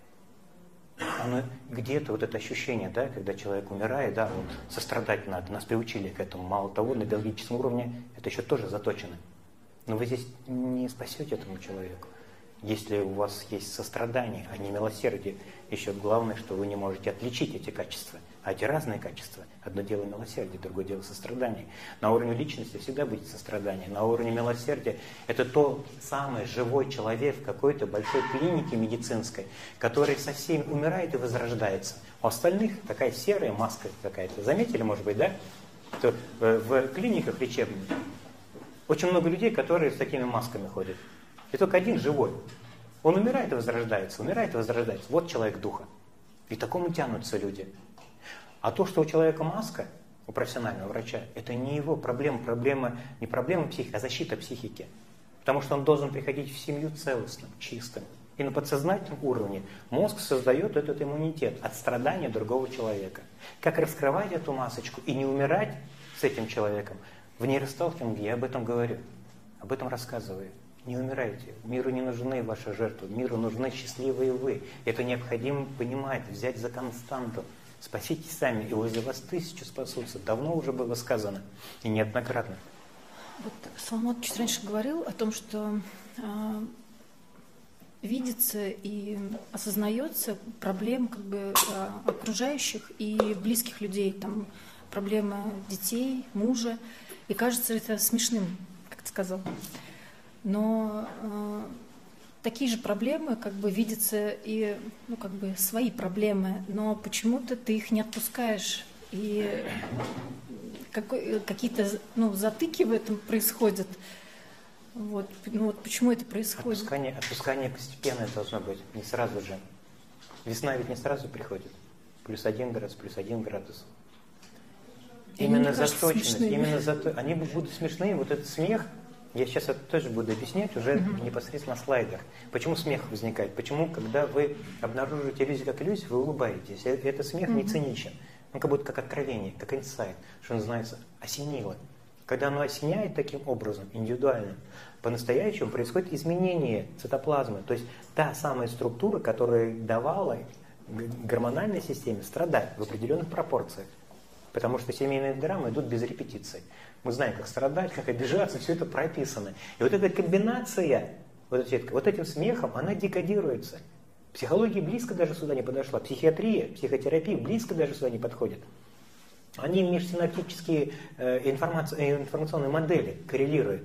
Оно где-то, вот это ощущение, да, когда человек умирает, да, вот сострадать надо, нас приучили к этому. Мало того, на биологическом уровне это еще тоже заточено. Но вы здесь не спасете этому человеку, если у вас есть сострадание, а не милосердие. Еще главное, что вы не можете отличить эти качества. А эти разные качества. Одно дело милосердие, другое дело сострадание. На уровне личности всегда будет сострадание. На уровне милосердия это тот самый живой человек в какой-то большой клинике медицинской, который со всеми умирает и возрождается. У остальных такая серая маска какая-то. Заметили, может быть, да? Что в клиниках лечебных очень много людей, которые с такими масками ходят. И только один живой. Он умирает и возрождается, умирает и возрождается. Вот человек духа. И к такому тянутся люди. А то, что у человека маска, у профессионального врача, это не его проблема. Проблема не проблема психики, а защита психики. Потому что он должен приходить в семью целостным, чистым. И на подсознательном уровне мозг создает этот иммунитет от страдания другого человека. Как раскрывать эту масочку и не умирать с этим человеком? В нейросталкинге я об этом говорю, об этом рассказываю. Не умирайте. Миру не нужны ваши жертвы. Миру нужны счастливые вы. Это необходимо понимать, взять за константу. Спаситесь сами, и возле вас 1000 спасутся. Давно уже было сказано, и неоднократно. Вот Соломон чуть раньше говорил о том, что видится и осознается проблем как бы окружающих и близких людей, там проблемы детей, мужа. И кажется это смешным, как ты сказал. Но такие же проблемы как бы видятся и как бы свои проблемы, но почему-то ты их не отпускаешь. И какие-то затыки в этом происходят. Вот почему это происходит? Отпускание постепенное должно быть, не сразу же. Весна ведь не сразу приходит. +1 градус, +1 градус. Именно заточенность, они будут смешные, вот этот смех, я сейчас это тоже буду объяснять уже непосредственно на слайдах. Почему смех возникает? Почему, когда вы обнаруживаете иллюзию как иллюзию, вы улыбаетесь? Этот смех не циничен. Он как будто как откровение, как инсайт, что называется, осенило. Когда оно осеняет таким образом, индивидуально, по-настоящему происходит изменение цитоплазмы. То есть та самая структура, которая давала гормональной системе страдать в определенных пропорциях. Потому что семейные драмы идут без репетиций. Мы знаем, как страдать, как обижаться, все это прописано. И вот эта комбинация вот этим смехом, она декодируется. Психология близко даже сюда не подошла. Психиатрия, психотерапия близко даже сюда не подходит. Они межсинаптические информационные модели коррелируют.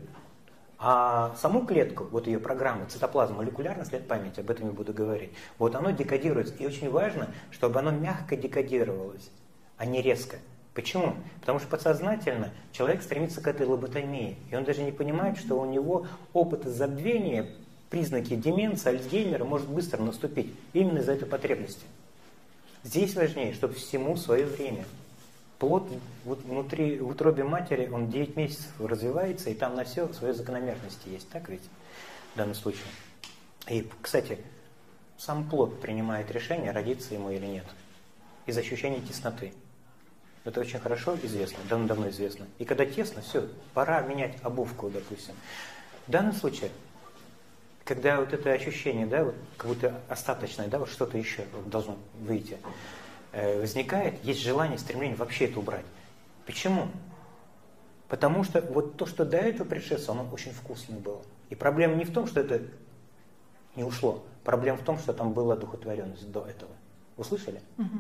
А саму клетку, вот ее программу, цитоплазму, молекулярный след памяти, об этом я буду говорить, вот оно декодируется. И очень важно, чтобы оно мягко декодировалось, а не резко. Почему? Потому что подсознательно человек стремится к этой лоботомии. И он даже не понимает, что у него опыт забвения, признаки деменции, Альцгеймера может быстро наступить. Именно из-за этой потребности. Здесь важнее, чтобы всему свое время. Плод внутри, в утробе матери, он 9 месяцев развивается, и там на все свои закономерности есть. Так ведь в данном случае? И, кстати, сам плод принимает решение, родиться ему или нет. Из ощущения тесноты. Это очень хорошо известно, давно известно. И когда тесно, все, пора менять обувку, допустим. В данном случае, когда вот это ощущение, да, вот как будто остаточное, да, вот что-то еще должно выйти, возникает, есть желание, стремление вообще это убрать. Почему? Потому что вот то, что до этого предшествовало, оно очень вкусное было. И проблема не в том, что это не ушло. Проблема в том, что там была одухотворенность до этого. Услышали?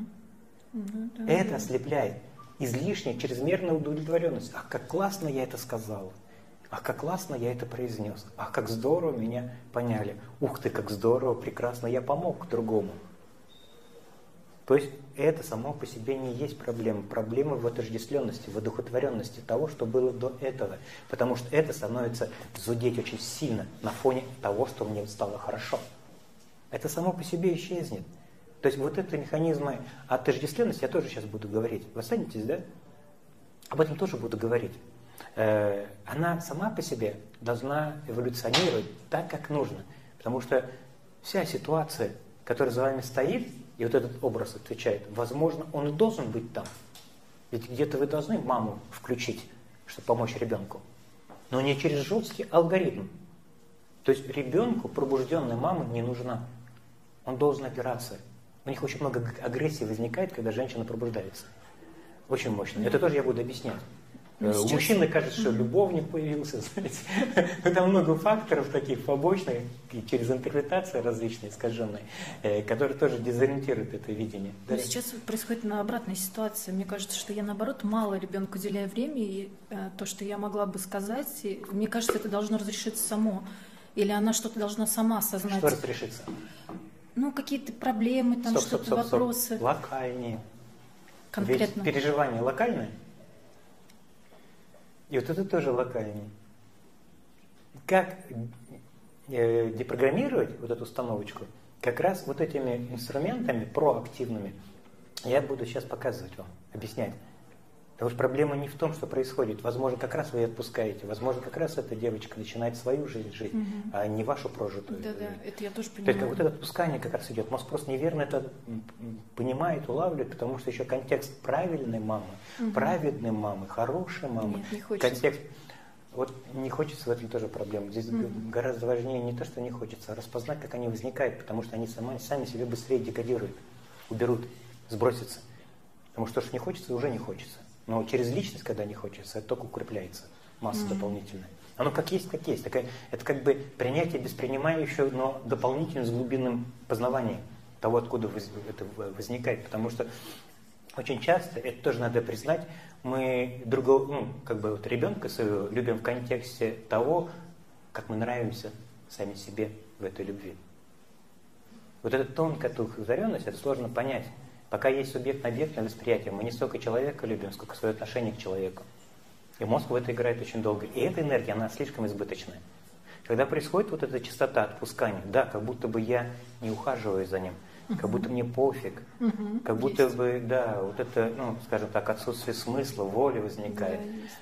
Это ослепляет. Излишняя, чрезмерная удовлетворенность. Ах, как классно я это сказал. Ах, как классно я это произнес. Ах, как здорово меня поняли. Ух ты, как здорово, прекрасно, я помог другому. То есть это само по себе не есть проблема. Проблема в отождествленности, в одухотворенности того, что было до этого. Потому что это становится зудеть очень сильно на фоне того, что мне стало хорошо. Это само по себе исчезнет. То есть вот это механизмы отождествленности я тоже сейчас буду говорить. Вы останетесь, да? Об этом тоже буду говорить. Она сама по себе должна эволюционировать так, как нужно. Потому что вся ситуация, которая за вами стоит, и вот этот образ отвечает, возможно, он и должен быть там. Ведь где-то вы должны маму включить, чтобы помочь ребенку. Но не через жесткий алгоритм. То есть ребенку пробужденная мама не нужна. Он должен опираться. У них очень много агрессии возникает, когда женщина пробуждается. Очень мощно. Это тоже я буду объяснять. У мужчины кажется, что любовник появился, знаете. Но там много факторов таких побочных, через интерпретации различные, искаженные, которые тоже дезориентируют это видение. Но сейчас происходит на обратной ситуации. Мне кажется, что я, наоборот, мало ребенку уделяю времени, и то, что я могла бы сказать, и, мне кажется, это должно разрешиться само. Или она что-то должна сама осознать. Что разрешится? Ну, какие-то проблемы, там что-то, вопросы. Локальнее. Конкретно. Ведь переживания локальные. И вот это тоже локальнее. Как депрограммировать вот эту установочку? Как раз вот этими инструментами проактивными я буду сейчас показывать вам, объяснять. Потому что проблема не в том, что происходит. Возможно, как раз вы ее отпускаете. Возможно, как раз эта девочка начинает свою жизнь жить, а не вашу прожитую. Да, это я тоже понимаю. То есть вот это отпускание как раз идет. Мозг просто неверно это понимает, улавливает, потому что еще контекст правильной мамы, праведной мамы, хорошей мамы. Нет, не хочется. Контекст. Вот не хочется, в этом тоже проблема. Здесь гораздо важнее не то, что не хочется, а распознать, как они возникают, потому что они сами себе быстрее декодируют, уберут, сбросятся. Потому что то, что не хочется, уже не хочется. Но через личность, когда не хочется, это только укрепляется. Масса дополнительная. Оно как есть, как есть. Это как бы принятие без принимающего, но дополнительно с глубинным познаванием того, откуда это возникает. Потому что очень часто, это тоже надо признать, мы ребенка своего любим в контексте того, как мы нравимся сами себе в этой любви. Вот эта тонкая удовлетворенность, это сложно понять. Пока есть субъектно-объектное восприятие, мы не столько человека любим, сколько свое отношение к человеку. И мозг в это играет очень долго. И эта энергия, она слишком избыточная. Когда происходит вот эта частота отпускания, да, как будто бы я не ухаживаю за ним, как будто мне пофиг, как будто бы, да, вот это, скажем так, отсутствие смысла, воли возникает.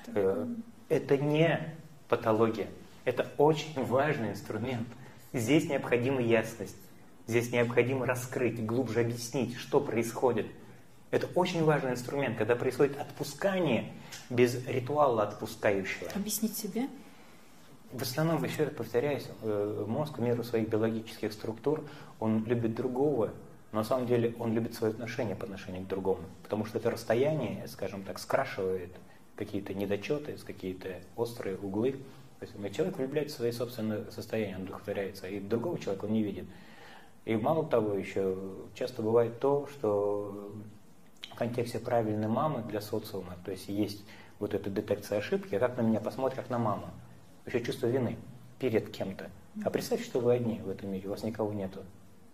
Это не патология, это очень важный инструмент. Здесь необходима ясность. Здесь необходимо раскрыть, глубже объяснить, что происходит. Это очень важный инструмент, когда происходит отпускание без ритуала отпускающего. Объяснить себе? В основном, еще раз повторяюсь, мозг в меру своих биологических структур, он любит другого, но на самом деле он любит свое отношение по отношению к другому. Потому что это расстояние, скажем так, скрашивает какие-то недочеты, какие-то острые углы. То есть человек влюбляется в свои собственные состояния, он удовлетворяется, и другого человека он не видит. И мало того, еще часто бывает то, что в контексте правильной мамы для социума, то есть есть вот эта детекция ошибки, а как на меня посмотрят, как на маму. Еще чувство вины перед кем-то. А представьте, что вы одни в этом мире, у вас никого нету.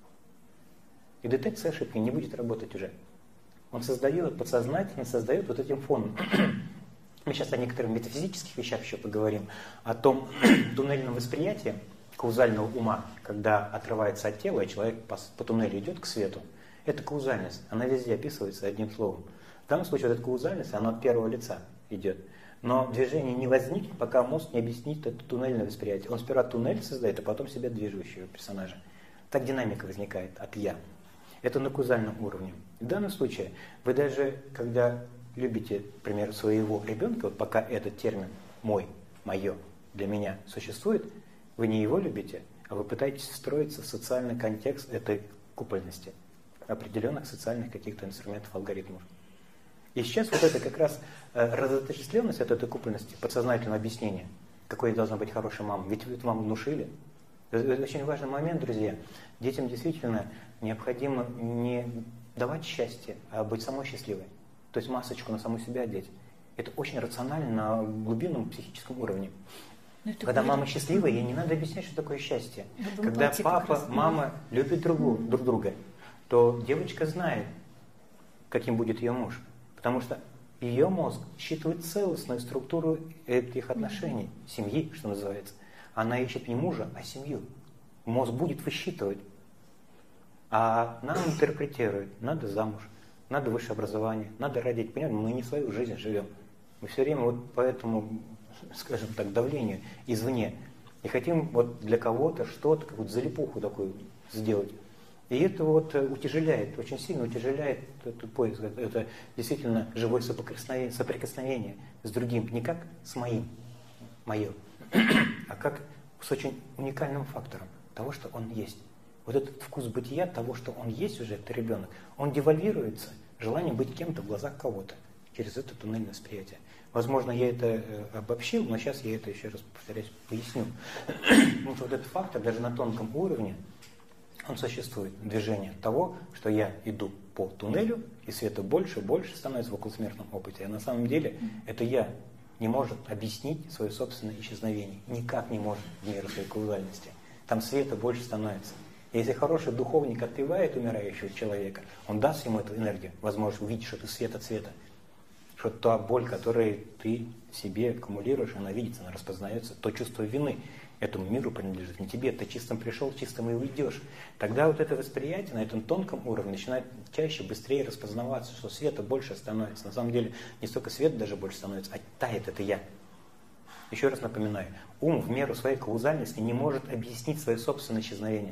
И детекция ошибки не будет работать уже. Он создает, подсознательно создает вот этим фоном. Мы сейчас о некоторых метафизических вещах еще поговорим, о том туннельном восприятии каузального ума, когда отрывается от тела, и человек по туннелю идет к свету. Это каузальность, она везде описывается одним словом. В данном случае вот эта каузальность, она от первого лица идет. Но движение не возникнет, пока мозг не объяснит это туннельное восприятие. Он сперва туннель создает, а потом себя движущего персонажа. Так динамика возникает от «я». Это на каузальном уровне. В данном случае вы даже, когда любите, например, своего ребенка, вот пока этот термин «мой», «моё» для меня существует, вы не его любите, а вы пытаетесь встроиться в социальный контекст этой купольности, определенных социальных каких-то инструментов, алгоритмов. И сейчас вот это как раз разотождествленность от этой купольности, подсознательного объяснения, какой должна быть хорошая мама. Ведь вам внушили. Это очень важный момент, друзья. Детям действительно необходимо не давать счастье, а быть самой счастливой. То есть масочку на саму себя одеть. Это очень рационально на глубинном психическом уровне. Когда мама счастливая, ей не надо объяснять, что такое счастье. Когда папа, мама любят друг друга, то девочка знает, каким будет ее муж. Потому что ее мозг считывает целостную структуру этих отношений, семьи, что называется. Она ищет не мужа, а семью. Мозг будет высчитывать. А нам интерпретирует: надо замуж, надо высшее образование, надо родить. Понятно, мы не свою жизнь живем. Мы все время вот по этому, скажем так, давлению извне. И хотим вот для кого-то что-то, какую-то залипуху такую сделать. И это вот утяжеляет, очень сильно утяжеляет этот поиск. Это действительно живое соприкосновение с другим. Не как с моим, мое, а как с очень уникальным фактором того, что он есть. Вот этот вкус бытия, того, что он есть уже, это ребенок, он девальвируется желанием быть кем-то в глазах кого-то через это туннельное восприятие. Возможно, я это обобщил, но сейчас я это еще раз, повторяюсь, поясню. Потому что вот этот фактор даже на тонком уровне, он существует. Движение того, что я иду по туннелю, и света больше становится в околосмертном опыте. А на самом деле это я не может объяснить свое собственное исчезновение. Никак не может в мире своей каузальности. Там света больше становится. И если хороший духовник отпевает умирающего человека, он даст ему эту энергию, возможность увидеть, что ты свет от света. Что та боль, которую ты в себе аккумулируешь, она видится, она распознается. То чувство вины этому миру принадлежит не тебе. Ты чистым пришел, чистым и уйдешь. Тогда вот это восприятие на этом тонком уровне начинает чаще, быстрее распознаваться, что света больше становится. На самом деле не столько свет даже больше становится, а тает это я. Еще раз напоминаю, ум в меру своей каузальности не может объяснить свое собственное исчезновение.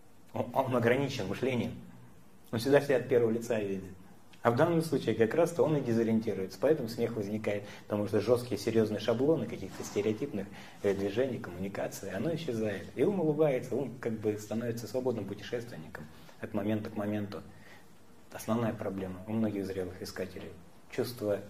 Он ограничен мышлением. Он всегда себя от первого лица видит. А в данном случае как раз-то он и дезориентируется. Поэтому смех возникает, потому что жесткие, серьезные шаблоны каких-то стереотипных движений, коммуникации, оно исчезает. И ум улыбается, ум как бы становится свободным путешественником от момента к моменту. Основная проблема у многих зрелых искателей. Чувство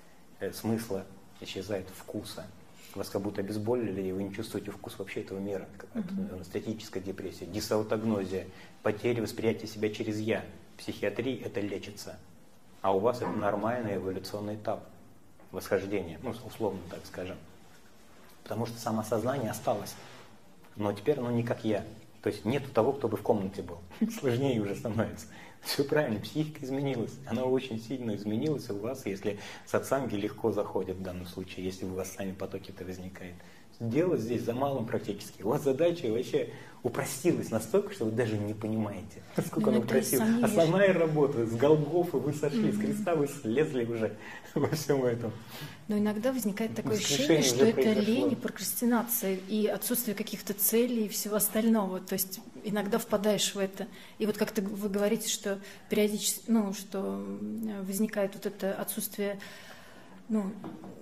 смысла исчезает, вкуса. Вас как будто обезболили, и вы не чувствуете вкус вообще этого мира. Статическая депрессия, дисаутогнозия, потеря восприятия себя через «я». В психиатрии это лечится. А у вас это нормальный эволюционный этап восхождения, ну, условно так скажем. Потому что самосознание осталось. Но теперь оно не как я. То есть нет того, кто бы в комнате был. Сложнее уже становится. Все правильно, психика изменилась. Она очень сильно изменилась у вас, если сатсанги легко заходят в данном случае, если у вас сами потоки-то возникают. Дело здесь за малым практически. У вас задача вообще упростилась настолько, что вы даже не понимаете, насколько она упростилась. Основная работа, с Голгофы вы сошли, с креста вы слезли уже во всем этом. Но иногда возникает такое ощущение, что это лень и прокрастинация, и отсутствие каких-то целей и всего остального. То есть иногда впадаешь в это. И вот как-то вы говорите, что периодически, ну, что возникает вот это отсутствие, ну,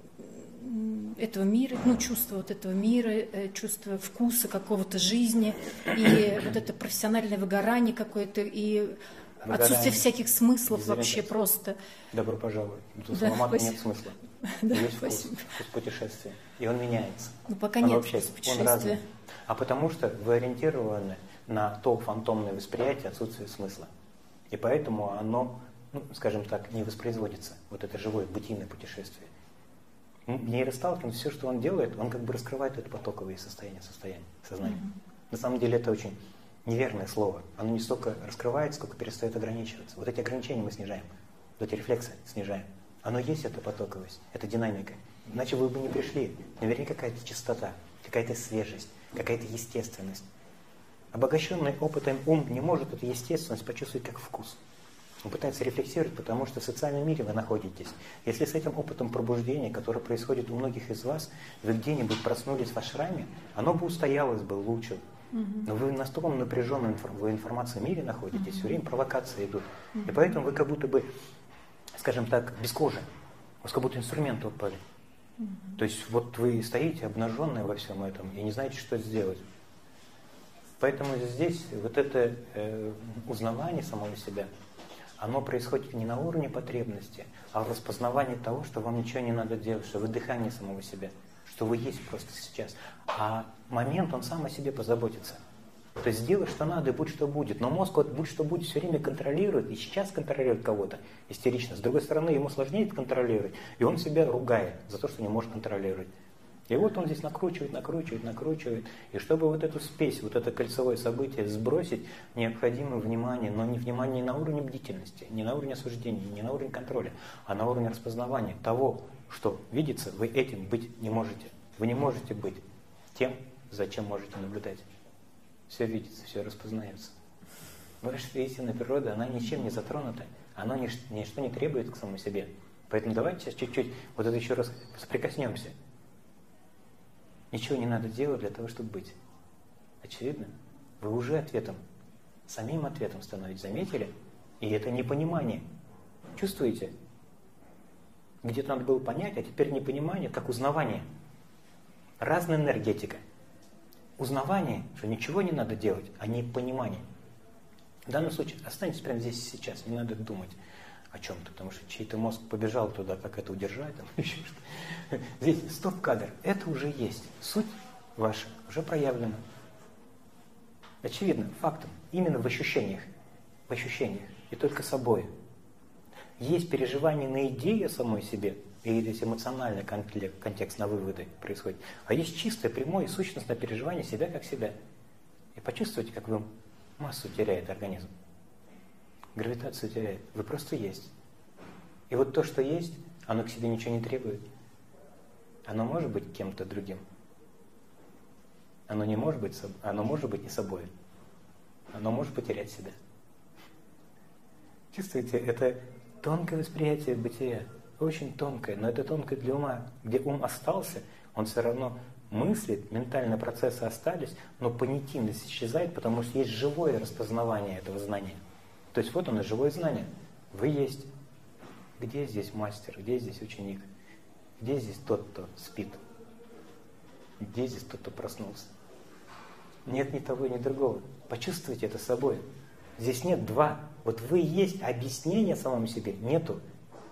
этого мира, ну, чувство вот этого мира, чувство вкуса какого-то жизни, и вот это профессиональное выгорание какое-то, и отсутствие всяких смыслов вообще просто. Добро пожаловать. Тут в Саламату нет смысла. Да, есть вкус путешествия. И он меняется. Но пока нет путешествия. Он разный. А потому что вы ориентированы на то фантомное восприятие отсутствия смысла. И поэтому оно, ну, скажем так, не воспроизводится. Вот это живое бытийное путешествие. Нейросталкинг, все, что он делает, он как бы раскрывает это потоковое сознание. На самом деле это очень неверное слово. Оно не столько раскрывает, сколько перестает ограничиваться. Вот эти ограничения мы снижаем, вот эти рефлексы снижаем. Оно есть, это потоковость, это динамика. Иначе вы бы не пришли. Наверняка какая-то чистота, какая-то свежесть, какая-то естественность. Обогащенный опытом ум не может эту естественность почувствовать как вкус. Он пытается рефлексировать, потому что в социальном мире вы находитесь. Если с этим опытом пробуждения, которое происходит у многих из вас, вы где-нибудь проснулись в ашраме, оно бы устоялось бы лучше. Но вы на таком напряженном информации мире находитесь, все время провокации идут. И поэтому вы как будто бы, скажем так, без кожи. У вас как будто инструменты упали. То есть вот вы стоите обнаженные во всем этом и не знаете, что сделать. Поэтому здесь вот это узнавание самого себя, оно происходит не на уровне потребности, а в распознавании того, что вам ничего не надо делать, что вы дыхание самого себя, что вы есть просто сейчас. А момент, он сам о себе позаботится. То есть сделай, что надо, и будь что будет. Но мозг вот будь что будет все время контролирует, и сейчас контролирует кого-то истерично. С другой стороны, ему сложнее это контролировать, и он себя ругает за то, что не может контролировать. И вот он здесь накручивает. И чтобы вот эту спесь, вот это кольцевое событие сбросить, необходимо внимание, но не внимание не на уровне бдительности, не на уровне осуждения, не на уровне контроля, а на уровне распознавания того, что видится, вы этим быть не можете. Вы не можете быть тем, за чем можете наблюдать. Все видится, все распознается. Ваша истинная природа, она ничем не затронута, она ничто не требует к самому себе. Поэтому давайте сейчас чуть-чуть вот это еще раз соприкоснемся. Ничего не надо делать для того, чтобы быть. Очевидно, вы уже ответом, самим ответом становитесь, заметили? И это непонимание. Чувствуете? Где-то надо было понять, а теперь непонимание, как узнавание. Разная энергетика. Узнавание, что ничего не надо делать, а не понимание. В данном случае останьтесь прямо здесь и сейчас, не надо думать о чем-то, потому что чей-то мозг побежал туда, как это удержать, там, еще что-то. Здесь стоп-кадр, это уже есть. Суть ваша уже проявлена. Очевидно, фактом, именно в ощущениях, и только собой. Есть переживание на идею о самой себе, и здесь эмоциональный контекст на выводы происходит. А есть чистое, прямое и сущностное переживание себя как себя. И почувствуйте, как вы массу теряет организм. Гравитацию теряет. Вы просто есть. И вот то, что есть, оно к себе ничего не требует. Оно может быть кем-то другим. Оно не может быть, оно может быть не собой. Оно может потерять себя. Чувствуете, это тонкое восприятие бытия. Очень тонкое, но это тонкое для ума. Где ум остался, он все равно мыслит, ментальные процессы остались, но понятийность исчезает, потому что есть живое распознавание этого знания. То есть вот оно, живое знание. Вы есть. Где здесь мастер? Где здесь ученик? Где здесь тот, кто спит? Где здесь тот, кто проснулся? Нет ни того, ни другого. Почувствуйте это собой. Здесь нет два. Вот вы есть, а объяснения самому себе нету.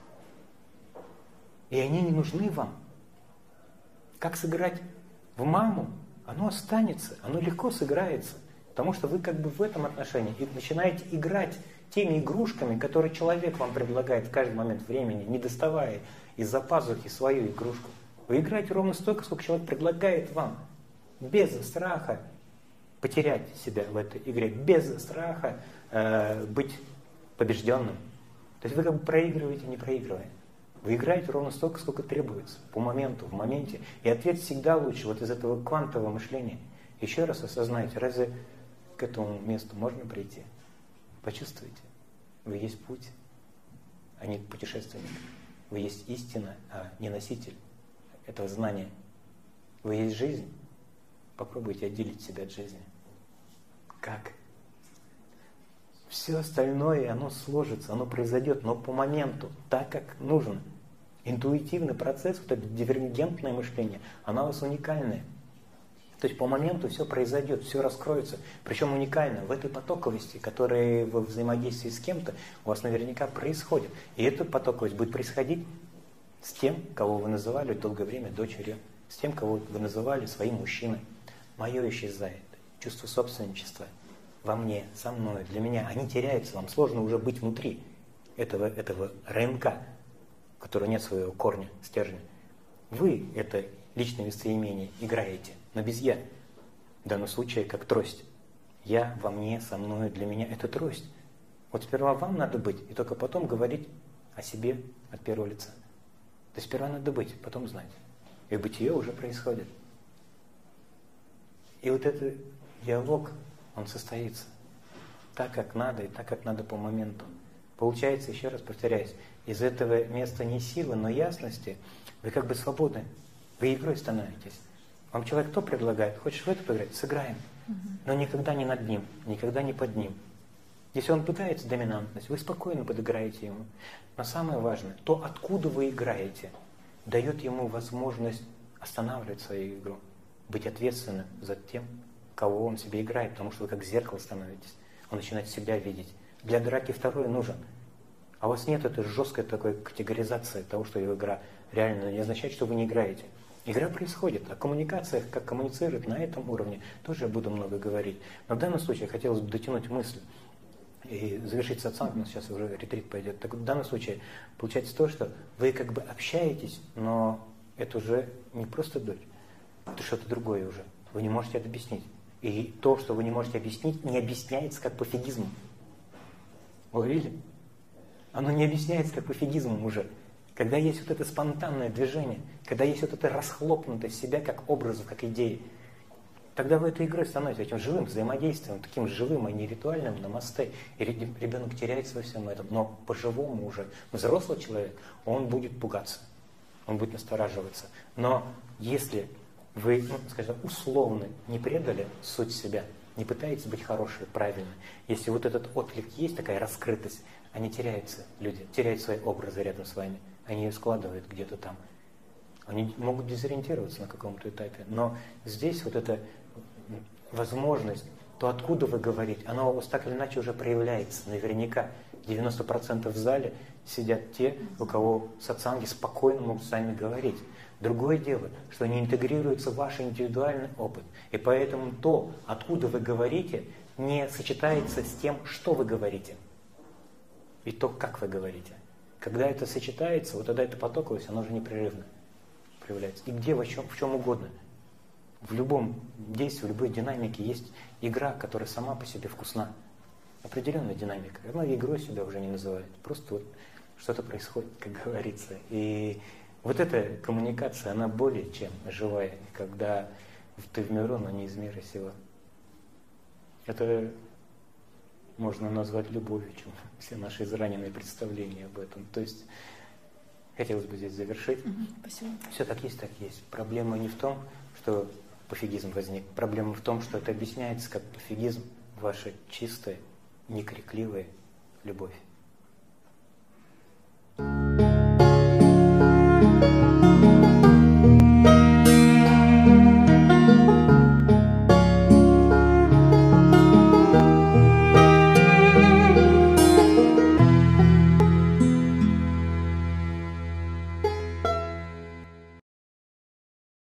И они не нужны вам. Как сыграть в маму? Оно останется, оно легко сыграется. Потому что вы как бы в этом отношении и начинаете играть теми игрушками, которые человек вам предлагает в каждый момент времени, не доставая из-за пазухи свою игрушку. Вы играете ровно столько, сколько человек предлагает вам. Без страха потерять себя в этой игре, без страха быть побежденным. То есть вы как бы проигрываете, не проигрывая. Вы играете ровно столько, сколько требуется, по моменту, в моменте. И ответ всегда лучше вот из этого квантового мышления. Еще раз осознайте, разве к этому месту можно прийти? Почувствуйте. Вы есть путь, а не путешественник. Вы есть истина, а не носитель этого знания. Вы есть жизнь. Попробуйте отделить себя от жизни. Как? Все остальное, оно сложится, оно произойдет, но по моменту, так как нужно. Интуитивный процесс, вот это дивергентное мышление, оно у вас уникальное. То есть по моменту все произойдет, все раскроется. Причем уникально. В этой потоковости, которая во взаимодействии с кем-то, у вас наверняка происходит. И эта потоковость будет происходить с тем, кого вы называли долгое время дочерью, с тем, кого вы называли своим мужчиной. Мое исчезает, чувство собственничества во мне, со мной, для меня, они теряются, вам сложно уже быть внутри этого РНК, у которого нет своего корня, стержня. Вы это личное местоимение играете, но без «я». В данном случае как трость. Я во мне, со мной, для меня – это трость. Вот сперва вам надо быть, и только потом говорить о себе от первого лица. То есть сперва надо быть, потом знать. И бытие уже происходит. И вот этот диалог, он состоится так, как надо, и так, как надо по моменту. Получается, еще раз повторяюсь, из этого места не силы, но ясности, вы как бы свободны. Вы игрой становитесь. Вам человек кто предлагает? Хочешь в это поиграть? Сыграем. но никогда не над ним, никогда не под ним. Если он пытается доминантность, вы спокойно подыграете ему. Но самое важное, то, откуда вы играете, дает ему возможность останавливать свою игру, быть ответственным за тем, кого он себе играет, потому что вы как зеркало становитесь. Он начинает себя видеть. Для драки второй нужен. А у вас нет этой жесткой такой категоризации того, что его игра реально не означает, что вы не играете. Игра происходит. О коммуникациях, как коммуницируют на этом уровне, тоже я буду много говорить. Но в данном случае хотелось бы дотянуть мысль и завершить сатсанг, у нас сейчас уже ретрит пойдет. Так в данном случае получается то, что вы как бы общаетесь, но это уже не просто дочь, это что-то другое уже. Вы не можете это объяснить. И то, что вы не можете объяснить, не объясняется как пофигизмом. Вы видели? Оно не объясняется как пофигизмом уже. Когда есть вот это спонтанное движение, когда есть вот это расхлопнутость себя как образов, как идеи, тогда вы этой игрой становитесь этим живым взаимодействием, таким живым, а не ритуальным, намасте. И ребенок теряется во всем этом. Но по-живому уже взрослый человек, он будет пугаться, он будет настораживаться. Но если вы, скажем, условно не предали суть себя, не пытаетесь быть хорошей, правильной, если вот этот отклик есть, такая раскрытость, они теряются, люди, теряют свои образы рядом с вами, они ее складывают где-то там. Они могут дезориентироваться на каком-то этапе, но здесь вот эта возможность, то откуда вы говорите, оно у вас так или иначе уже проявляется, наверняка. 90% в зале сидят те, у кого сатсанги спокойно могут сами говорить. Другое дело, что не интегрируется в ваш индивидуальный опыт. И поэтому то, откуда вы говорите, не сочетается с тем, что вы говорите. И то, как вы говорите. Когда это сочетается, вот тогда эта потоковость, она уже непрерывно проявляется. И где, в чем угодно. В любом действии, в любой динамике есть игра, которая сама по себе вкусна. Определенная динамика. Она игрой себя уже не называет. Просто вот что-то происходит, как говорится. И вот эта коммуникация, она более чем живая, когда ты в миру, но не из мира сего. Это можно назвать любовью, чем все наши израненные представления об этом. То есть хотелось бы здесь завершить. Спасибо. Все так есть. Проблема не в том, что пофигизм возник. Проблема в том, что это объясняется как пофигизм, ваша чистая, некрикливая любовь.